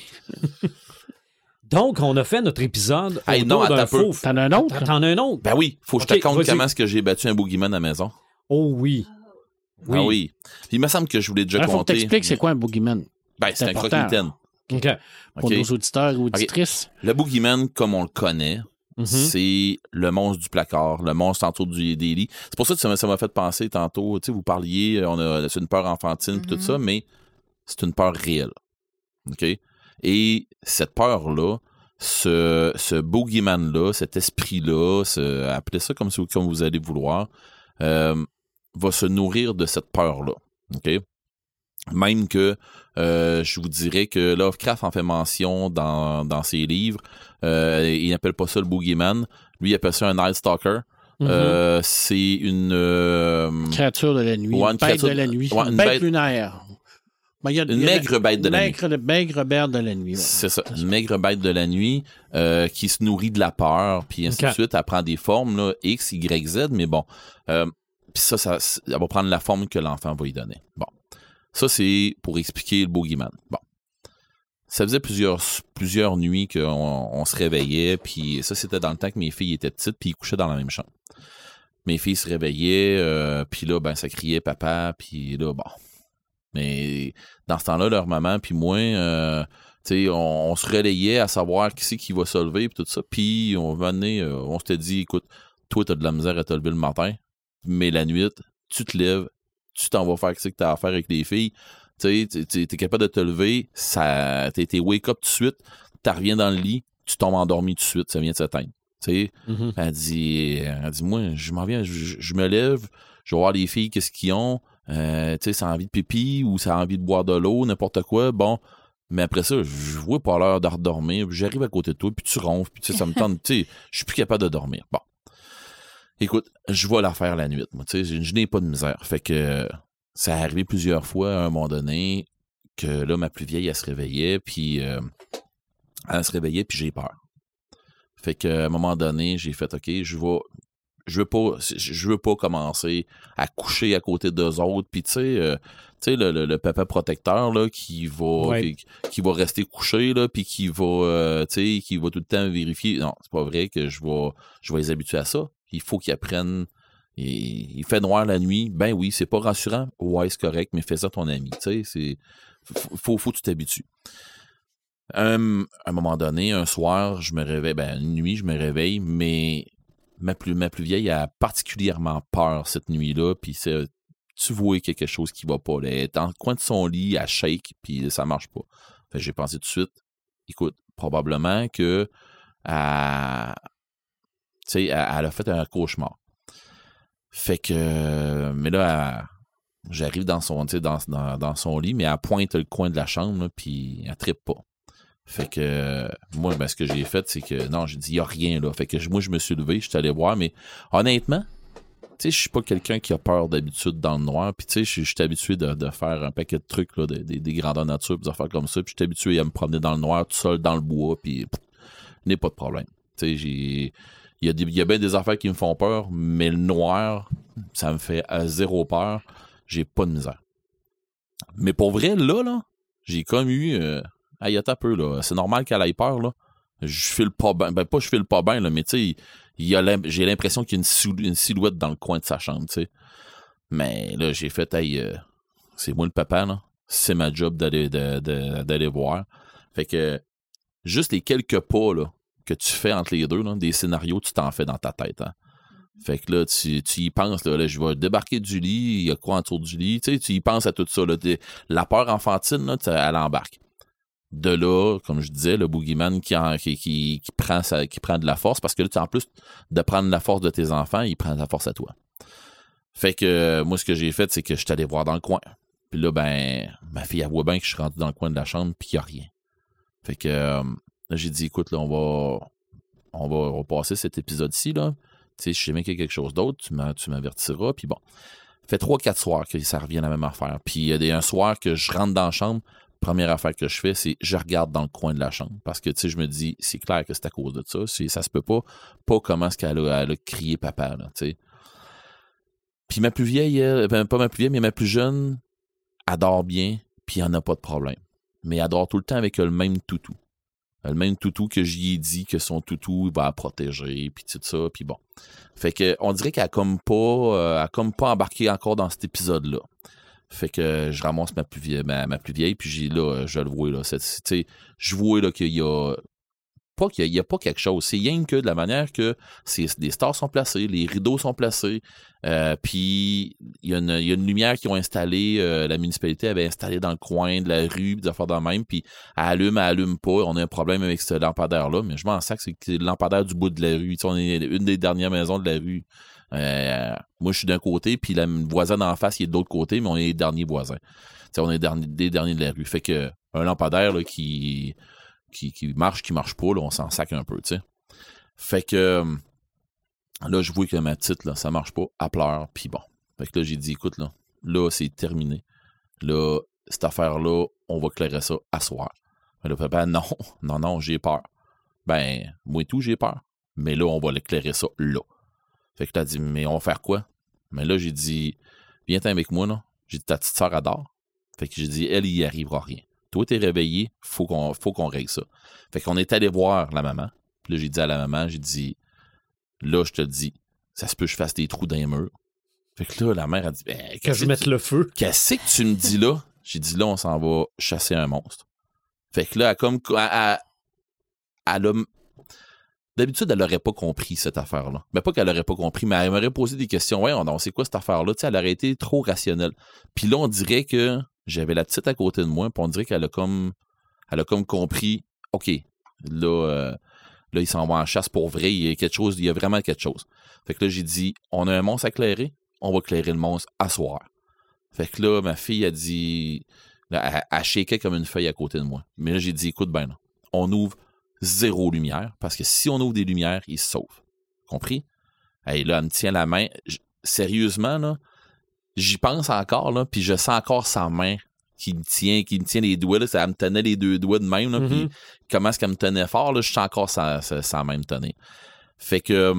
Donc, on a fait notre épisode Hey, autour non, d'un attends un peu. faux. T'en as un autre? T'en as un autre? Ben oui, faut que Ok, je te compte vas-y. comment est-ce que j'ai battu un boogeyman à la maison. Oh oui. Oui. Ah oui. Puis il me semble que je voulais déjà Il faut que compter. t'expliques c'est quoi un boogeyman Ben, c'est c'est un important. croque-mitaine. OK. pour OK. nos auditeurs et auditrices. Le boogeyman, comme on le connaît, Mhm. c'est le monstre du placard, le monstre tantôt du, des lits. C'est pour ça que ça m'a, ça m'a fait penser tantôt, tu sais, vous parliez, on a, c'est une peur enfantine pis Mhm. tout ça, mais c'est une peur réelle. OK? Et cette peur-là, ce, ce boogeyman-là, cet esprit-là, ce, appelez ça comme, si- comme vous allez vouloir, euh, va se nourrir de cette peur-là. OK? Même que euh, je vous dirais que Lovecraft en fait mention dans, dans ses livres. Euh, il n'appelle pas ça le boogeyman. Lui, il appelle ça un Night Stalker. Mhm. Euh, c'est une... euh, Créature de la nuit. Ouais, une une bête créature- de la nuit. ouais, une une bête, bête- lunaire. Ben, il y a- une il y a- maigre bête de la nuit. maigre, de- maigre bête de la nuit. ouais. C'est ça, une maigre bête de la nuit euh, qui se nourrit de la peur, puis ainsi Ok. de suite. Elle prend des formes, là, X, Y, Z, mais bon. Euh, puis ça, ça, elle va prendre la forme que l'enfant va lui donner. Bon. Ça, c'est pour expliquer le boogeyman. Bon. Ça faisait plusieurs, plusieurs nuits qu'on on se réveillait, puis ça, c'était dans le temps que mes filles étaient petites, puis ils couchaient dans la même chambre. Mes filles se réveillaient, euh, puis là, ben, ça criait papa, puis là, bon. Mais dans ce temps-là, leur maman, puis moi, euh, tu sais, on, on se relayait à savoir qui c'est qui va se lever, puis tout ça, puis on venait, euh, on s'était dit, écoute, toi, t'as de la misère à te lever le matin, mais la nuit, tu te lèves, tu t'en vas faire ce que t'as à faire avec les filles, tu sais, t'es, t'es capable de te lever, ça, t'es, t'es wake up tout de suite, t'as reviens dans le lit, tu tombes endormi tout de suite, ça vient de s'éteindre. Tu sais, Mhm. elle dit, elle dit, moi, je m'en viens, je, je me lève, je vais voir les filles, qu'est-ce qu'ils ont, euh, tu sais, ça a envie de pipi ou ça a envie de boire de l'eau, n'importe quoi, bon. Mais après ça, je vois pas l'heure de redormir, puis j'arrive à côté de toi, puis tu ronfles, puis tu sais, ça me tente, tu sais, je suis plus capable de dormir. Bon. Écoute, je vais la faire la nuit, moi, tu sais, je, je n'ai pas de misère. Fait que ça est arrivé plusieurs fois à un moment donné que là, ma plus vieille, elle se réveillait, puis euh, elle se réveillait, puis j'ai peur. Fait qu'à un moment donné, j'ai fait, OK, je vais... Je veux pas je veux pas commencer à coucher à côté d'eux autres. Puis tu sais, euh, tu sais le, le, le papa protecteur là, qui va Ouais. qui, qui va rester couché, là, puis qui va euh, tu sais, qui va tout le temps vérifier. Non, c'est pas vrai que je vais je vais les habituer à ça. Il faut qu'ils apprennent. Il, il fait noir la nuit. Ben oui, c'est pas rassurant. Ouais, c'est correct, mais fais ça ton ami. Tu sais, c'est. Faut, faut, faut que tu t'habitues. Um, à un moment donné, un soir, je me réveille, ben une nuit, je me réveille, mais ma plus, ma plus vieille a particulièrement peur cette nuit-là, puis c'est, tu vois quelque chose qui va pas. Là. Elle est dans le coin de son lit, elle shake, puis ça marche pas. Fait que j'ai pensé tout de suite, écoute, probablement que elle, tu sais, elle, elle a fait un cauchemar. Fait que, mais là, elle, j'arrive dans son, tu sais, dans, dans, dans son lit, mais elle pointe le coin de la chambre, là, puis elle trippe pas. Fait que euh, moi, ben, ce que j'ai fait, c'est que non, j'ai dit, il n'y a rien là. Fait que moi, je me suis levé, je suis allé voir, mais honnêtement, tu sais, je suis pas quelqu'un qui a peur d'habitude dans le noir. Puis tu sais, je suis habitué de, de faire un paquet de trucs, là, des, des, des grandeurs nature, des affaires comme ça. Puis je suis habitué à me promener dans le noir, tout seul dans le bois, puis n'est pas de problème. Tu sais, j'ai. Il y a, des, il y a bien des affaires qui me font peur, mais le noir, ça me fait à zéro peur. J'ai pas de misère. Mais pour vrai, là, là, j'ai comme eu. Euh, Hey, attends un peu, là. C'est normal qu'elle ait peur, là. Je file pas bien. Ben, pas je file pas bien, là, mais tu sais, il y a l'im- j'ai l'impression qu'il y a une, silhou- une silhouette dans le coin de sa chambre, tu sais. Mais là, j'ai fait, hey, euh, c'est moi le papa, là. C'est ma job d'aller, de, de, d'aller voir. Fait que, juste les quelques pas, là, que tu fais entre les deux, là, des scénarios, tu t'en fais dans ta tête, hein. Fait que là, tu, tu y penses, là, là, je vais débarquer du lit, il y a quoi autour du lit, tu sais, tu y penses à tout ça, là. La peur enfantine, là, elle embarque. De là, comme je disais, le boogeyman qui, en, qui, qui, qui, prend sa, qui prend de la force, parce que là, en plus de prendre la force de tes enfants, il prend de la force à toi. Fait que euh, moi, ce que j'ai fait, c'est que je suis allé voir dans le coin. Puis là, ben, ma fille, elle voit bien que je suis rentré dans le coin de la chambre, puis il n'y a rien. Fait que euh, là, j'ai dit, écoute, là, on va, on va repasser cet épisode-ci, là. Tu sais, si je sais bien qu'il y a quelque chose d'autre, tu, m'a, tu m'avertiras, puis bon. Fait trois, quatre soirs que ça revient à la même affaire. Puis il y a des, un soir que je rentre dans la chambre, première affaire que je fais, c'est je regarde dans le coin de la chambre. Parce que, tu sais, je me dis, c'est clair que c'est à cause de ça. C'est, ça se peut pas. Pas comment est-ce qu'elle a, elle a crié papa, là, tu sais. Puis ma plus vieille, elle, ben, pas ma plus vieille, mais ma plus jeune, elle dort bien, puis il n'y en a pas de problème. Mais elle dort tout le temps avec le même toutou. Le même toutou que j'y ai dit que son toutou il va la protéger, puis tout ça, puis bon. Fait que, on dirait qu'elle a comme pas, euh, elle a comme pas embarqué encore dans cet épisode-là. Fait que je ramasse ma plus vieille, ma, ma plus vieille, puis j'ai là, je le vois là. Tu sais, je vois là qu'il y a pas qu'il y a, il y a pas quelque chose. C'est rien que de la manière que c'est, les stars sont placés, les rideaux sont placés, euh, puis il y, a une, il y a une lumière qu'ils ont installée, euh, la municipalité avait installé dans le coin de la rue, des affaires de même, puis elle allume, elle allume pas. On a un problème avec ce lampadaire-là, mais je m'en sac, c'est que c'est le lampadaire du bout de la rue. Tu sais, on est une des dernières maisons de la rue. Euh, moi, je suis d'un côté, puis la voisine en face, il est de l'autre côté, mais on est les derniers voisins. T'sais, on est derniers, des derniers de la rue. Fait que un lampadaire là, qui, qui, qui marche, qui marche pas, là, on s'en sac un peu, tu sais. Fait que là, je vois que ma petite, là, ça marche pas, elle pleure, puis bon. Fait que là, j'ai dit, écoute, là, là, c'est terminé. Là, cette affaire-là, on va clairer ça à soir. Mais là, papa, non, non, non, j'ai peur. Ben, moi et tout, j'ai peur. Mais là, on va l'éclairer ça là. Fait que t'as dit, mais on va faire quoi? Mais là, j'ai dit, viens-t'en avec moi, là. J'ai dit, ta petite sœur adore. Fait que j'ai dit, elle, il y arrivera rien. Toi, t'es réveillé, faut qu'on, faut qu'on règle ça. Fait qu'on est allé voir la maman. Puis là, j'ai dit à la maman, j'ai dit, là, je te le dis, ça se peut que je fasse des trous dans les murs. Fait que là, la mère a dit, ben, que je mette tu... le feu. Qu'est-ce que tu me dis là? J'ai dit, là, on s'en va chasser un monstre. Fait que là, elle, comme, elle, elle, elle a... D'habitude, elle n'aurait pas compris cette affaire-là. Mais pas qu'elle n'aurait pas compris, mais elle m'aurait posé des questions. Ouais, on, on sait quoi cette affaire-là? Tu sais, elle aurait été trop rationnelle. Puis là, on dirait que j'avais la petite à côté de moi, puis on dirait qu'elle a comme elle a comme compris, OK, là, euh, là, il s'en va en chasse pour vrai, il y a quelque chose, il y a vraiment quelque chose. Fait que là, j'ai dit, on a un monstre à clairer, on va clairer le monstre à soir. Fait que là, ma fille a dit, là, elle, elle shakeait comme une feuille à côté de moi. Mais là, j'ai dit, écoute, ben là, on ouvre zéro lumière, parce que si on ouvre des lumières, il se sauve. Compris? Et là, elle me tient la main. J- sérieusement, là, j'y pense encore, là, puis je sens encore sa main qui me tient, qui me tient les doigts, là, ça me tenait les deux doigts de même, là, Mm-hmm. puis comment est-ce qu'elle me tenait fort, là, je suis encore sans, sans, sans même tenir. Fait que,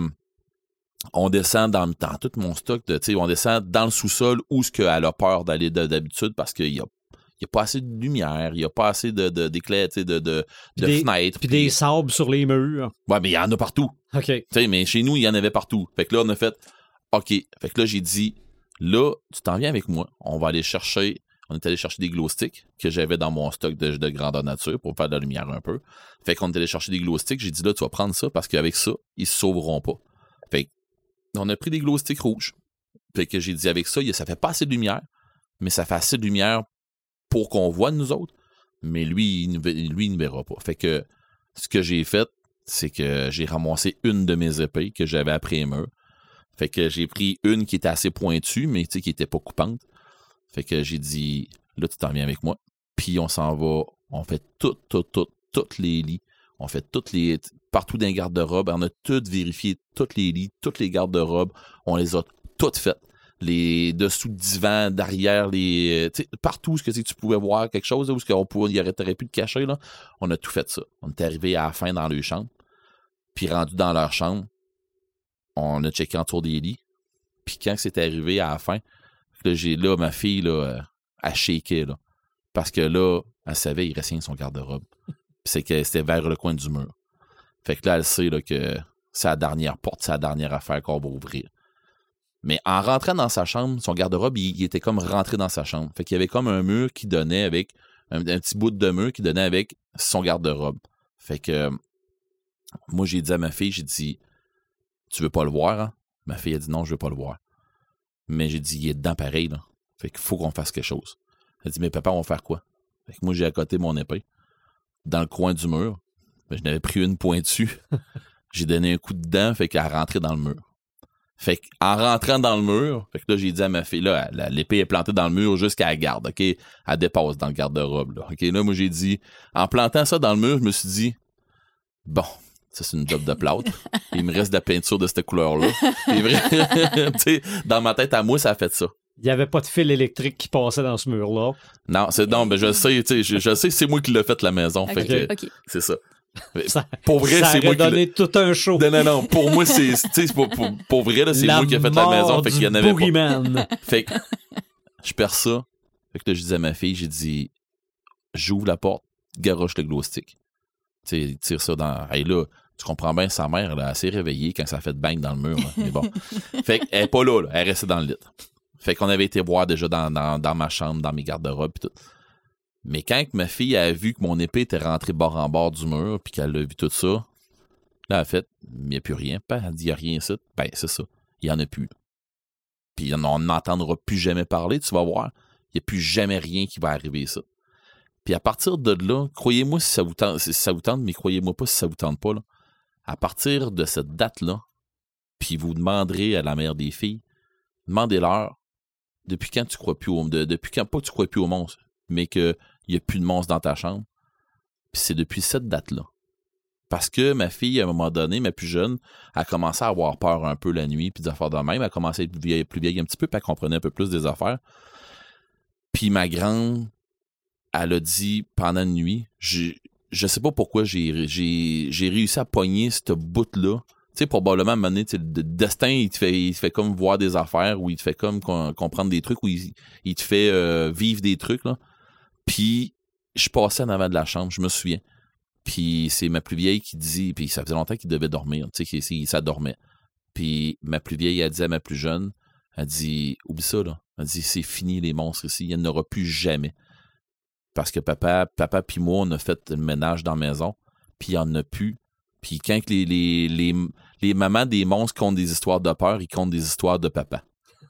on descend dans, dans tout mon stock, de, on descend dans le sous-sol où ce qu'elle a peur d'aller de, d'habitude parce qu'il y a Il n'y a pas assez de lumière, il n'y a pas assez de, de, d'éclairs, de, de, de, de des, fenêtres. Puis des sables sur les murs. Ouais, mais il y en a partout. OK. T'sais, mais chez nous, il y en avait partout. Fait que là, on a fait OK. Fait que là, j'ai dit, là, tu t'en viens avec moi. On va aller chercher. On est allé chercher des glow sticks que j'avais dans mon stock de, de grandeur nature pour faire de la lumière un peu. Fait qu'on est allé chercher des glow sticks. J'ai dit, là, tu vas prendre ça parce qu'avec ça, ils se sauveront pas. Fait qu'on a pris des glow sticks rouges. Fait que j'ai dit, avec ça, ça fait pas assez de lumière, mais ça fait assez de lumière pour qu'on voit nous autres, mais lui, il ne, lui, il ne verra pas. Fait que ce que j'ai fait, c'est que j'ai ramassé une de mes épées que j'avais après les murs. Fait que j'ai pris une qui était assez pointue, mais tu sais, qui était pas coupante. Fait que j'ai dit, là, tu t'en viens avec moi. Puis on s'en va, on fait tout, tout, tout, tous les lits. On fait toutes les, partout dans les garde-robes. On a tout vérifié, tous les lits, toutes les garde-robes. On les a toutes faites. Les dessous de divan, derrière, les partout ce que tu pouvais voir quelque chose, là, où on pouvait, il y aurait pu te cacher, là, on a tout fait ça. On est arrivé à la fin dans leur chambre, puis rendu dans leur chambre, on a checké autour des lits, puis quand c'est arrivé à la fin, là, j'ai, là ma fille, là, elle shakeait, là, parce que là, elle savait, il restait rien de son garde-robe. Puis c'est que c'était vers le coin du mur. Fait que là, elle sait là, que c'est la dernière porte, c'est la dernière affaire qu'on va ouvrir. Mais en rentrant dans sa chambre, son garde-robe, il, il était comme rentré dans sa chambre. Fait qu'il y avait comme un mur qui donnait avec, un, un petit bout de mur qui donnait avec son garde-robe. Fait que, euh, moi, j'ai dit à ma fille, j'ai dit, tu veux pas le voir, hein? Ma fille a dit non, je veux pas le voir. Mais j'ai dit, il est dedans pareil, là. Fait qu'il faut qu'on fasse quelque chose. Elle a dit, mais papa, on va faire quoi? Fait que moi, j'ai accoté mon épée dans le coin du mur. Ben, je n'avais pris une pointue. J'ai donné un coup de dent, fait qu'elle est rentrée dans le mur. Fait qu'en rentrant dans le mur, fait que là, j'ai dit à ma fille, là, la, l'épée est plantée dans le mur jusqu'à la garde, OK? Elle dépasse dans le garde-robe, là. OK? Là, moi, j'ai dit, en plantant ça dans le mur, je me suis dit, bon, ça, c'est une job de plâtre. Il me reste de la peinture de cette couleur-là. C'est vrai. Tu sais, dans ma tête à moi, ça a fait ça. Il n'y avait pas de fil électrique qui passait dans ce mur-là. Non, c'est, non, mais je sais, tu sais, je, je sais, c'est moi qui l'ai fait la maison. Ok, Fait que, ok. c'est ça. Ça, Pour vrai, ça c'est aurait moi qui donné l'ai... tout un show. Non, non, non. Pour moi, c'est, tu sais, pour, pour, pour vrai, là, c'est la moi qui ai fait la maison. Fait qu'il y en avait pas. Boogeyman. Fait que je perds ça. Fait que là, je dis à ma fille, j'ai dit, j'ouvre la porte, garoche le glow stick. Tu sais, tire ça dans... Hey, là, tu comprends bien, sa mère, là, elle s'est réveillée quand ça a fait bang dans le mur. Là. Mais bon. Fait qu'elle est pas là, là. Elle est restée dans le lit. Fait qu'on avait été voir déjà dans, dans, dans ma chambre, dans mes garde-robes pis tout. Mais quand ma fille a vu que mon épée était rentrée bord en bord du mur puis qu'elle a vu tout ça, là, elle a fait, il n'y a plus rien. Elle a dit, il n'y a rien ici. Ben, c'est ça. Il n'y en a plus. Puis on n'entendra plus jamais parler, tu vas voir. Il n'y a plus jamais rien qui va arriver ça. Puis à partir de là, croyez-moi si ça vous tente, si ça vous tente, mais croyez-moi pas si ça vous tente pas, là. À partir de cette date-là, puis vous demanderez à la mère des filles, demandez-leur, depuis quand tu crois plus au... De, depuis quand, pas que tu crois plus au monstre, mais qu'il n'y a plus de monstre dans ta chambre. Puis c'est depuis cette date-là. Parce que ma fille, à un moment donné, ma plus jeune, a commencé à avoir peur un peu la nuit, puis des affaires de même. Elle a commencé à être plus vieille, plus vieille un petit peu, puis elle comprenait un peu plus des affaires. Puis ma grande, elle a dit pendant une nuit, j'ai, je sais pas pourquoi j'ai, j'ai, j'ai réussi à pogner ce bout-là. Tu sais, probablement, à un moment donné, le destin, il te fait, il te fait comme voir des affaires, ou il te fait comme comprendre des trucs, ou il, il te fait euh, vivre des trucs, là. Puis, je passais en avant de la chambre, je me souviens. Puis, c'est ma plus vieille qui dit, puis ça faisait longtemps qu'il devait dormir, tu sais, qu'il, ça dormait. Puis, ma plus vieille, elle dit à ma plus jeune, elle dit, oublie ça, là. Elle dit, c'est fini les monstres ici, il n'y en aura plus jamais. Parce que papa, papa puis moi, on a fait le ménage dans la maison, puis il n'y en a plus. Puis quand les, les, les, les mamans des monstres comptent des histoires de peur, ils comptent des histoires de papa.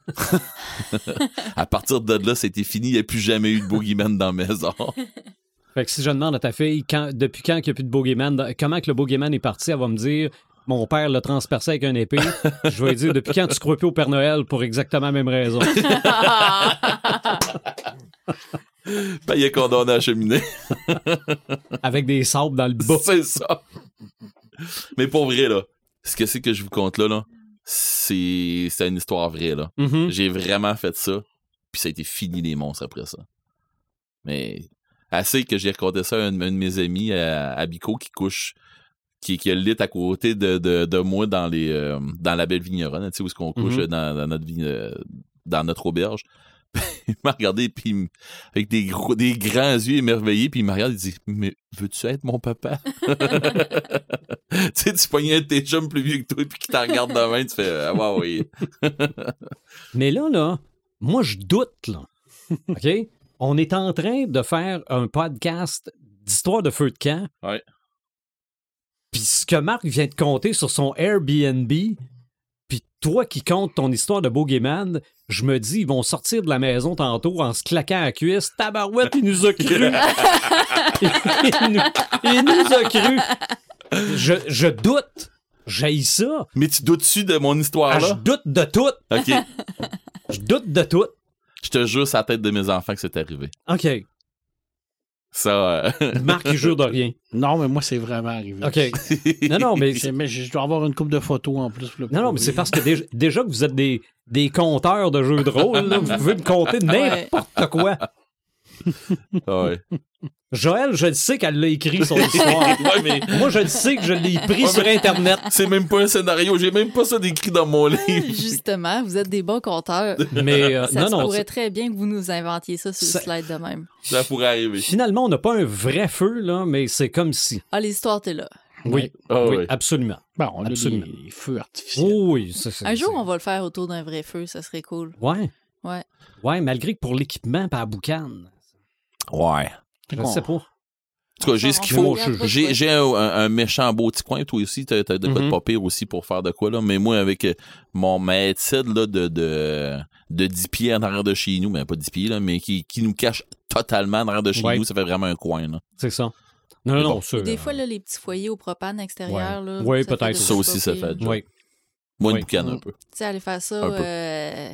À partir de là, c'était fini, il n'y a plus jamais eu de boogeyman dans la maison. Fait que si je demande à ta fille, quand, depuis quand il n'y a plus de boogeyman, comment que le boogeyman est parti, elle va me dire, mon père l'a transpercé avec un épée. Je vais lui dire, depuis quand tu crois plus au Père Noël pour exactement la même raison. Ben, il est condamné à la cheminée. Avec des sables dans le bas. C'est ça. Mais pour vrai, là, ce que c'est que je vous conte là, là c'est, c'est une histoire vraie, là. Mm-hmm. J'ai vraiment fait ça, puis ça a été fini les monstres après ça. Mais assez que j'ai raconté ça à un, un de mes amis à, à Bico qui couche, qui, qui a le lit à côté de, de, de moi dans les euh, dans la belle vigneronne, tu sais, où est-ce qu'on couche Mm-hmm. dans, dans notre vie, euh, dans notre auberge. Il m'a regardé, puis il m- avec des gros, des grands yeux émerveillés, puis il me regarde, il dit « Mais veux-tu être mon papa? » Tu sais, tu pognes un de tes chums plus vieux que toi, puis qui t'en regarde de main, tu fais « Ah, ouais, oui. » Mais là, là, moi, je doute, là. OK? On est en train de faire un podcast d'histoire de feu de camp. Ouais. Puis ce que Marc vient de compter sur son Airbnb, puis toi qui comptes ton histoire de Bogeyman, je me dis, ils vont sortir de la maison tantôt en se claquant à la cuisse. Tabarouette, il nous a cru. il, nous, il nous a cru. Je, je doute. J'haïs ça. Mais tu doutes-tu de mon Ah, histoire-là? je doute de tout. OK. Je doute de tout. Je te jure, c'est à la tête de mes enfants que c'est arrivé. OK. Ça, euh... Marc, il jure de rien. Non, mais moi, c'est vraiment arrivé. OK. Non, non, mais... C'est- mais je dois avoir une couple de photos en plus. pour le Non, non, mais prouver. c'est parce que déjà, déjà que vous êtes des, des conteurs de jeux de rôle, là, vous pouvez me compter n'importe quoi. Ah ouais. Joël, je le sais qu'elle l'a écrit son histoire. Ouais, mais Moi, je le sais que je l'ai pris Ouais, sur mais- Internet. c'est même pas un scénario. J'ai même pas ça décrit dans mon livre. Justement, vous êtes des bons conteurs. Mais euh, Ça non, se non. pourrait c'est- très bien que vous nous inventiez ça sur Ça- le slide de même. Ça pourrait arriver. Finalement, on n'a pas un vrai feu, là, mais c'est comme si. Ah, l'histoire, t'es là. Oui, Ah oui, ouais. absolument. Bon, on a des, Absolument. des feux artificiels. Oh, oui, ça, c'est- Un jour, c'est- on va le faire autour d'un vrai feu, ça serait cool. Ouais. Ouais. Ouais, malgré que pour l'équipement, pas à boucan. Ouais. Je Qu'on- sais pas. En tout cas, j'ai ce qu'il Mais faut. moi, je- J'ai, j'ai un, un- un méchant beau petit coin. Toi aussi, t'as, t'as de quoi de Mhm. pas pire aussi pour faire de quoi, là. Mais moi, avec euh, mon headset, là, de, de, de dix pieds en arrière de chez nous, mais pas dix pieds, là, mais qui, qui nous cache totalement en arrière de chez Ouais. nous, ça fait vraiment un coin, là. C'est ça. Non, non, non, ça. Des fois, là, les petits foyers au propane extérieur, là. Ouais, ça fait peut-être. de Ça quoi aussi, pas ça pire. fait. Oui. Moi, Ouais. une boucane un peu. Tu sais, aller faire ça, Un peu. euh,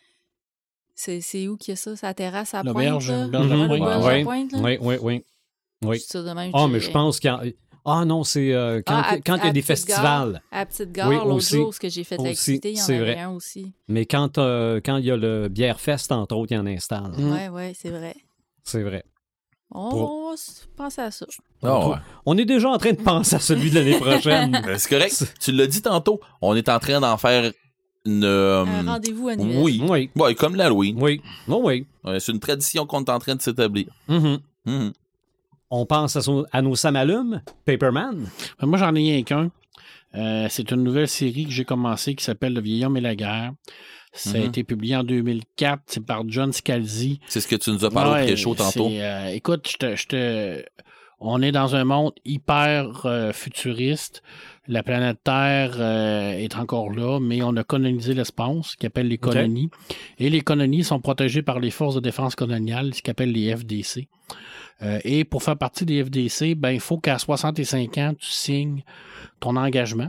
c'est, c'est où qu'il y a ça? C'est la terrasse à la L'auberge, pointe, là? l'auberge de Ouais, pointe. l'auberge à Ouais. la pointe, là? Oui, oui, oui. Oui. C'est ça de même, Ah, je mais dirais. je pense qu'il y a... Ah non, c'est euh, quand, Ah, à- quand il y à a des Petite Gare. festivals. À Petite Gare, Oui, l'autre aussi. jour, ce que j'ai fait Aussi, l'activité, il y en c'est avait vrai. un aussi. Mais quand, euh, quand il y a le Bière Fest, entre autres, il y en installe. Mm. Ouais, ouais, c'est vrai. C'est vrai. On Pour- va s- penser à ça. Ah ouais. On est déjà en train de penser à celui de l'année prochaine. Ben, c'est correct. Tu l'as dit tantôt. On est en train d'en faire une. euh, Un rendez-vous annuel. oui. Oui, Ouais, comme l'Halloween. oui, oui, oui. Ouais, c'est une tradition qu'on est en train de s'établir. Mhm. Mhm. On pense à, son- à nos samalumes, Paperman. Ben, moi, j'en ai rien qu'un. Euh, c'est une nouvelle série que j'ai commencée qui s'appelle Le vieil homme et la guerre. Ça a Mhm. été publié en deux mille quatre. C'est par John Scalzi. C'est ce que tu nous as parlé Ouais, au pré-show tantôt. c'est, euh, écoute, je te, je te- on est dans un monde hyper euh, futuriste. La planète Terre euh, est encore là, mais on a colonisé l'espace, qui appelle les colonies. Et les colonies sont protégées par les forces de défense coloniales, ce qu'on appelle les F D C. Euh, et pour faire partie des F D C, ben, il faut qu'à soixante-cinq ans, tu signes ton engagement.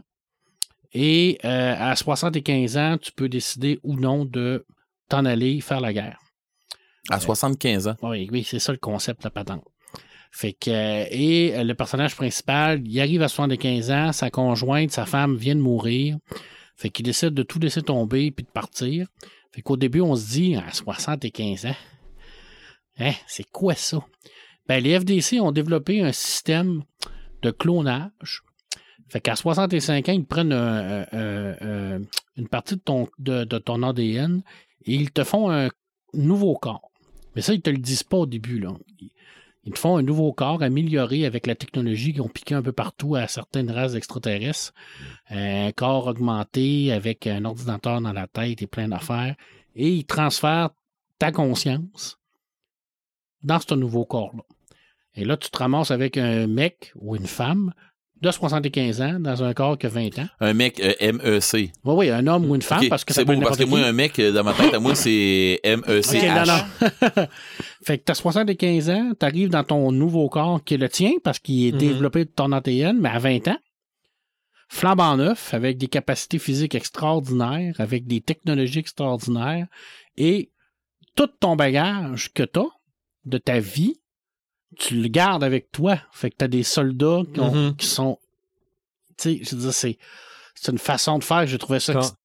Et euh, à soixante-quinze ans, tu peux décider ou non de t'en aller faire la guerre. À soixante-quinze ans. Oui, oui, c'est ça le concept, la patente. Fait que, euh, et euh, le personnage principal, il arrive à soixante-quinze ans, sa conjointe, sa femme vient de mourir. Fait qu'il décide de tout laisser tomber puis de partir. Fait qu'au début, on se dit, à soixante-quinze ans, hein, c'est quoi ça? Ben, les F D C ont développé un système de clonage. Fait qu'à soixante-cinq ans, ils prennent un- un- un- un- une partie de ton, de, de ton A D N et ils te font un nouveau corps. Mais ça, ils te le disent pas au début, là. Ils, ils te font un nouveau corps amélioré avec la technologie qu'ils ont piqué un peu partout à certaines races extraterrestres. Un corps augmenté avec un ordinateur dans la tête et plein d'affaires. Et ils transfèrent ta conscience dans ce nouveau corps-là. Et là, tu te ramasses avec un mec ou une femme de soixante-quinze ans dans un corps qui a vingt ans. Un mec euh, M E C. Oui, oui, un homme ou une femme, Ok, parce que c'est ça peut beau, être parce que n'importe moi, qui. un mec, euh, dans ma tête, à moi, c'est M E C OK, H. non, non. Fait que t'as soixante-quinze ans, t'arrives dans ton nouveau corps qui est le tien, parce qu'il est Mhm. développé de ton A D N, mais à vingt ans, flambant neuf, avec des capacités physiques extraordinaires, avec des technologies extraordinaires, et tout ton bagage que t'as de ta vie, tu le gardes avec toi. Fait que t'as des soldats qui, ont- Mhm. qui sont... Tu sais, je veux dire, c'est... C'est une façon de faire, j'ai trouvé ça Quand-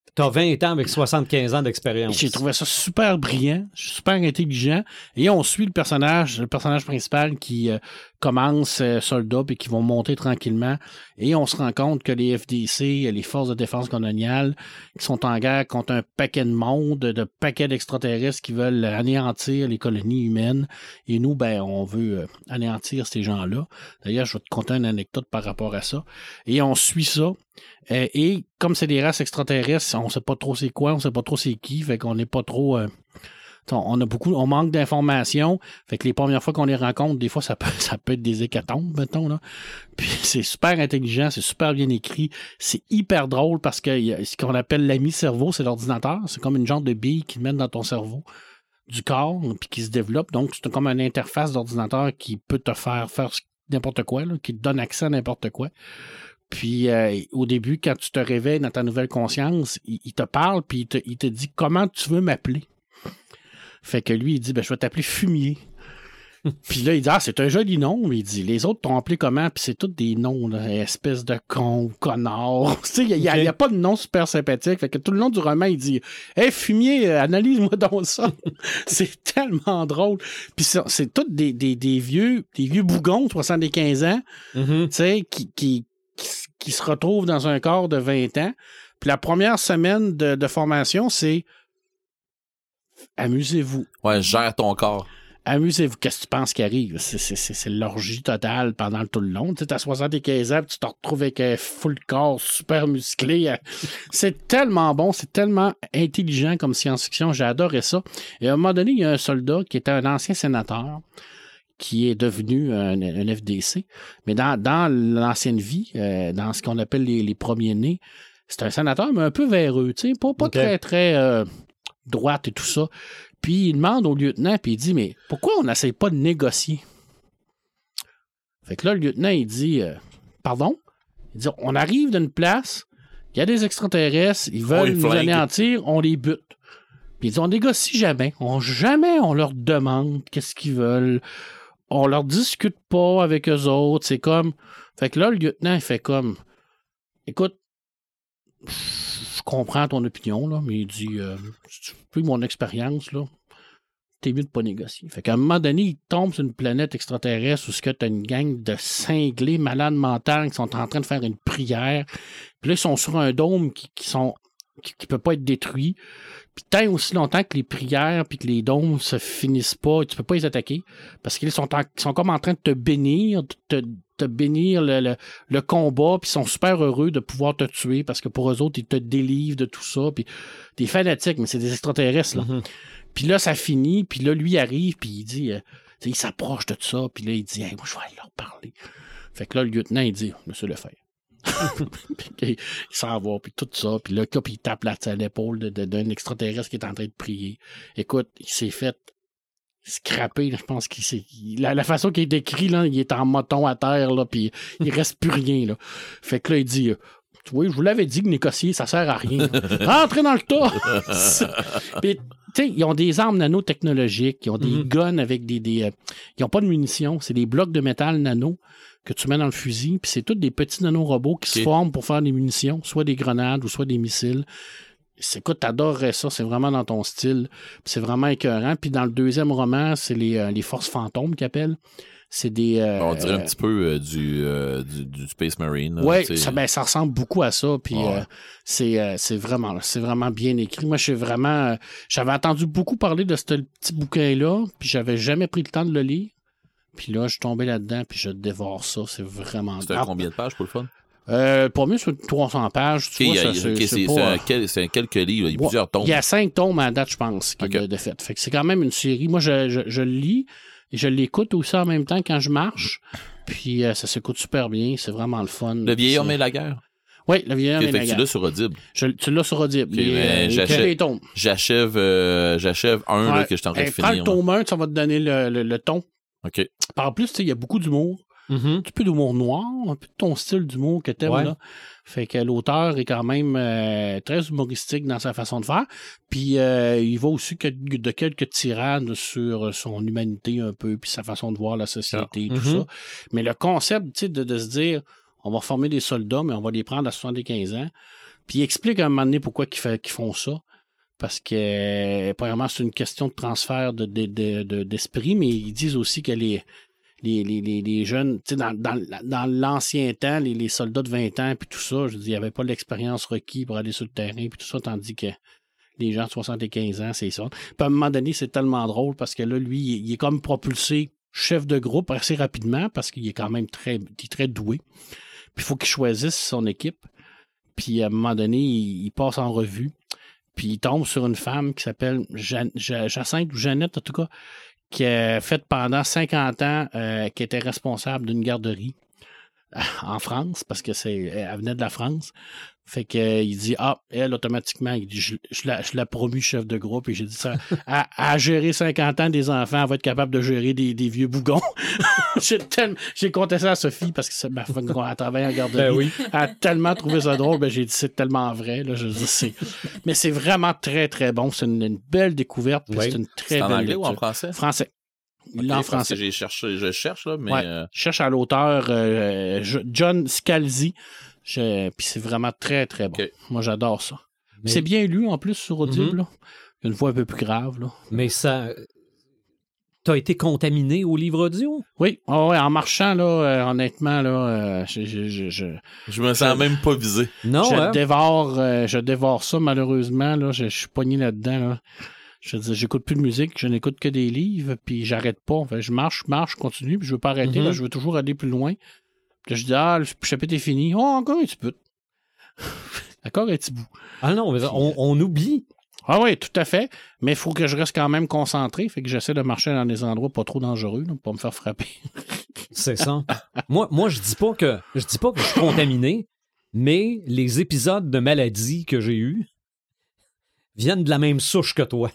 T'as vingt ans avec soixante-quinze ans d'expérience. J'ai trouvé ça super brillant, super intelligent. Et on suit le personnage, le personnage principal qui euh, commence euh, soldat puis qui vont monter tranquillement. Et on se rend compte que les F D C, les forces de défense coloniale, qui sont en guerre contre un paquet de monde, de paquets d'extraterrestres qui veulent anéantir les colonies humaines. Et nous, ben, on veut euh, anéantir ces gens-là. D'ailleurs, je vais te conter une anecdote par rapport à ça. Et on suit ça. Euh, et comme c'est des races extraterrestres, on sait pas trop c'est quoi, on sait pas trop c'est qui, fait qu'on n'est pas trop... Euh, on a beaucoup, on manque d'informations, fait que les premières fois qu'on les rencontre, des fois ça peut, ça peut être des hécatombes, mettons, là. Puis c'est super intelligent, c'est super bien écrit, c'est hyper drôle parce que y a ce qu'on appelle l'ami cerveau, c'est l'ordinateur, c'est comme une genre de bille qu'ils mettent dans ton cerveau du corps, puis qui se développe, donc c'est comme une interface d'ordinateur qui peut te faire faire n'importe quoi, là, qui te donne accès à n'importe quoi. Puis euh, au début, quand tu te réveilles dans ta nouvelle conscience, il, il te parle, puis il te, il te dit comment tu veux m'appeler. Fait que lui, il dit, ben, je vais t'appeler Fumier. Puis là, il dit, ah, c'est un joli nom. Il dit, les autres t'ont appelé comment? Puis c'est tous des noms, là, espèce de con, connard. Tu sais, il n'y a, okay. a pas de nom super sympathique. Fait que tout le long du roman, il dit, hey, Fumier, analyse-moi donc ça. C'est tellement drôle. Puis c'est, c'est tous des, des, des vieux, des vieux bougons de soixante-quinze ans, mm-hmm. tu sais, qui, qui Qui, qui se retrouve dans un corps de vingt ans. Puis la première semaine de, de formation, c'est amusez-vous. Ouais, gère ton corps. Amusez-vous. Qu'est-ce que tu penses qui arrive? C'est, c'est, c'est, c'est l'orgie totale pendant tout le long. Tu sais, t'as soixante-quinze ans, puis tu te retrouves avec un full corps super musclé. C'est tellement bon, c'est tellement intelligent comme science-fiction. J'ai adoré ça. Et à un moment donné, il y a un soldat qui était un ancien sénateur qui est devenu un, un F D C. Mais dans, dans l'ancienne vie, euh, dans ce qu'on appelle les, les premiers-nés, c'est un sénateur, mais un peu véreux, tu sais, pas, pas okay. très, très euh, droite et tout ça. Puis il demande au lieutenant, puis il dit, mais pourquoi on n'essaie pas de négocier? Fait que là, le lieutenant, il dit, euh, pardon? Il dit, on arrive d'une place, il y a des extraterrestres, ils veulent nous anéantir, on les bute. Puis il dit, on négocie jamais. On, jamais on leur demande qu'est-ce qu'ils veulent. On leur discute pas avec eux autres. C'est comme... Fait que là, le lieutenant, il fait comme... Écoute, je comprends ton opinion, là, mais il dit... Euh, si tu veux mon expérience, là, t'es mieux de pas négocier. Fait qu'à un moment donné, il tombe sur une planète extraterrestre où ce que t'as une gang de cinglés malades mentales qui sont en train de faire une prière. Puis là, ils sont sur un dôme qui, qui sont... qui ne peut pas être détruit. Puis tant aussi longtemps que les prières puis que les dômes se finissent pas, tu peux pas les attaquer parce qu'ils sont, en, ils sont comme en train de te bénir, de te, te bénir le, le, le combat, puis ils sont super heureux de pouvoir te tuer parce que pour eux autres, ils te délivrent de tout ça. Puis des fanatiques, mais c'est des extraterrestres, là. Mm-hmm. Puis là, ça finit, puis là, lui arrive, puis il dit, euh, il s'approche de tout ça, puis là, il dit, hey, moi, je vais aller leur parler. Fait que là, le lieutenant, il dit, Monsieur Lefebvre. Puis il s'en va, puis tout ça, puis là, puis il tape la, à l'épaule de, de, d'un extraterrestre qui est en train de prier. Écoute, il s'est fait scraper, je pense qu'il s'est... La, la façon qu'il est décrit, là, il est en moton à terre, là, puis il reste plus rien, là. Fait que là, il dit... Oui, je vous l'avais dit que négocier, ça sert à rien. Rentrez dans le tas! Puis, tu sais, ils ont des armes nanotechnologiques, ils ont des mm-hmm. guns avec des... des euh, ils n'ont pas de munitions, c'est des blocs de métal nano que tu mets dans le fusil, puis c'est tous des petits nanorobots qui okay. se forment pour faire des munitions, soit des grenades ou soit des missiles. C'est, écoute, t'adorerais ça, c'est vraiment dans ton style, puis c'est vraiment écœurant. Puis dans le deuxième roman, c'est les, euh, les forces fantômes qu'ils appellent. C'est des... Euh, on dirait un petit peu euh, du, euh, du, du Space Marine. Oui, ça, ben, ça ressemble beaucoup à ça. Puis ouais. euh, c'est, euh, c'est, vraiment, c'est vraiment bien écrit. Moi, je suis vraiment... Euh, j'avais entendu beaucoup parler de ce petit bouquin-là, puis j'avais jamais pris le temps de le lire. Puis là, je suis tombé là-dedans, puis je dévore ça. C'est vraiment... C'est un combien de pages pour le fun? Euh, pour mieux, c'est trois cents pages. Tu okay, vois, a, ça, c'est, okay, c'est, c'est, pas, c'est, un, quel, c'est un quelques livres. Il y a ouais, plusieurs tomes. Il y a cinq tomes à date, je pense, okay. de, de fait. Fait que c'est quand même une série. Moi, je, je, je le lis et je l'écoute aussi en même temps quand je marche. Puis euh, ça s'écoute super bien. C'est vraiment le fun. Le vieil homme et la guerre? Oui, Le vieil homme okay, et la guerre. Tu l'as sur Audible? Je, tu l'as sur Audible. Okay, les, les, j'achève, les tomes. J'achève, euh, j'achève un ouais. là, que je suis en train de finir. Prends le tome un, ça va te donner le, le, le ton. OK. En plus, il y a beaucoup d'humour. Mm-hmm. Un petit peu d'humour noir, un peu de ton style d'humour que t'aimes, ouais. là. Fait que l'auteur est quand même euh, très humoristique dans sa façon de faire. Puis euh, il va aussi que, de quelques tirades sur son humanité un peu, puis sa façon de voir la société et tout mm-hmm. ça. Mais le concept, tu sais, de, de se dire, on va former des soldats, mais on va les prendre à soixante-quinze ans. Puis il explique à un moment donné pourquoi ils, fait, qu'ils font ça. Parce que, euh, premièrement, c'est une question de transfert de, de, de, de, d'esprit, mais ils disent aussi que les, les, les, les, les jeunes, tu sais, dans, dans, dans l'ancien temps, les, les soldats de vingt ans, puis tout ça, je dis, il n'y avait pas l'expérience requise pour aller sur le terrain, puis tout ça, tandis que les gens de soixante-quinze ans, c'est ça. Puis à un moment donné, c'est tellement drôle parce que là, lui, il est comme propulsé chef de groupe assez rapidement parce qu'il est quand même très, il est très doué. Puis il faut qu'il choisisse son équipe. Puis à un moment donné, il, il passe en revue. Puis il tombe sur une femme qui s'appelle Jean, Jacinthe ou Jeannette, en tout cas, qui a fait pendant cinquante ans, euh, qui était responsable d'une garderie en France, parce que c'est, elle venait de la France. Fait qu'il euh, dit, ah, elle, automatiquement, il dit, je, je, la, je la promu chef de groupe, et j'ai dit ça, à, à gérer cinquante ans des enfants, elle va être capable de gérer des, des vieux bougons. j'ai, tellement, j'ai compté ça à Sophie, parce que c'est ma femme qui a travaillé en garderie. Ben oui. Elle a tellement trouvé ça drôle, ben j'ai dit, c'est tellement vrai, là, je dis, c'est... Mais c'est vraiment très, très bon. C'est une, une belle découverte, puis Oui. c'est une très C'est en belle anglais lecture. ou en français? Français. Il l'a Ok, en parce français. que j'ai cherché, je cherche, là, mais... Ouais. euh, Je cherche à l'auteur euh, John Scalzi. Je... Puis c'est vraiment très, très bon. Okay. Moi, j'adore ça. Mais- C'est bien lu, en plus, sur Audible. Mhm. Là. Une voix un peu plus grave. Là. Mais ça. T'as été contaminé au livre audio? Oui, oh, ouais, en marchant, là, euh, honnêtement, là, euh, je, je, je, je, Je me sens même pas visé. Non, je hein? dévore, euh, je dévore ça, malheureusement. Là, je, je suis pogné là-dedans. Là. Je veux dire, j'écoute plus de musique, je n'écoute que des livres, puis j'arrête pas. Enfin, je marche, je marche, je continue, puis je veux pas arrêter. Mhm. Là, je veux toujours aller plus loin. Puis là, je dis, ah, le chapitre est fini. Oh, encore un petit peu. Encore un petit bout. Ah non, mais on, on oublie. Ah oui, tout à fait. Mais il faut que je reste quand même concentré. Fait que j'essaie de marcher dans des endroits pas trop dangereux, là, pour pas me faire frapper. C'est ça. moi, moi je dis pas que je dis pas que je suis contaminé, mais les épisodes de maladie que j'ai eus viennent de la même souche que toi.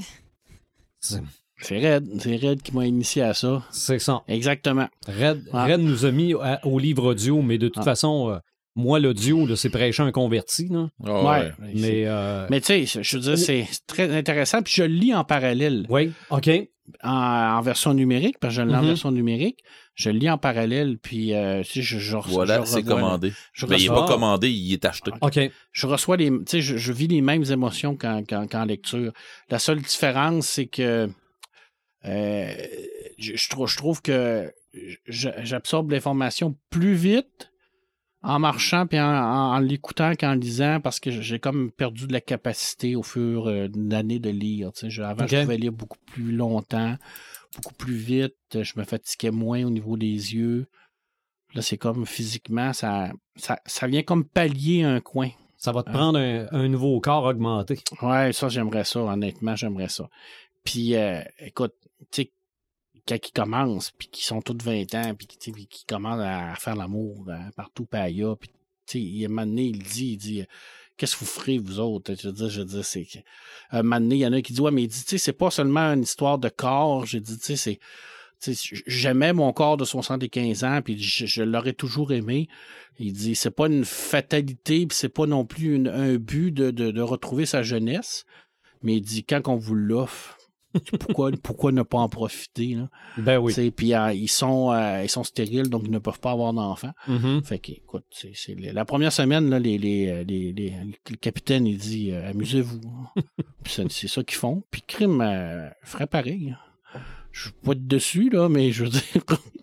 C'est, C'est Red. C'est Red qui m'a initié à ça. c'est ça. Exactement. Red, Ah. Red nous a mis à- au livre audio, mais de toute Ah. façon, euh, moi, l'audio, là, c'est prêcher un converti. Là. Oh, ouais. ouais. Mais, euh, Mais tu sais, je veux dire, c'est très intéressant. Puis je le lis en parallèle, oui, OK. en, en version numérique, parce que je l'ai en Mhm. version numérique. Je le lis en parallèle, puis euh, tu sais, je, je, Voilà, je c'est revois, commandé. je Ben, il n'est reçois- pas commandé, il est acheté. OK. je reçois les, tu sais, je, je vis les mêmes émotions qu'en, qu'en, qu'en lecture. La seule différence, c'est que euh, je, je, trouve, je trouve que je- j'absorbe l'information plus vite en marchant puis en, en, en l'écoutant qu'en lisant parce que j'ai comme perdu de la capacité au fur euh, d'années de lire. Tu sais, Je- avant, Ok. je pouvais lire beaucoup plus longtemps, beaucoup plus vite. Je me fatiguais moins au niveau des yeux. Là, c'est comme physiquement, ça, ça, ça vient comme pallier un coin. Ça va te prendre un, un nouveau corps augmenté. Ouais, ça, j'aimerais ça, honnêtement, j'aimerais ça. Puis, euh, écoute, tu sais, quand ils commencent, puis qu'ils sont tous vingt ans, puis tu sais, puis qu'ils commencent à faire l'amour hein, partout, puis ailleurs, puis tu sais, il y a un moment donné, il dit, il dit, qu'est-ce que vous ferez, vous autres? Je veux dire, je veux dire, c'est... que- Un moment donné, il y en a qui disent, ouais, mais il dit, tu sais, c'est pas seulement une histoire de corps, j'ai dit, tu sais, c'est... tu sais, j'aimais mon corps de soixante-quinze ans, puis je, je l'aurais toujours aimé. Il dit, c'est pas une fatalité, puis c'est pas non plus une- un but de, de, de retrouver sa jeunesse, mais il dit, quand on vous l'offre, pourquoi, pourquoi ne pas en profiter? Là? Ben oui. Tu sais, puis euh, ils, sont, euh, ils sont stériles, donc ils ne peuvent pas avoir d'enfants. Mhm. Fait que, écoute, c'est, c'est les- la première semaine, là, les, les, les, les- le capitaine, il dit, euh, amusez-vous. Puis c'est, c'est ça qu'ils font. Puis crime euh, ferait pareil. Je veux pas être dessus, là, mais je veux dire,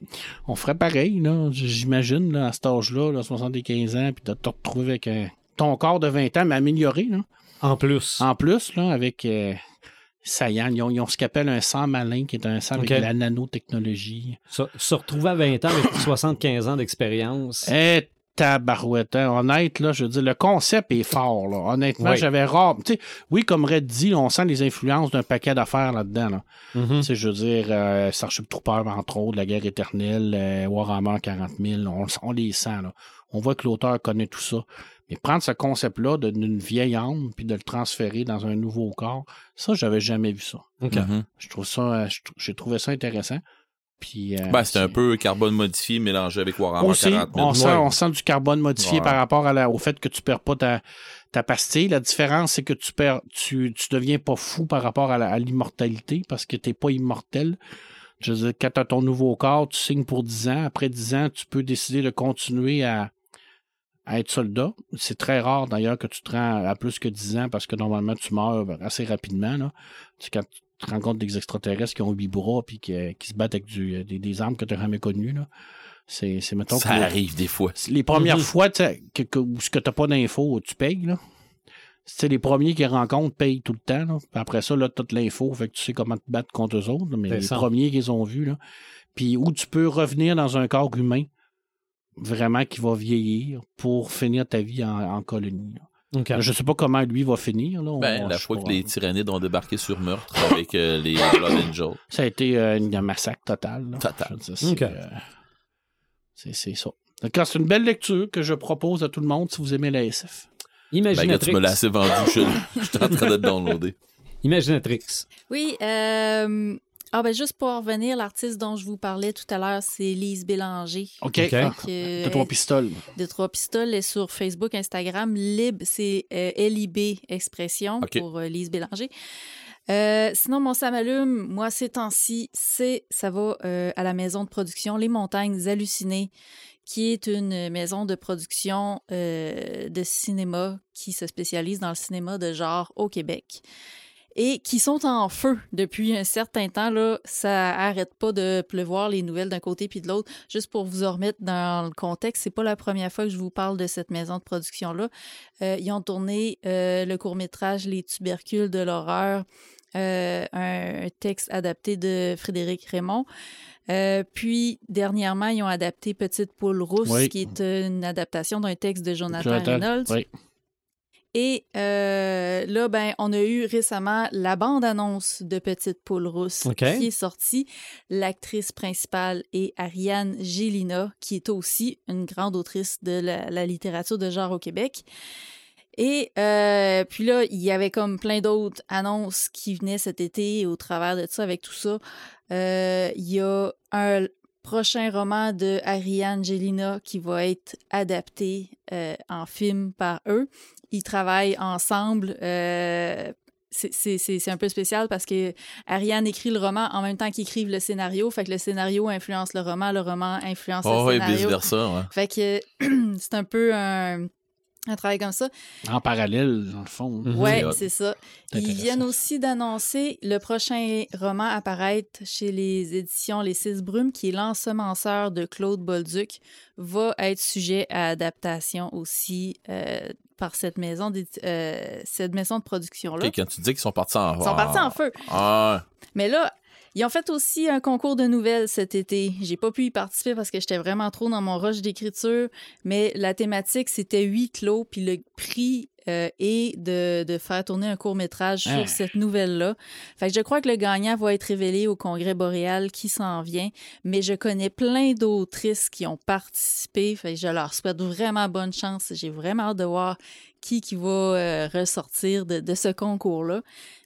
on ferait pareil, là, j'imagine, là, à cet âge-là, là, soixante-quinze ans, puis de te retrouver avec un, ton corps de vingt ans, mais amélioré, là. En plus. En plus, là, avec euh, Sayan, ils ont, ils ont ce qu'on appelle un sang malin, qui est un sang avec Ok. de la nanotechnologie. Se, se retrouver à vingt ans avec soixante-quinze ans d'expérience. Eh, tabarouette, hein. Honnête, là, je veux dire, le concept est fort, là. Honnêtement, Oui. j'avais rare. Tu sais, oui, comme Red dit, on sent les influences d'un paquet d'affaires là-dedans, là. Mhm. Tu sais, je veux dire, euh, Starship Trooper, entre autres, La Guerre éternelle, euh, Warhammer quarante mille, on, on les sent, là. On voit que l'auteur connaît tout ça. Mais prendre ce concept-là de- d'une vieille âme puis de le transférer dans un nouveau corps, ça, j'avais jamais vu ça. OK. Mhm. Je trouve ça, euh, je trou- j'ai trouvé ça intéressant. Puis, euh, Ben, c'est un peu carbone modifié mélangé avec Warhammer aussi, quarante mille. on sent, Ouais. on sent du carbone modifié Ouais. par rapport à la- au fait que tu perds pas ta, ta pastille. La différence, c'est que tu perds, tu, tu deviens pas fou par rapport à, la- à l'immortalité parce que t'es pas immortel. Je veux dire, quand tu as ton nouveau corps, tu signes pour dix ans. Après dix ans, tu peux décider de continuer à, à être soldat. C'est très rare, d'ailleurs, que tu te rends à plus que dix ans parce que normalement, tu meurs assez rapidement. Là. C'est quand tu te rends compte des extraterrestres qui ont huit bras et qui, qui se battent avec du, des, des armes que tu n'as jamais connues. Là. C'est, c'est, mettons, ça que arrive les, des fois. Les premières mm-hmm. fois que, que, où ce que tu n'as pas d'infos, tu payes. Là. C'est les premiers qui rencontrent payent tout le temps. Là. Puis après ça, là, tu as de l'info. Fait que tu sais comment te battre contre eux autres. Là, mais c'est les ça. Premiers qu'ils ont vus. Là. Puis où tu peux revenir dans un corps humain vraiment qui va vieillir pour finir ta vie en, en colonie. Là. Okay. Je ne sais pas comment lui va finir. Là. Ben, on, la fois pas, que les tyrannides ont débarqué sur Meurtre avec euh, les Blood Angels. Ça a été euh, un massacre total. Là. Total. Dire, c'est, okay. euh, c'est, c'est ça. Donc, c'est une belle lecture que je propose à tout le monde si vous aimez la S F. Imaginatrix. Ben, tu me l'as assez vendu. Je, je suis en train de te downloader. Imaginatrix. Oui, euh... Ah ben juste pour revenir, l'artiste dont je vous parlais tout à l'heure, c'est Lise Bélanger. OK. okay. Donc, euh, de Trois Pistoles. De Trois Pistoles est sur Facebook, Instagram. Lib, c'est euh, L I B Expression okay. pour euh, Lise Bélanger. Euh, sinon, mon ça m'allume, moi, ces temps-ci, c'est, ça va euh, à la maison de production Les Montagnes Hallucinées, qui est une maison de production euh, de cinéma qui se spécialise dans le cinéma de genre au Québec. Et qui sont en feu depuis un certain temps. Là, ça n'arrête pas de pleuvoir les nouvelles d'un côté puis de l'autre. Juste pour vous en remettre dans le contexte, c'est pas la première fois que je vous parle de cette maison de production-là. Euh, ils ont tourné euh, le court-métrage Les tubercules de l'horreur, euh, un, un texte adapté de Frédéric Raymond. Euh, puis, dernièrement, ils ont adapté Petite poule rousse, oui. qui est une adaptation d'un texte de Jonathan, Jonathan Reynolds. Oui. Et euh, là, ben, on a eu récemment la bande-annonce de Petite poule rousse okay. qui est sortie. L'actrice principale est Ariane Gélina, qui est aussi une grande autrice de la, la littérature de genre au Québec. Et euh, puis là, il y avait comme plein d'autres annonces qui venaient cet été au travers de ça, avec tout ça. Euh, il y a un prochain roman de Ariane Gélina qui va être adapté euh, en film par eux. Ils travaillent ensemble. Euh, c'est, c'est, c'est un peu spécial parce que Ariane écrit le roman en même temps qu'ils écrivent le scénario. Fait que le scénario influence le roman, le roman influence oh, le scénario. Oh, et vice-versa, ouais. Fait que c'est un peu un, un travail comme ça. En parallèle, dans le fond. Mm-hmm. Oui, c'est ça. Ils viennent aussi d'annoncer le prochain roman à paraître chez les éditions Les Six Brumes, qui est L'Ensemenceur de Claude Bolduc, va être sujet à adaptation aussi euh, par cette maison, euh, cette maison de production-là. Okay, quand tu dis qu'ils sont partis en feu. Ils sont partis en feu. Ah. Mais là, ils ont fait aussi un concours de nouvelles cet été. J'ai pas pu y participer parce que j'étais vraiment trop dans mon rush d'écriture, mais la thématique, c'était huis clos, puis le prix euh, est de, de faire tourner un court-métrage hein. sur cette nouvelle-là. Fait que je crois que le gagnant va être révélé au Congrès boréal qui s'en vient, mais je connais plein d'autrices qui ont participé, fait que je leur souhaite vraiment bonne chance. J'ai vraiment hâte de voir qui, qui va euh, ressortir de, de ce concours-là.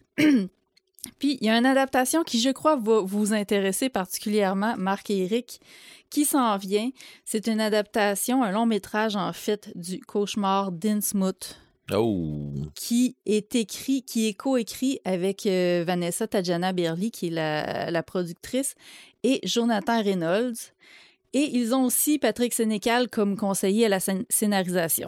Puis, il y a une adaptation qui, je crois, va vous intéresser particulièrement, Marc et Éric, qui s'en vient. C'est une adaptation, un long métrage, en fait, du cauchemar d'Innsmouth. Oh. Qui est écrit, qui est coécrit avec euh, Vanessa Tadjana-Berly, qui est la, la productrice, et Jonathan Reynolds. Et ils ont aussi Patrick Sénécal comme conseiller à la scén- scénarisation.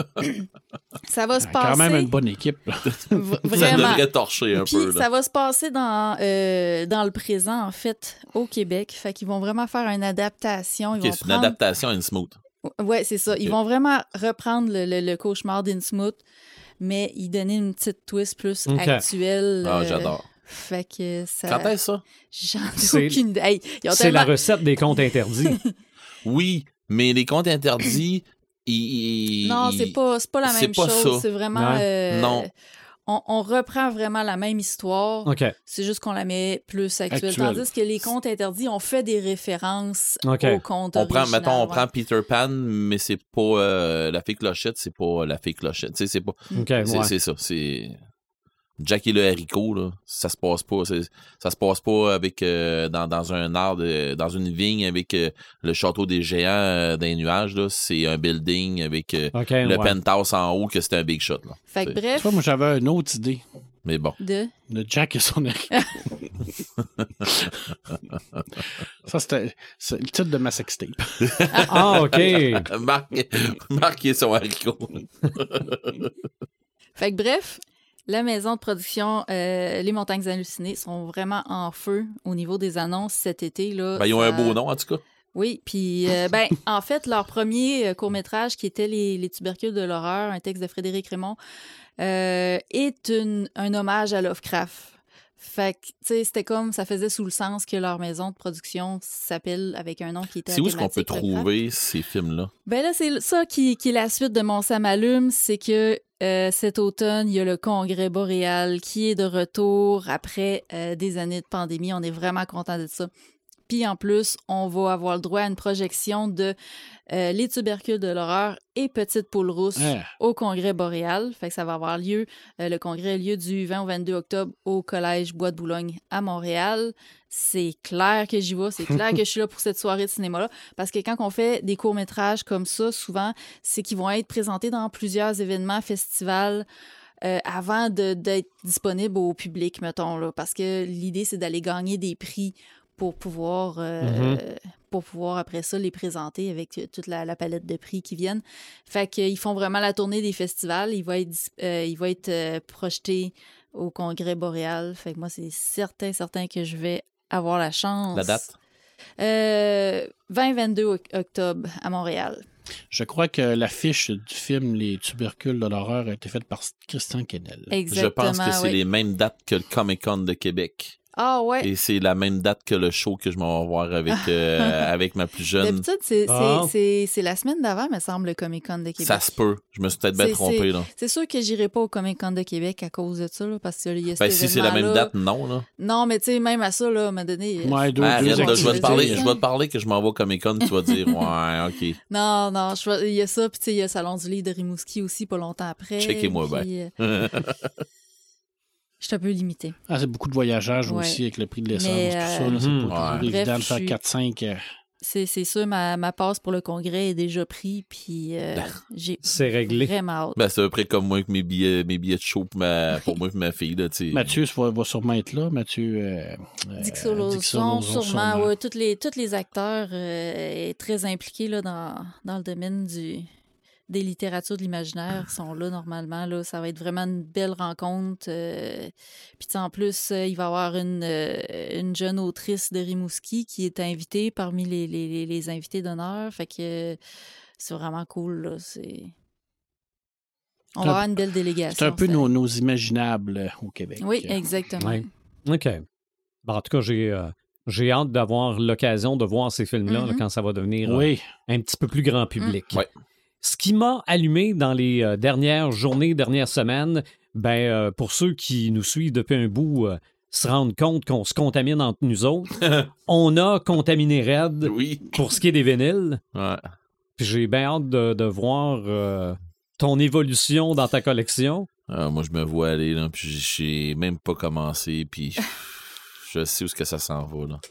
Ça va se passer... Quand même une bonne équipe. V- vraiment. Ça devrait torcher un Puis, peu. Là. Ça va se passer dans, euh, dans le présent, en fait, au Québec. Fait qu'ils vont vraiment faire une adaptation. Ils okay, vont c'est prendre... une adaptation à Innsmouth. Oui, c'est ça. Okay. Ils vont vraiment reprendre le, le, le cauchemar d'Innsmouth, mais y donner une petite twist plus okay. actuelle. Ah, euh... j'adore. Fait que ça... Quand est-ce ça? J'en ai aucune idée. Hey, c'est tellement... la recette des contes interdits. Oui, mais les contes interdits, ils... Non, c'est pas, c'est pas la c'est même pas chose. Ça. C'est vraiment... Euh... Non. On, on reprend vraiment la même histoire. Okay. C'est juste qu'on la met plus actuelle. Actuelle. Tandis que les contes interdits, on fait des références okay. aux contes on prend, originaux. Mettons, on ouais. prend Peter Pan, mais c'est pas euh, la fée Clochette, c'est pas la fée Clochette. Tu sais, c'est pas... Okay, c'est, ouais. c'est ça, c'est... Jack et le haricot, là, ça se passe pas. C'est, ça se passe pas avec euh, dans, dans un art de, dans une vigne avec euh, le château des géants euh, dans les nuages. Là. C'est un building avec euh, okay, le ouais. penthouse en haut que c'est un big shot. Là. Fait que bref. Tu vois, moi j'avais une autre idée. Mais bon. De, de Jack et son haricot. Ça, c'était c'est le titre de ma sextape. Ah, OK. Marc, Marc et son haricot. Fait que bref, la maison de production euh, Les Montagnes Hallucinées sont vraiment en feu au niveau des annonces cet été. Là, Ben, ils ont ça... un beau nom, en tout cas. Oui, puis euh, ben, en fait, leur premier euh, court-métrage, qui était les, les tubercules de l'horreur, un texte de Frédéric Raymond, euh, est une, un hommage à Lovecraft. Fait que, tu sais, c'était comme, ça faisait sous le sens que leur maison de production s'appelle avec un nom qui était. C'est où est-ce qu'on peut thématique Lovecraft. trouver ces films-là? Ben là, c'est ça qui, qui est la suite de Mon Sam allume, c'est que euh, cet automne, il y a le Congrès boréal qui est de retour après euh, des années de pandémie. On est vraiment content de ça. Puis en plus, on va avoir le droit à une projection de euh, Les tubercules de l'horreur et Petite poule rousse Ah. au Congrès boréal. Fait que ça va avoir lieu, euh, le congrès a lieu du vingt au vingt-deux octobre au Collège Bois de Boulogne à Montréal. C'est clair que j'y vais, c'est clair que je suis là pour cette soirée de cinéma-là. Parce que quand on fait des courts-métrages comme ça, souvent, c'est qu'ils vont être présentés dans plusieurs événements, festivals, Euh, avant de, d'être disponibles au public, mettons, là, parce que l'idée, c'est d'aller gagner des prix pour pouvoir, euh, Mhm. pour pouvoir, après ça, les présenter avec toute la, la palette de prix qui viennent. Fait qu'ils font vraiment la tournée des festivals. Il va être, dis- euh, il va être euh, projeté au Congrès boréal. Fait que moi, c'est certain, certain que je vais avoir la chance. La date? Euh, vingt vingt-deux oc- octobre à Montréal. Je crois que l'affiche du film Les tubercules de l'horreur a été faite par Christian Kennel. Exactement. Je pense que c'est oui. les mêmes dates que le Comic-Con de Québec. Ah ouais. Et c'est la même date que le show que je m'en vais voir avec, euh, avec ma plus jeune. D'habitude, c'est, Ah. c'est, c'est, c'est la semaine d'avant, me semble, le Comic-Con de Québec. Ça se peut. Je me suis peut-être bien C'est- trompé, là. C'est sûr que j'irai pas au Comic-Con de Québec à cause de ça, là, parce qu'il y a Ben, cet si c'est la même événement-là. date, non, là. Non, mais tu sais, même à ça, là, à un moment donné... Ouais, deux, Ah, deux arrête, là, je vais te activités. parler, ça. je vais te parler que je m'en vais au Comic-Con, tu vas dire, ouais, ok. Non, non, je vais- il y a ça, puis tu sais, il y a le Salon du livre de Rimouski aussi, pas longtemps après. Checkez-moi puis, euh, Je suis un peu limitée. Ah, c'est beaucoup de voyagage Ouais. aussi avec le prix de l'essence, Mais, tout ça. euh, là, c'est Mhm. pas Ouais. toujours évident Bref, de faire je suis- quatre cinq. euh, C'est, c'est sûr, ma, ma passe pour le congrès est déjà prise, puis euh, j'ai C'est réglé. vraiment hâte. Ben, c'est à peu près comme moi avec mes billets, mes billets de show pour, ma, pour moi et ma fille, là, tu sais. Mathieu ça va, va sûrement être là. Mathieu. Euh, Dixon euh, Lawson, Dixon Lawson, sûrement. Ouais, tous les, tous les acteurs euh, est très impliqués là, dans, dans le domaine du, des littératures de l'imaginaire sont là normalement. Là. Ça va être vraiment une belle rencontre. euh, Puis tu sais, en plus, euh, il va y avoir une, euh, une jeune autrice de Rimouski qui est invitée parmi les, les, les- les invités d'honneur. Fait que euh, c'est vraiment cool. Là. C'est... On C'est va un- avoir une belle délégation. C'est un peu ça. nos, nos imaginables euh, au Québec. Oui, exactement. Ouais. OK. Bon, en tout cas, j'ai, euh, j'ai hâte d'avoir l'occasion de voir ces films-là là, Mhm. quand ça va devenir euh, Oui. un petit peu plus grand public. Ouais. Ce qui m'a allumé dans les euh, dernières journées, dernières semaines, ben, euh, pour ceux qui nous suivent depuis un bout, euh, se rendent compte qu'on se contamine entre nous autres. On a contaminé Red Oui. pour ce qui est des vinyles. Ouais. Puis j'ai bien hâte de, de voir euh, ton évolution dans ta collection. Ah, moi, je me vois aller, là, puis j'ai même pas commencé, puis je sais où est-ce que ça s'en va, là.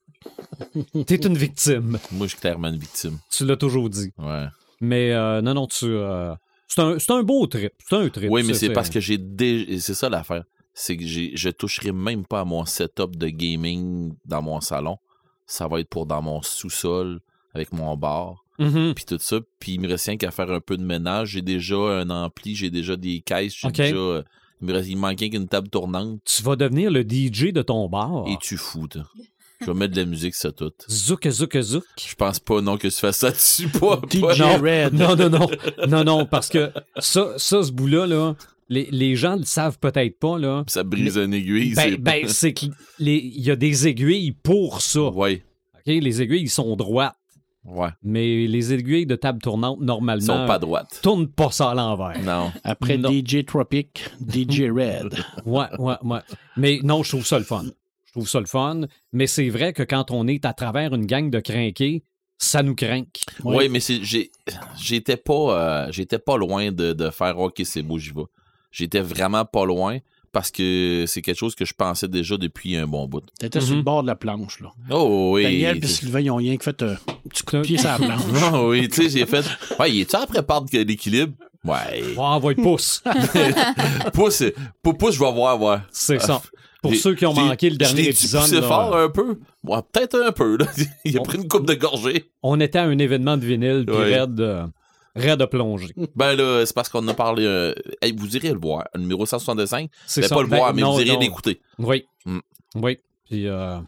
T'es une victime. Moi, je suis clairement une victime. Tu l'as toujours dit. Ouais. Mais euh, non, non, tu. euh, c'est, un, c'est un beau trip. C'est un trip. Oui, mais c'est parce que j'ai déjà. C'est ça l'affaire. C'est que j'ai... je toucherai même pas à mon setup de gaming dans mon salon. Ça va être pour dans mon sous-sol, avec mon bar, Mhm. puis tout ça. Puis il me reste rien qu'à faire un peu de ménage. J'ai déjà un ampli, j'ai déjà des caisses, j'ai Ok. déjà. euh, Il me reste... il me manque rien qu'une table tournante. Tu vas devenir le D J de ton bar. Et tu fous, toi. Je vais mettre de la musique, ça tout. Zouk, zouk, zouk. Je pense pas, non, que tu fasses ça dessus, pas. D pas- J Non. Red. Non, non, non. Non, non, parce que ça, ça ce bout-là, là, les, les gens ne le savent peut-être pas, là. Ça brise une aiguille. Ben, c'est... ben, c'est qu'il y a des aiguilles pour ça. Ouais, OK? Les aiguilles, ils sont droites. ouais. Mais les aiguilles de table tournante, Ils normalement, sont pas droites. tournent pas ça à l'envers. Non. Après Non. D J Tropic, D J Red. Ouais, ouais, ouais. Mais non, je trouve ça le fun. Je trouve ça le fun. Mais c'est vrai que quand on est à travers une gang de crinqués, ça nous crinque. Oui, Oui. mais c'est, j'ai, j'étais pas, euh, j'étais pas loin de, de faire OK, c'est beau, j'y vais. J'étais vraiment pas loin parce que c'est quelque chose que je pensais déjà depuis un bon bout. T'étais sur le bord de la planche, là. Oh oui. Daniel et c'est- Sylvain, ils ont rien que fait un petit coup de pied sur la planche. Non, oui, tu sais, j'ai fait. Ouais, il est-tu après perdre que l'équilibre? Ouais. Oh, envoie le pouce. pouce, pou- pouce, je vais voir, ouais. C'est ça. Pour J'ai- ceux qui ont j'ai- manqué le dernier je l'ai épisode, poussé là, fort un peu. Ouais, peut-être un peu. Là. Il a On- pris une coupe de gorgée. on était à un événement de vinyle, puis Ouais. raide, euh, raide de plongée. Ben là, c'est parce qu'on en a parlé. Euh... Hey, vous irez le voir. Le numéro cent soixante-cinq. C'est Ben, ça. pas le Ben, voir, mais non, vous irez non. l'écouter. Oui. Mm. Oui. Puis euh,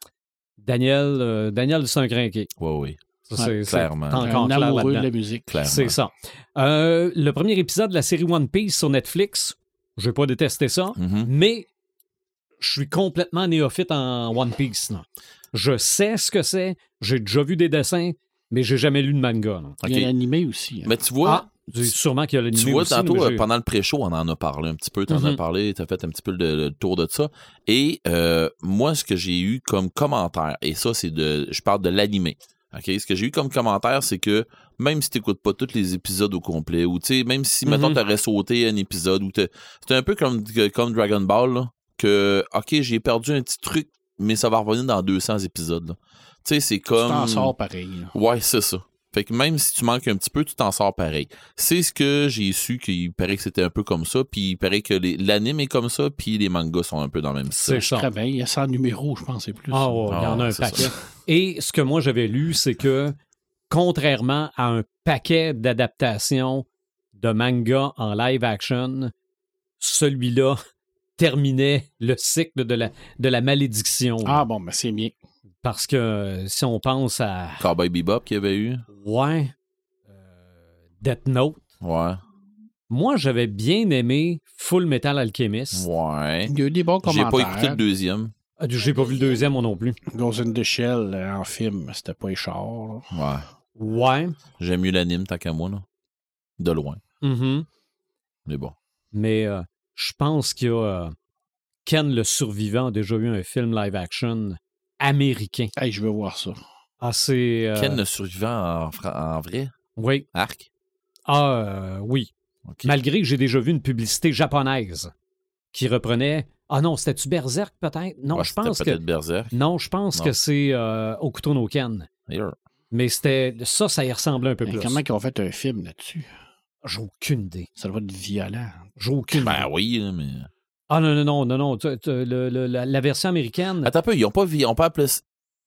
Daniel, euh, Daniel, c'est un crinqué. Oui, oui. Ça, c'est- c'est clairement. encore Un clair amoureux de là-dedans. la musique. Clairement. C'est ça. Euh, le premier épisode de la série One Piece sur Netflix, je vais pas détester ça, Mhm. mais je suis complètement néophyte en One Piece. Là. Je sais ce que c'est, j'ai déjà vu des dessins, mais j'ai jamais lu de manga. Là. Il y a OK. l'animé aussi. hein. Mais tu vois, Ah, sûrement qu'il y a l'animé tu vois aussi, tantôt, mais euh, j'ai- pendant le pré-show, on en a parlé un petit peu. Tu en as Mhm. parlé, tu as fait un petit peu le, le tour de ça. Et euh, moi, ce que j'ai eu comme commentaire, et ça, c'est de. Je parle de l'animé. OK? Ce que j'ai eu comme commentaire, c'est que même si tu n'écoutes pas tous les épisodes au complet, ou tu sais, même si, Mhm. mettons, tu aurais sauté un épisode, ou t'as- c'est un peu comme, que- comme Dragon Ball, là, que, OK, j'ai perdu un petit truc, mais ça va revenir dans deux cents épisodes. là. Tu sais, c'est Tu comme. t'en sors pareil. là. Ouais, c'est ça. Fait que même si tu manques un petit peu, tu t'en sors pareil. C'est ce que j'ai su, qu'il paraît que c'était un peu comme ça, puis il paraît que les- l'anime est comme ça, puis les mangas sont un peu dans le même C'est style. ça. Très bien. Il y a cent numéros, je pense, et plus. Ah, ouais, il y en a Ah, un c'est paquet. ça. Et ce que moi j'avais lu, c'est que contrairement à un paquet d'adaptations de manga en live action, celui-là terminait le cycle de la, de la malédiction. Ah bon, ben c'est bien. Parce que euh, si on pense à Cowboy Bebop qu'il y avait eu. ouais, euh, Death Note, Ouais. moi j'avais bien aimé Full Metal Alchemist. Ouais. Il y a eu des bons J'ai commentaires. pas écouté le deuxième. Ah, j'ai pas vu le deuxième moi non plus. Ghost in the Shell euh, en film, c'était pas échard. là. Ouais. Ouais. J'aime mieux l'anime tant qu'à moi, là. De loin. mhm. Mais bon. Mais euh, je pense qu'il y a euh, Ken le Survivant a déjà eu un film live action américain. Hey, je veux voir ça. Ah, c'est. euh, Ken le survivant en, fra- en vrai? Oui. Arc? Ah, euh, oui. Ok. Malgré que j'ai déjà vu une publicité japonaise qui reprenait. Ah non, c'était-tu Berserk peut-être? Non, Ouais, je c'était pense que. peut-être Berserk. Non, je pense Non. que c'est euh, Okuto no Ken. Here. Mais c'était. Ça, ça y ressemblait un peu Mais plus. comment ils ont fait un film là-dessus? J'ai aucune idée. Ça doit être violent. J'ai aucune idée. Ben oui, là, mais. Ah non, non, non, non, non. Tu- tu- le- le- la, la version américaine. Attends un peu, ils ont pas, vi- ils ont pas appelé ça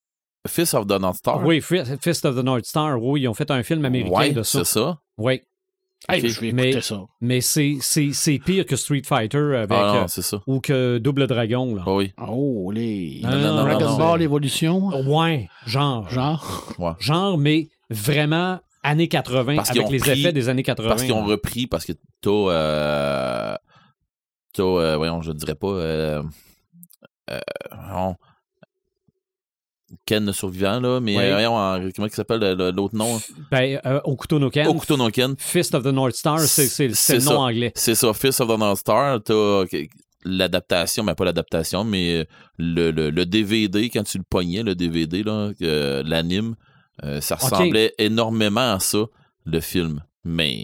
Fist of the North Star? Oui, Fi- Fist of the North Star, oui, ils ont fait un film américain ouais, de ça. c'est ça. Oui, Hey, Ok. je vais Mais- écouter ça. mais c'est, c'est, c'est pire que Street Fighter avec, Ah non, euh, c'est ça. ou que Double Dragon. Là. Ah oui. Oh, les Non, non, non, Dragon non, Ball c'est- Evolution, Ouais, genre. genre. Genre, mais vraiment années quatre-vingts, Parce qu'ils avec ont les pris- effets des années quatre-vingts. Parce qu'ils ont là. repris, parce que t'as. Euh, t'as, euh, voyons, je ne dirais pas. Euh, euh, voyons, Ken le survivant, là, mais Ouais. euh, voyons, en- comment il s'appelle le- le- l'autre nom? Ben, euh, Okuto no Ken, Okuto no Ken. Fist of the North Star, c'est, c'est, c'est C'est le nom ça. anglais. C'est ça, Fist of the North Star. T'as euh, l'adaptation, mais pas l'adaptation, mais le, le, le D V D, quand tu le pognais, le D V D, là, euh, l'anime, euh, ça ressemblait énormément à ça, le film. Mais,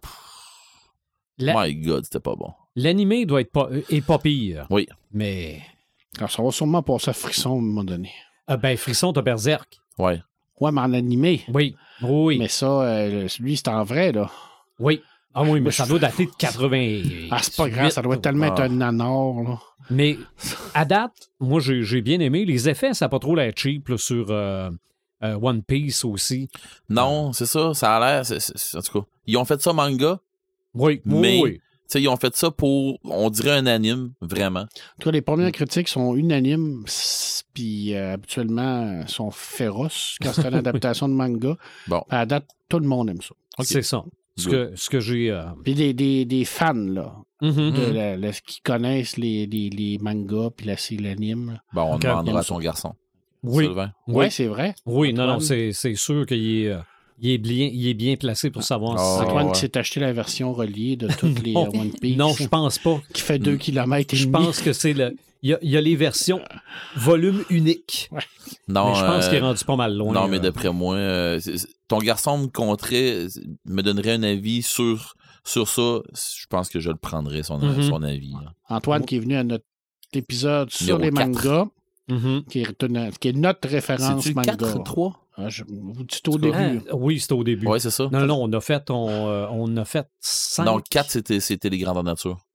La- my God, c'était pas bon. L'animé doit être pas, est pas pire. Oui. Mais, Alors, ça va sûrement passer à frisson à un moment donné. ah ben, Frisson, t'as Berserk. Ouais. Ouais, mais en animé. Oui, oui, Mais ça, euh, lui, c'est en vrai, là. oui. Ah oui, mais Moi, ça je- doit dater de quatre-vingt. Ah, c'est pas grave, ça doit tellement être Ah. un nanor, là. Mais à date, moi, j'ai j'ai bien aimé. Les effets, ça n'a pas trop l'air cheap là, sur euh, euh, One Piece aussi. Non, c'est ça, ça a l'air. c'est- c'est- En tout cas, ils ont fait ça manga, Oui, mais oui. tu sais, ils ont fait ça pour, on dirait un anime, vraiment. En tout cas, les premières critiques sont unanimes, s- puis euh, habituellement sont féroces quand c'est une adaptation de manga. Bon. À date, tout le monde aime ça. C'est ça. Ce Good. que, ce que j'ai. euh, Puis des, des, des fans, là, mhm. de Mhm. la- la- qui connaissent les, les, les mangas puis la, c'est l'anime. Bon, on Ok. demandera à ton garçon. Oui, Sylvain. oui, Ouais, c'est vrai. oui, non, non, Antoine. c'est c'est sûr qu'il est, euh, il est, bien, il est bien placé pour savoir Ah, si c'est Antoine ouais. qui s'est acheté la version reliée de toutes les Non. euh, One Piece. Non, je pense pas. Qui fait deux kilomètres et Je demi. pense que c'est le. Il y a, il y a les versions volume unique. Non, mais je pense euh, qu'il est rendu pas mal loin. non, mais euh. d'après moi, euh, c'est- c'est- ton garçon me compterait, me donnerait un avis sur, sur ça. Je pense que je le prendrais, son, Mhm. son avis. là. Antoine qui est venu à notre épisode sur Numéro les quatre. mangas, Mhm. qui est, une- qui est notre référence C'est-tu manga. quatre trois? Ah, je, vous dites au En tout cas, début. Ah, oui, c'était au début. Ouais, c'est ça. Non, non, on a fait, on, euh, on a fait cinq. Non, quatre, c'était, c'était les grandeurs nature.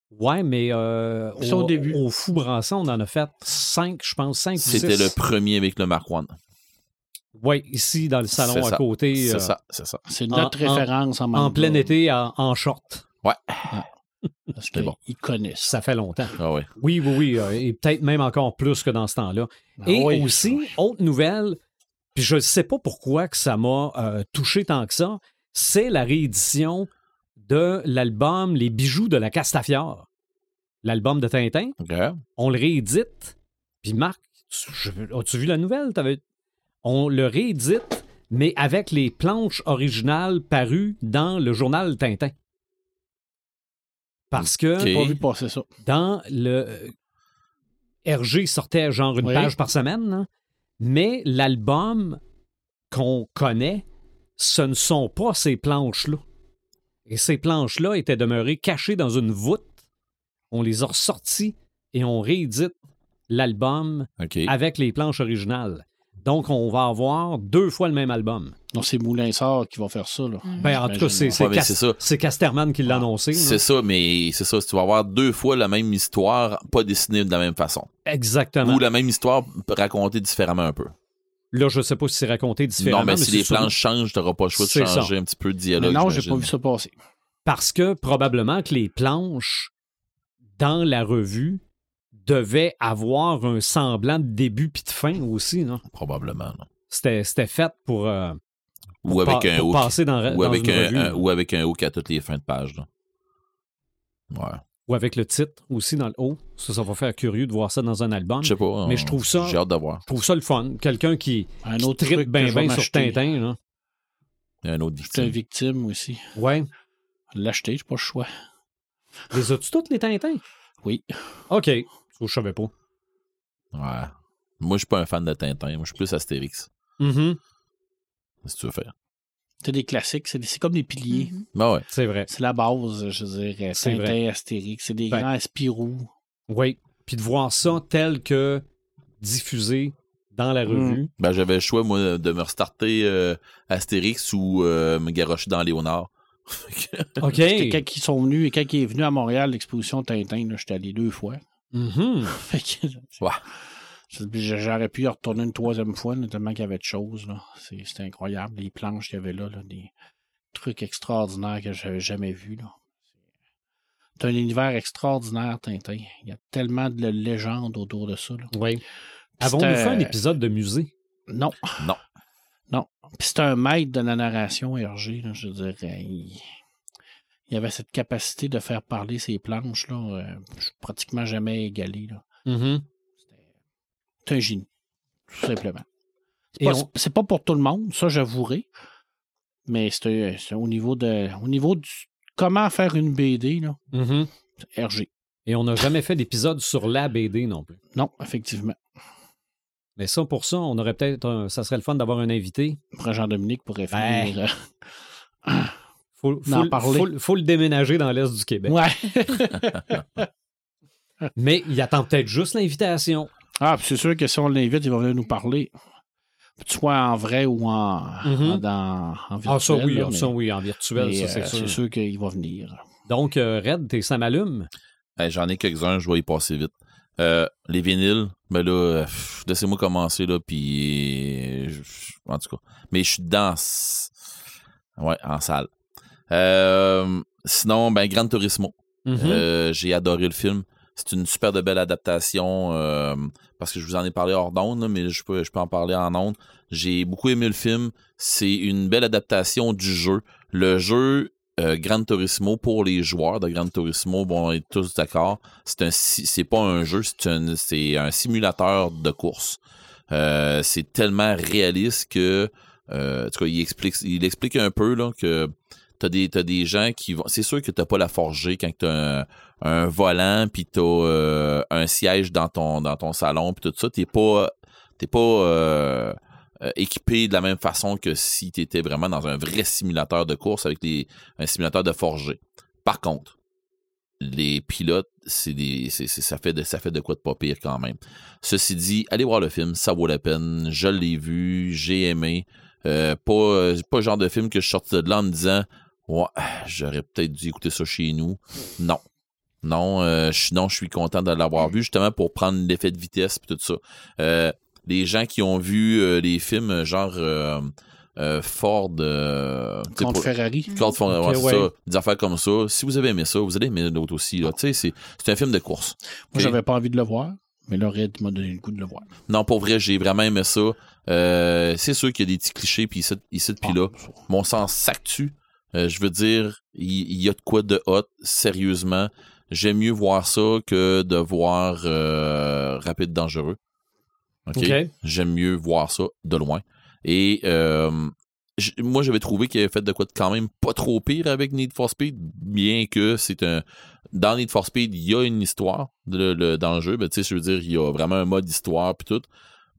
Ouais, mais euh, C'est au début. Au Fou Brassant, on en a fait cinq, je pense, cinq ou six. C'était le premier avec le Mark One. Oui, ici, dans le salon C'est à ça. côté. C'est euh, ça, c'est ça. C'est notre En- référence en, En manga. plein été, en, en short. Ouais. Parce C'est qu'ils bon. connaissent. Ça fait longtemps. Ah ouais. Oui, oui, oui. euh, et peut-être même encore plus que dans ce temps-là. Ah Et oui, aussi, autre nouvelle, puis je ne sais pas pourquoi que ça m'a euh, touché tant que ça, c'est la réédition de l'album Les bijoux de la Castafiore. L'album de Tintin. OK. On le réédite. Puis Marc, tu- je- as-tu vu la nouvelle? T'avais- On le réédite, mais avec les planches originales parues dans le journal Tintin. Parce que Ok. J'ai pas vu passer ça. dans le R G sortait genre une Oui. page par semaine, hein, mais l'album qu'on connaît, ce ne sont pas ces planches-là. Et ces planches-là étaient demeurées cachées dans une voûte. On les a ressorties et on réédite l'album OK. avec les planches originales. Donc, on va avoir deux fois le même album. Donc, c'est Moulin Sort qui va faire ça. Là. Ben, en tout cas, c'est, c'est, Ouais, mais Cas- c'est ça. c'est Casterman qui l'a annoncé. là. C'est ça, mais c'est ça. Tu vas avoir deux fois la même histoire, pas dessinée de la même façon. Exactement. Ou la même histoire racontée différemment un peu. Là, je ne sais pas si c'est raconté différemment. Non, mais si c'est les sûr- planches changent, tu n'auras pas le choix de C'est changer ça. un petit peu de Mais dialogue. non, j'ai j'imagine. pas vu ça passer. Parce que probablement que les planches dans la revue devaient avoir un semblant de début puis de fin aussi. Non? Probablement. non. C'était, c'était fait pour, euh, Ou pour avec pa- un pour hook. passer dans, Ou dans avec une un, revue. un- là. ou avec un hook à toutes les fins de page. Là. Ouais. Ou avec le titre aussi dans le haut. Ça, ça va faire curieux de voir ça dans un album. Je sais pas. Mais on- je trouve ça- J'ai hâte de voir. Je trouve ça le fun. Quelqu'un qui, Un qui autre trippe truc bien que je vais bien sur m'acheter. Tintin. Là. Il y a un autre J'étais victime. victime aussi. Ouais. L'acheter, j'ai pas le choix. Les as-tu toutes, les Tintins? Oui. OK. Ça, je savais pas. Ouais. Moi, je suis pas un fan de Tintin. Moi, je suis plus Astérix. Mhm. Si tu veux faire. C'est des classiques. C'est, des- c'est comme des piliers. Mhm. Ben ouais. C'est vrai. C'est la base, je veux dire. C'est Tintin, vrai. Astérix. C'est des Ben. grands Spirou. Oui. Puis de voir ça tel que diffusé dans la revue. Ben, j'avais le choix, moi, de me restarter euh, Astérix ou euh, me garrocher dans Léonard. OK. C'était quand ils sont venus et quand il est venu à Montréal, l'exposition Tintin, là, j'étais allé deux fois. Mhm. Fait que, Ouais. je- J'aurais pu y retourner une troisième fois, là, tellement qu'il y avait de choses. Là. C'est, c'était incroyable. Les planches qu'il y avait là, là, des trucs extraordinaires que j'avais jamais vus. Là. C'est un univers extraordinaire, Tintin. Il y a tellement de légendes autour de ça. Là. Oui. Puis Avons-nous c'était- fait un épisode de musée? Non. Non. Non. Puis c'est un maître de la narration, Hergé. Là, je veux dire, il... il avait cette capacité de faire parler ses planches. Là, euh, je suis pratiquement jamais égalé. Là. Mhm. C'est un génie, tout simplement. C'est Et pas, on- c'est pas pour tout le monde, ça j'avouerai. Mais c'est, un- c'est au niveau de. Au niveau du. Comment faire une B D, là, Mhm. c'est R G. Et on n'a jamais fait d'épisode sur la B D non plus. Non, effectivement. Mais ça, pour ça, on aurait peut-être. un- ça serait le fun d'avoir un invité. Après Jean-Dominique pourrait Ben. finir. Faut, faut, D'en le- parler. faut le- faut le déménager dans l'Est du Québec. Ouais. Mais il attend peut-être juste l'invitation. Ah, puis c'est sûr que si on l'invite, il va venir nous parler. Soit en vrai ou en, Mhm. en, dans, en virtuel. Ah, ça oui, là, ah, mais- ça oui, en virtuel, mais, ça euh, c'est sûr. c'est sûr qu'il va venir. Donc, euh, Red, t'es ça m'allume. Hey, j'en ai quelques-uns, je vais y passer vite. Euh, les vinyles, ben là, euh, pff, laissez-moi commencer, là, puis... euh, je- en tout cas. Mais je suis dans... Ouais, en salle. Euh, sinon, ben, Gran Turismo. Mhm. Euh, j'ai adoré le film. C'est une super de belle adaptation euh, parce que je vous en ai parlé hors d'onde, là, mais je peux, je peux en parler en onde. J'ai beaucoup aimé le film. C'est une belle adaptation du jeu. Le jeu euh, Gran Turismo, pour les joueurs de Gran Turismo, bon, on est tous d'accord, c'est un si- c'est pas un jeu, c'est un, c'est un simulateur de course. Euh, c'est tellement réaliste que euh, en tout cas, il explique, il explique un peu là, que T'as des, t'as des gens qui vont. C'est sûr que t'as pas la forger quand t'as un, un volant puis t'as euh, un siège dans ton dans ton salon puis tout ça. T'es pas t'es pas euh, euh, équipé de la même façon que si t'étais vraiment dans un vrai simulateur de course avec des, un simulateur de forger. Par contre, les pilotes, c'est des. C'est, c'est, ça fait de ça fait de quoi de pas pire quand même. Ceci dit, allez voir le film, ça vaut la peine. Je l'ai vu, j'ai aimé. Euh, pas, pas le genre de film que je sortais de là en me disant. Ouais, j'aurais peut-être dû écouter ça chez nous. Non. Non, euh, je, non, je suis content de l'avoir vu, justement, pour prendre l'effet de vitesse et tout ça. Euh, les gens qui ont vu euh, les films genre euh, euh, Ford... Euh, Contre pour, Ferrari. Contre Ford, Okay, ouais, c'est ouais. ça. Des affaires comme ça. Si vous avez aimé ça, vous allez aimer l'autre aussi. Là. Tu sais, c'est, c'est un film de course. Moi, Okay? j'avais pas envie de le voir, mais Laurette m'a donné le goût de le voir. Non, pour vrai, j'ai vraiment aimé ça. Euh, c'est sûr qu'il y a des petits clichés, puis ici, ici puis là. Mon sens s'actue. Euh, je veux dire, il, il y a de quoi de hot, sérieusement. J'aime mieux voir ça que de voir euh, Rapide Dangereux. Okay? OK. J'aime mieux voir ça de loin. Et euh, j- moi, j'avais trouvé qu'il avait fait de quoi de quand même pas trop pire avec Need for Speed, bien que c'est un... Dans Need for Speed, il y a une histoire de, le, dans le jeu. Ben, tu sais, je veux dire, il y a vraiment un mode histoire puis tout.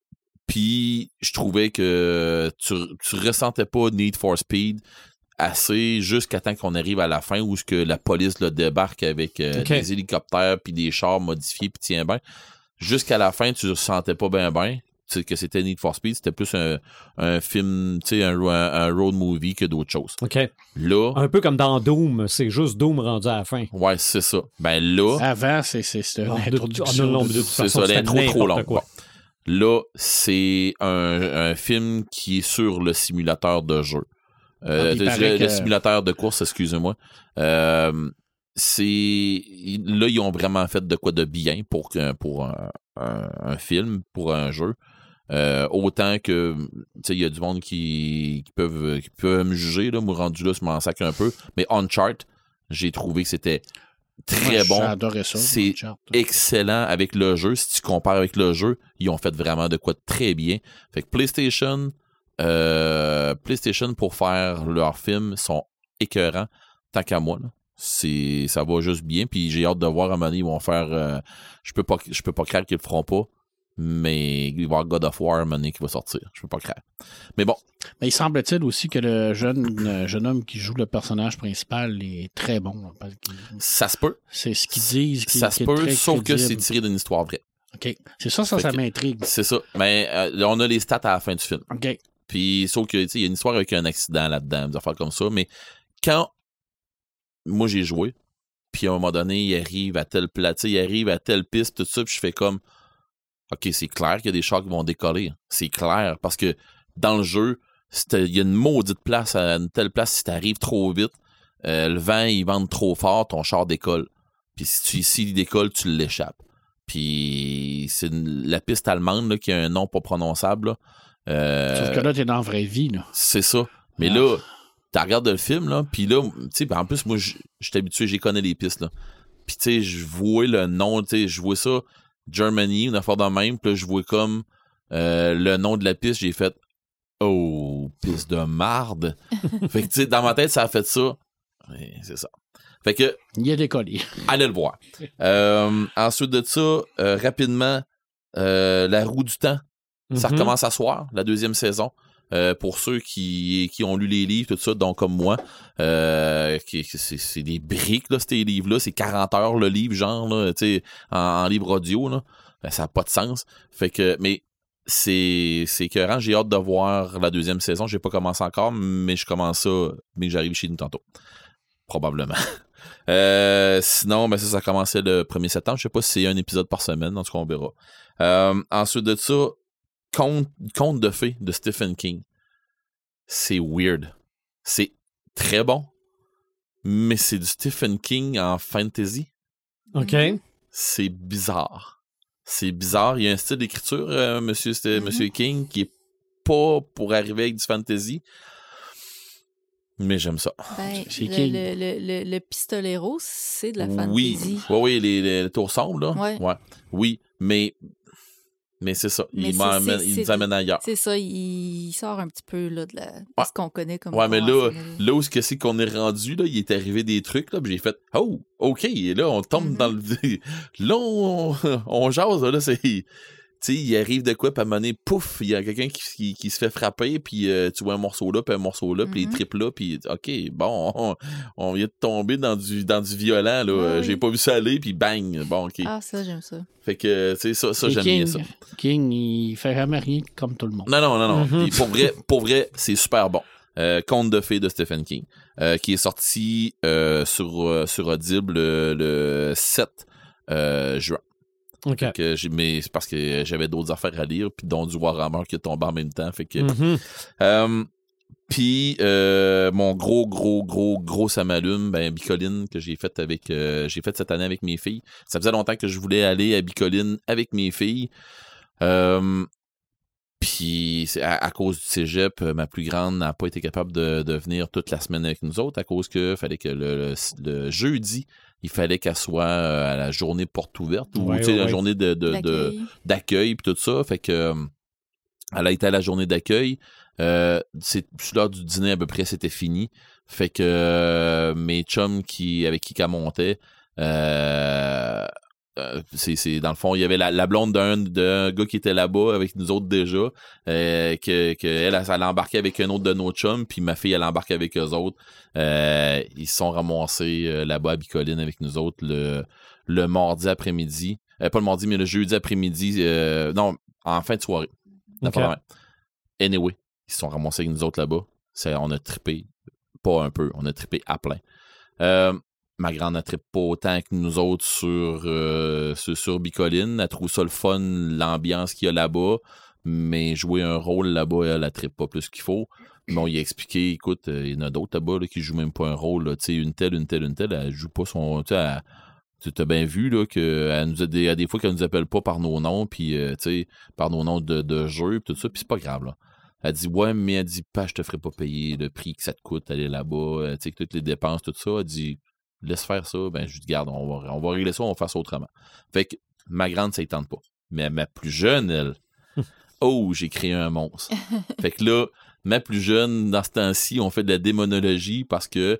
Puis, je trouvais que tu, tu ressentais pas Need for Speed assez jusqu'à temps qu'on arrive à la fin où ce que la police là, débarque avec euh, Okay. des hélicoptères puis des chars modifiés puis tiens ben. Jusqu'à la fin, tu ne ressentais pas bien ben que c'était Need for Speed, c'était plus un, un film, tu sais, un, un, un road movie que d'autres choses. OK. Là, Un peu comme dans Doom, c'est juste Doom rendu à la fin. ouais, c'est ça. Ben là, Avant, c'est, c'est, c'est une Ah, de- introduction. ah, non, non, mais de toute c'est façon, ça, c'était l'intro trop n'importe longue. quoi. Bon. Là, c'est un, un film qui est sur le simulateur de jeu. Euh, Ah, il le, paraît le que- simulateur de course, excusez-moi. Euh, c'est là, ils ont vraiment fait de quoi de bien pour, que- pour un, un, un film, pour un jeu. Euh, autant que, tu sais, il y a du monde qui, qui, peuvent, qui peuvent me juger, là, moi rendu là, je m'en sacre un peu. Mais Uncharted, j'ai trouvé que c'était très Moi, bon. J'ai adoré ça. C'est Uncharted. excellent avec le jeu. Si tu compares avec le jeu, ils ont fait vraiment de quoi de très bien. Fait que PlayStation, euh, PlayStation pour faire leurs films sont écœurants. Tant qu'à moi, là. C'est, ça va juste bien. Puis j'ai hâte de voir à un moment donné, ils vont faire. Euh, je peux pas, je peux pas croire qu'ils le feront pas. Mais il va y avoir God of War à un moment donné qui va sortir. Je peux pas croire. Mais bon, Mais il semble-t-il aussi que le jeune, le jeune homme qui joue le personnage principal est très bon. Hein, parce qu'il- ça se peut. c'est ce qu'ils disent. Qui, Ça qui se est peut, très sauf que c'est crédible. tiré d'une histoire vraie. OK. C'est ça, ça, Fait ça que- m'intrigue. C'est ça. Mais euh, là, on a les stats à la fin du film. OK. Puis, sauf que, tu sais, il y a une histoire avec un accident là-dedans, des affaires comme ça. Mais quand moi j'ai joué, puis à un moment donné, il arrive à telle place, il arrive à telle piste, tout ça, puis je fais comme, OK, c'est clair qu'il y a des chars qui vont décoller. C'est clair, parce que dans le jeu, c'était- il y a une maudite place, à une telle place, si t'arrives trop vite, euh, le vent, il vente trop fort, ton char décolle. Puis si tu ici, il décolle, tu l'échappes. Puis c'est une- la piste allemande là, qui a un nom pas prononçable. Là. Euh, Sauf que là, t'es dans la vraie vie. Là. c'est ça. Mais Ah. là, tu regardes le film, là, puis là, tu sais, ben, en plus, moi, je suis habitué, j'ai connais les pistes, là. Puis, tu sais, je vois le nom, tu sais, je vois ça, Germany, une affaire de même, puis là, je vois comme euh, le nom de la piste, j'ai fait, oh, piste de marde. Fait que, tu sais, dans ma tête, ça a fait ça. Ouais, c'est ça. Fait que, Il a décollé. allez le voir. Euh, ensuite de ça, euh, rapidement, euh, La Roue du Temps. Ça Mhm. recommence à soir, la deuxième saison. Euh, pour ceux qui, qui ont lu les livres, tout ça, donc comme moi, euh, qui, c'est, c'est des briques, là, ces livres-là. C'est quarante heures le livre, genre, là, tu sais, en, en livre audio, là. Ben, ça n'a pas de sens. Fait que, mais c'est, c'est écœurant. J'ai hâte de voir la deuxième saison. J'ai pas commencé encore, mais je commence ça, mais j'arrive chez nous tantôt. Probablement. Euh, sinon, ben ça, ça commençait le premier septembre. Je sais pas si c'est un épisode par semaine, en tout cas, on verra. Euh, ensuite de ça, Conte, Conte de fées de Stephen King. C'est weird. C'est très bon, mais c'est du Stephen King en fantasy. OK. C'est bizarre. C'est bizarre. Il y a un style d'écriture, euh, monsieur, c'était Mhm. monsieur King, qui est pas pour arriver avec du fantasy. Mais j'aime ça. Ben, C'est le, King. le, le, le, le pistolero, c'est de la Oui, fantasy. oui, oui, les, les, les tours sombres, là. Ouais. Oui, mais, mais c'est ça. Mais Il, c'est- m'emmène- c'est- il c'est- nous amène ailleurs. C'est ça, il, il sort un petit peu là, de, la, de Ouais. ce qu'on connaît comme Ouais, mais là, conventionnel. là où c'est qu'on est rendu, là, il est arrivé des trucs, là, puis j'ai fait, oh, OK, et là, on tombe Mhm. dans le. Là, on, on jase, là, c'est. Tu sais, il arrive de quoi, puis à un moment donné, pouf, il y a quelqu'un qui, qui, qui se fait frapper, puis euh, tu vois un morceau là, puis un morceau là, puis les Mhm. tripes là, puis OK, bon, on, on vient de tomber dans du, dans du violent, là. Ouais, Euh, oui. J'ai pas vu ça aller, puis bang, bon, OK. Ah, ça, j'aime ça. Fait que, tu sais, ça, ça Et j'aime King, bien ça. King, il fait jamais rien comme tout le monde. Non, non, non, non. Mhm. Puis pour vrai, pour vrai, c'est super bon. Euh, Conte de fées de Stephen King, euh, qui est sorti euh, sur, euh, sur Audible le, le sept euh, juin. OK. Fait que j'ai, mais c'est parce que j'avais d'autres affaires à lire, puis dont du Warhammer qui est tombé en même temps. Fait que. Mm-hmm. Euh, puis euh, mon gros, gros, gros, gros ça m'allume, ben Bicoline que j'ai fait avec euh, j'ai fait cette année avec mes filles. Ça faisait longtemps que je voulais aller à Bicoline avec mes filles. Euh, Puis à, à cause du cégep, ma plus grande n'a pas été capable de, de venir toute la semaine avec nous autres à cause que fallait que le, le, le jeudi, il fallait qu'elle soit à la journée porte ouverte ou Ouais, tu sais, ouais, la ouais. journée de, de, de, d'accueil puis tout ça. Fait que elle a été à la journée d'accueil. Euh, c'est l'heure du dîner à peu près, c'était fini. Fait que euh, mes chums qui, avec qui qu'elle montait, euh, euh, c'est, c'est dans le fond, il y avait la, la blonde d'un, d'un gars qui était là-bas avec nous autres déjà, euh, que, que elle, elle, elle embarquait avec un autre de nos chums, puis ma fille, elle embarquait avec eux autres. Euh, ils se sont ramassés euh, là-bas à Bicoline avec nous autres le, le mardi après-midi. Euh, pas le mardi, mais le jeudi après-midi. Euh, non, en fin de soirée. Okay. Anyway, ils se sont ramassés avec nous autres là-bas. C'est, on a trippé, pas un peu, on a trippé à plein. Euh, ma grande n'a trippé pas autant que nous autres sur, euh, sur, sur Bicoline. Elle trouve ça le fun, l'ambiance qu'il y a là-bas, mais jouer un rôle là-bas, elle ne trippe pas plus qu'il faut. Mais on lui a expliqué, écoute, il y en a d'autres là-bas là, qui jouent même pas un rôle. Tu sais, une telle, une telle, une telle, elle joue pas son... Tu sais, tu as bien vu là, qu'elle nous a des, à des fois qu'elle nous appelle pas par nos noms, puis euh, tu sais, par nos noms de, de jeu, puis tout ça, puis c'est pas grave là. Elle dit ouais, mais elle dit pas, je te ferai pas payer le prix que ça te coûte aller là-bas, euh, tu sais, toutes les dépenses, tout ça. Elle dit laisse faire ça, ben je dis garde, on va, on va régler ça, on va faire ça autrement. Fait que ma grande, ça ne tente pas. Mais ma plus jeune, elle, oh, j'ai créé un monstre. Fait que là, ma plus jeune, dans ce temps-ci, on fait de la démonologie parce que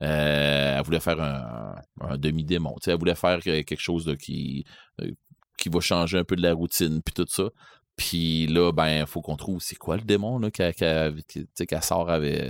Euh, elle voulait faire un, un demi-démon. Elle voulait faire quelque chose de, qui, euh, qui va changer un peu de la routine, puis tout ça. Puis là, ben, il faut qu'on trouve c'est quoi le démon là, qu'elle, qu'elle, qu'elle sort avec,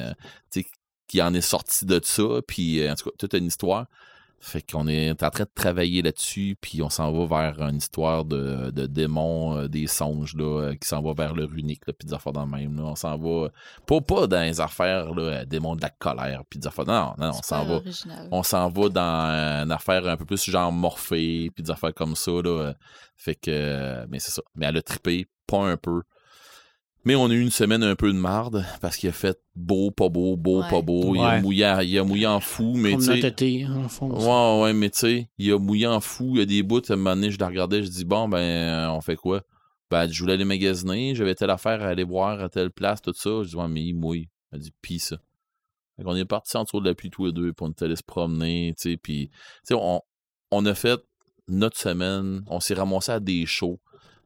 qui en est sorti de ça. Puis en tout cas, toute une histoire. Fait qu'on est en train de travailler là-dessus, puis on s'en va vers une histoire de, de démons, euh, des songes, là, euh, qui s'en va vers le runique, puis des affaires dans le même. Là. On s'en va, pas, pas dans les affaires, là, démons de la colère, puis des affaires. Non, non, non on s'en va. Original. On s'en va dans une affaire un peu plus genre Morphée, puis des affaires comme ça, là. Fait que, mais c'est ça. Mais elle a trippé, pas un peu. Mais on a eu une semaine un peu de marde parce qu'il a fait beau, pas beau, beau, ouais. pas beau. Ouais. Il a mouillé, il a mouillé en fou. Mais Comme tu notre sais. été, en fond. Ouais, ouais, mais tu sais, il a mouillé en fou. Il y a des bouts, à un moment donné, je la regardais, je dis bon, ben, on fait quoi? Ben, je voulais aller magasiner, j'avais telle affaire à aller voir à telle place, tout ça. Je dis, ouais, mais il mouille. Elle dit, pis ça. Fait qu'on est partis en dessous de la pluie tous les deux, puis on était allés se promener, tu sais, puis, tu sais, on, on a fait notre semaine, on s'est ramassé à des shows.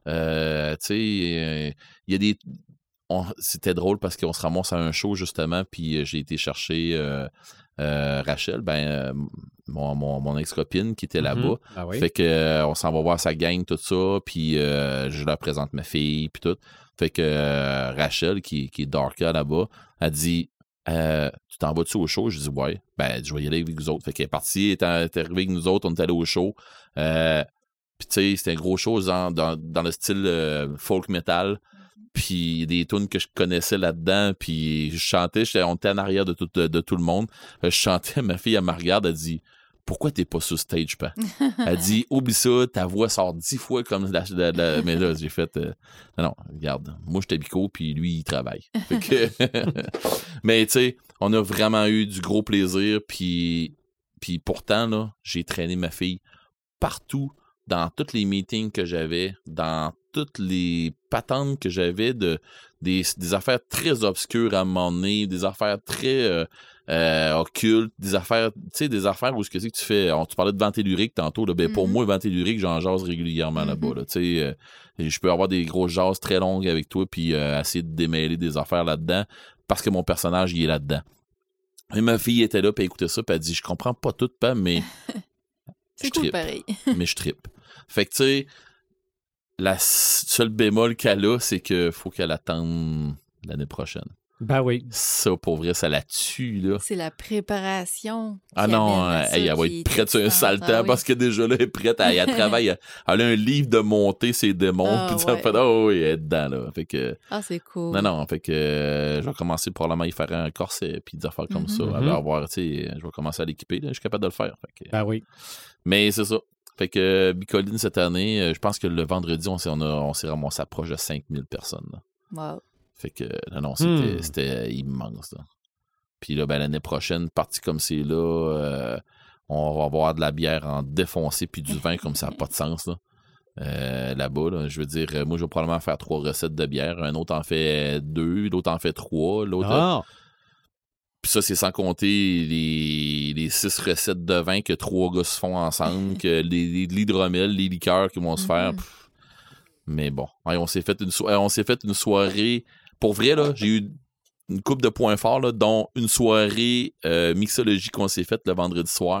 Euh, tu sais, il euh, y a des. On, c'était drôle parce qu'on se ramasse à un show justement, puis euh, j'ai été chercher euh, euh, Rachel, ben euh, mon, mon, mon ex-copine qui était là-bas. Mm-hmm. Ah oui. Fait que euh, on s'en va voir sa gang, tout ça, puis euh, je leur présente ma fille, puis tout. Fait que euh, Rachel, qui, qui est Darka là-bas, a dit euh, tu t'en vas-tu au show? Je dis ouais. Ben, je vais y aller avec vous autres. Fait qu'elle est partie, elle est arrivée avec nous autres, on est allé au show. Euh, puis tu sais, c'était un gros show dans, dans, dans le style euh, folk metal. Puis des tunes que je connaissais là-dedans, puis je chantais, on était en arrière de tout, de, de tout le monde. Je chantais, ma fille, elle me regarde, elle dit « Pourquoi t'es pas sur stage, pa? » Elle dit « Oublie ça, ta voix sort dix fois comme la... la, la... » Mais là, j'ai fait euh, « Non, regarde, moi, je suis bico, puis lui, il travaille. » Fait que... Mais tu sais, on a vraiment eu du gros plaisir, puis, puis pourtant, là, j'ai traîné ma fille partout, dans tous les meetings que j'avais, dans toutes les patentes que j'avais de des, des affaires très obscures à un moment donné, des affaires très euh, euh, occultes, des affaires, tu sais, des affaires où ce que c'est que tu fais, on, tu parlais de ventélurique tantôt, là, ben mm-hmm. Pour moi, ventélurique, j'en jase régulièrement mm-hmm. là-bas, là, tu sais, euh, je peux avoir des grosses jases très longues avec toi, puis euh, essayer de démêler des affaires là-dedans, parce que mon personnage, il est là-dedans. Et ma fille était là, puis elle écoutait ça, puis elle dit, je comprends pas tout, pas, mais c'est cool, pareil. Mais je trippe. Fait que, tu sais, la seule bémol qu'elle a, c'est qu'il faut qu'elle attende l'année prochaine. Ben oui. Ça, pour vrai, ça la tue, là. C'est la préparation. Ah qui non, amène à euh, ça, hey, elle va qui être est prête sur un excitante. sale temps Ah oui. parce que déjà là, elle est prête, elle, elle travaille, elle, elle a un livre de monter ses démons, Ah, puis ça ouais. fait, oh oui, elle est dedans, là. Fait que, Ah, c'est cool. non, non, fait que euh, je vais commencer probablement à y faire un corset, puis des affaires comme Mhm. ça. Elle Mhm. va avoir, tu sais, je vais commencer à l'équiper, là, je suis capable de le faire. Fait que, Ben oui. mais c'est ça. Fait que euh, Bicoline, cette année, euh, je pense que le vendredi, on s'est, on a, on s'est ramassé proche de cinq mille personnes, là. Wow. Fait que, non, non, c'était, Hmm. c'était immense, là. Puis là, ben, l'année prochaine, partie comme c'est là, euh, on va avoir de la bière en défoncé puis du vin comme ça n'a pas de sens, là. Euh, là-bas, là. Je veux dire, euh, moi, je vais probablement faire trois recettes de bière. Un autre en fait deux, l'autre en fait trois. L'autre, Ah, puis ça, c'est sans compter les, les six recettes de vin que trois gars se font ensemble, que les, les, l'hydromel, les liqueurs qui vont se faire. Mhm. Pff. Mais bon, ouais, on s'est fait une so- on s'est fait une soirée. Pour vrai, là, j'ai eu une couple de points forts, là, dont une soirée euh, mixologie qu'on s'est faite le vendredi soir.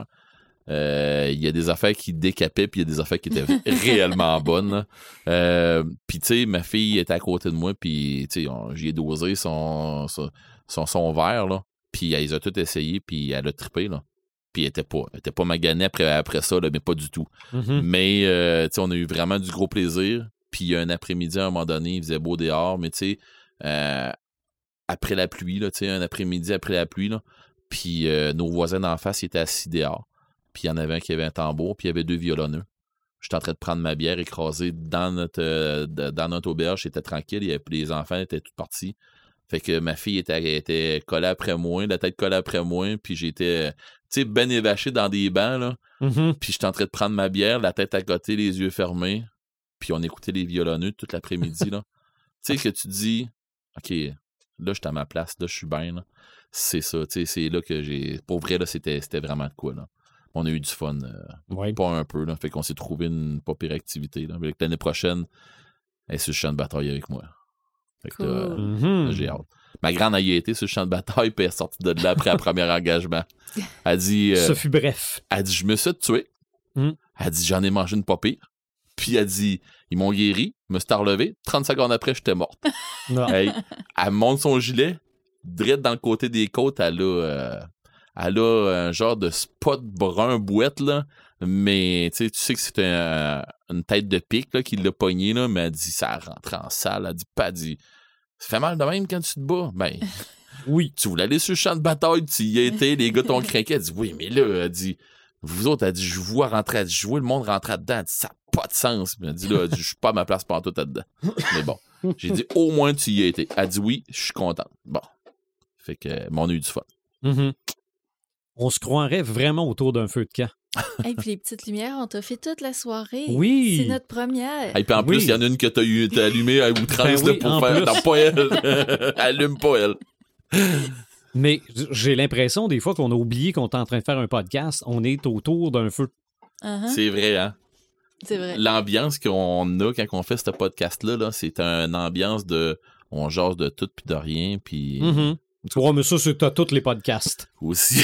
Euh, Il y a des affaires qui décapaient, puis il y a des affaires qui étaient réellement bonnes, là. Euh, puis tu sais, ma fille était à côté de moi, puis tu sais, on- j'y ai dosé son, son, son, son verre, là. Puis elle les a toutes essayé, puis elle a trippé, là. Puis elle était pas, elle était pas maganée après, après ça, là, mais pas du tout. mhm. Mais, euh, tu sais, on a eu vraiment du gros plaisir. Puis un après-midi, à un moment donné, il faisait beau dehors, mais tu sais, euh, après la pluie, là, tu sais, un après-midi après la pluie, là, puis euh, nos voisins d'en face, ils étaient assis dehors. Puis il y en avait un qui avait un tambour, puis il y avait deux violonneux. J'étais en train de prendre ma bière écrasée dans notre, euh, dans notre auberge, j'étais tranquille, il y avait, les enfants étaient tous partis. Fait que ma fille était, était collée après moi, la tête collée après moi, puis j'étais, tu sais, ben évaché dans des bancs, là. Mhm. Puis j'étais en train de prendre ma bière, la tête à côté, les yeux fermés, puis on écoutait les violonneux toute l'après-midi, là. Tu sais, que tu dis, OK, là, je suis à ma place, là, je suis bien, là. C'est ça, tu sais, c'est là que j'ai... Pour vrai, là, c'était, c'était vraiment de quoi, là. On a eu du fun, euh, Ouais. pas un peu, là. Fait qu'on s'est trouvé une pas pire activité, là. Fait que l'année prochaine, elle est sur le champ de bataille avec moi. Fait que là, Cool. Mhm. là, j'ai hâte. Ma grande a y été sur le champ de bataille, puis elle est sortie de là après le premier engagement. Elle dit, euh, Ça fut bref. elle dit, je me suis tué. Mm. Elle dit, j'en ai mangé une pas pire. Puis elle dit, ils m'ont guéri, je me suis relevé. trente secondes après, j'étais morte. Non. Hey, elle monte son gilet, direct dans le côté des côtes, elle a, euh, elle a un genre de spot brun bouette, là. Mais tu sais, tu sais que c'est un, une tête de pique là, qui l'a pogné, là, mais elle dit, ça rentre en salle. Elle dit, pas, elle dit, ça fait mal de même quand tu te bats. Ben, Oui. tu voulais aller sur le champ de bataille, tu y étais, les gars t'ont craqué. Elle dit, oui, mais là, elle dit, vous autres, elle dit, je vois rentrer, elle dit, je vois le monde rentrer dedans. Elle dit, ça n'a pas de sens. Puis elle dit, là, elle dit, je suis pas à ma place pantoute là-dedans. Mais bon, j'ai dit, au moins, tu y as été. Elle dit, oui, je suis contente. Bon. Fait que, mais on a eu du fun. Mhm. On se croirait vraiment autour d'un feu de camp. Et puis les petites lumières, on t'a fait toute la soirée. Oui. C'est notre première. Et puis en Oui. plus, il y en a une que t'as, eu, t'as allumée à outrance Ben là, oui, pour en faire. plus. Non, pas elle. Allume pas elle. Mais j'ai l'impression des fois qu'on a oublié qu'on est en train de faire un podcast. On est autour d'un feu. Uh-huh. C'est vrai, hein? C'est vrai. L'ambiance qu'on a quand on fait ce podcast-là, là, c'est une ambiance de. On jase de tout puis de rien, puis Mhm. Ouais, mais ça, c'est à tous les podcasts. aussi.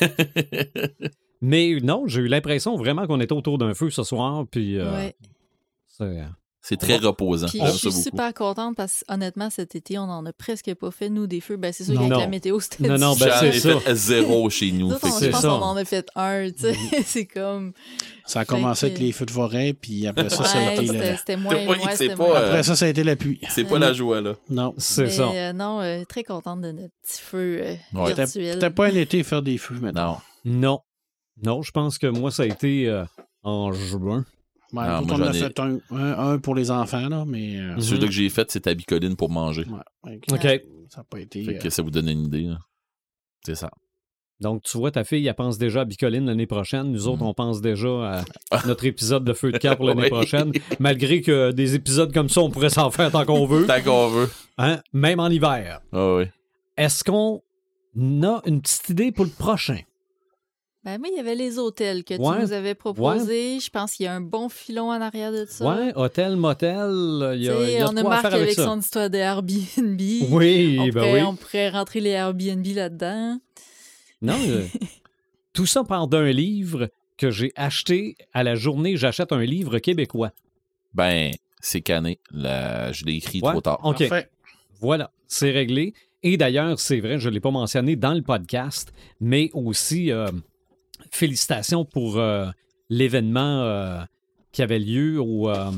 Mais non, j'ai eu l'impression vraiment qu'on était autour d'un feu ce soir. Puis, euh, Ouais. c'est- C'est très reposant. Puis J'aime je ça suis beaucoup. super contente parce que honnêtement, cet été, on en a presque pas fait, nous, des feux. Ben, c'est sûr Non. qu'avec Non. la météo, c'était Non, non, difficile. ben, J'en ai c'est ça. fait zéro chez nous. Nous Fait autres, que on- c'est je pense ça. qu'on en a fait un, tu sais. c'est comme... Ça a commencé Fait que- avec les feux de forêt, puis après ça, ça a Ouais, été c'était la... c'était moins... Oui, ouais, c'est c'était pas, moins- euh, Après ça, ça a été la pluie. c'est pas la joie, là. Non. c'est Mais, ça. euh, non, euh, très contente de notre petit feu euh, Ouais. C'était virtuel. c'était pas un été faire des feux maintenant. Non. Non. Non, je pense que moi, ça a été euh, en juin. Ouais, Ah, nous moi, autres, on en a j'en ai- fait un, un, un pour les enfants, là, mais... euh, Mhm. Celui-là que j'ai fait, c'est à Bicoline pour manger. ouais, OK. ça n'a pas été... Fait euh, que ça vous donne une idée. Là. C'est ça. Donc, tu vois, ta fille, elle pense déjà à Bicoline l'année prochaine. Nous autres, Mhm. on pense déjà à notre épisode de Feu de camp pour l'année Oui. prochaine. Malgré que des épisodes comme ça, on pourrait s'en faire tant qu'on veut. Tant qu'on veut. Hein? Même en hiver. Ah oui. Est-ce qu'on a une petite idée pour le prochain? Ben, mais il y avait les hôtels que Ouais. tu nous avais proposés. Je pense qu'il y a un bon filon en arrière de ça. Ouais, hôtel, motel, il y a, Tu sais, il y a on de a quoi à Marc faire avec avec ça. son histoire de Airbnb. Oui, on, ben pourrait, oui. on pourrait rentrer les Airbnb là-dedans. Non, euh, tout ça part d'un livre que j'ai acheté à la journée. J'achète un livre québécois. Ben, c'est cané. La... Je l'ai écrit Ouais, trop tard. OK. Parfait. Voilà, c'est réglé. Et d'ailleurs, c'est vrai, je ne l'ai pas mentionné dans le podcast, mais aussi euh, félicitations pour euh, l'événement euh, qui avait lieu au... Euh,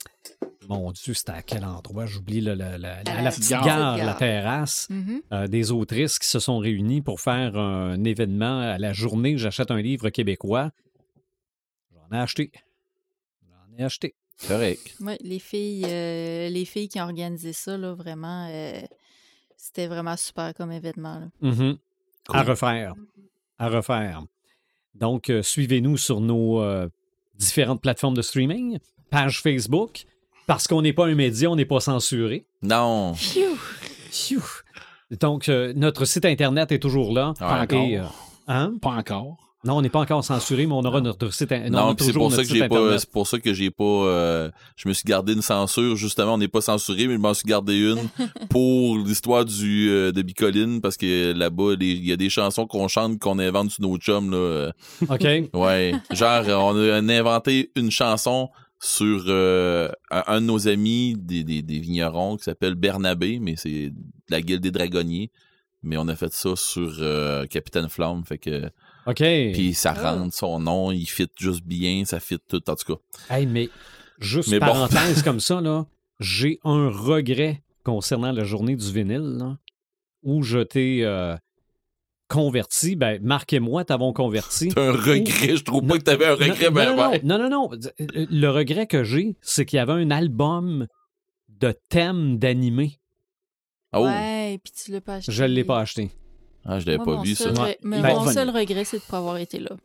mon Dieu, c'était à quel endroit? J'oublie le, le, le, la, la, la petite gare. gare, la terrasse, Mhm. euh, des autrices qui se sont réunies pour faire un événement à la journée J'achète un livre québécois. J'en ai acheté. J'en ai acheté. Correct. Ouais, les filles, euh, les filles qui ont organisé ça, là, vraiment, euh, c'était vraiment super comme événement. Là. Mhm. Cool. À refaire. À refaire. Donc, euh, suivez-nous sur nos euh, différentes plateformes de streaming, page Facebook, parce qu'on n'est pas un média, on n'est pas censuré. Non. Phew. Donc, euh, notre site Internet est toujours là. Pas Et, encore. euh, hein? Pas encore. Non, on n'est pas encore censuré, mais on aura notre site Internet. Non, puis c'est pour ça que j'ai pas. C'est pour ça que j'ai pas. Euh, je me suis gardé une censure. Justement, on n'est pas censuré, mais je m'en suis gardé une pour l'histoire du euh, de Bicoline, parce que là-bas, il y a des chansons qu'on chante qu'on invente sur nos chums là. OK. Ouais. Genre, on a inventé une chanson sur euh, un, un de nos amis des, des, des vignerons qui s'appelle Bernabé, mais c'est de la Guilde des Dragonniers. Mais on a fait ça sur euh, Capitaine Flamme, fait que. OK. Puis ça rentre, son nom, il fit juste bien, ça fit tout, en tout cas. Hey, mais juste Mais bon. parenthèse comme ça, là, j'ai un regret concernant la journée du vinyle, là, où je t'ai euh, converti. Ben, Marc et moi t'avons converti. T'as un regret, je trouve Non, pas que t'avais un regret, non, ben, non, non, ben. non, non, non. Le regret que j'ai, c'est qu'il y avait un album de thèmes d'animé. Oh, Ouais, puis tu l'as pas acheté. Je ne l'ai pas acheté. ah, je l'avais Moi, pas mon vu, ça. seul re- Ouais. mais Ben, mon revenir. seul regret, c'est de ne pas avoir été là.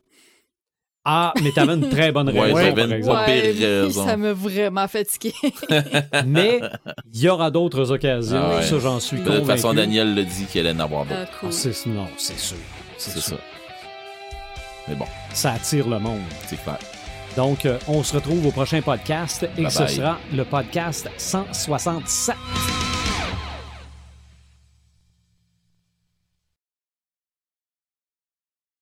Ah, mais t'avais une très bonne Ouais, raison, j'avais par une exemple. pas pire mais raison. ça m'a vraiment fatigué. Mais il y aura d'autres occasions, Ah ouais. ça j'en suis De convaincu. toute façon, Daniel l'a dit qu'elle allait en avoir d'autres. Ah, Ah, cool. c'est- non, c'est sûr. C'est ça. Mais bon, Ça attire le monde. c'est clair. Donc, euh, on se retrouve au prochain podcast et Bye ce bye. sera le podcast cent soixante-sept.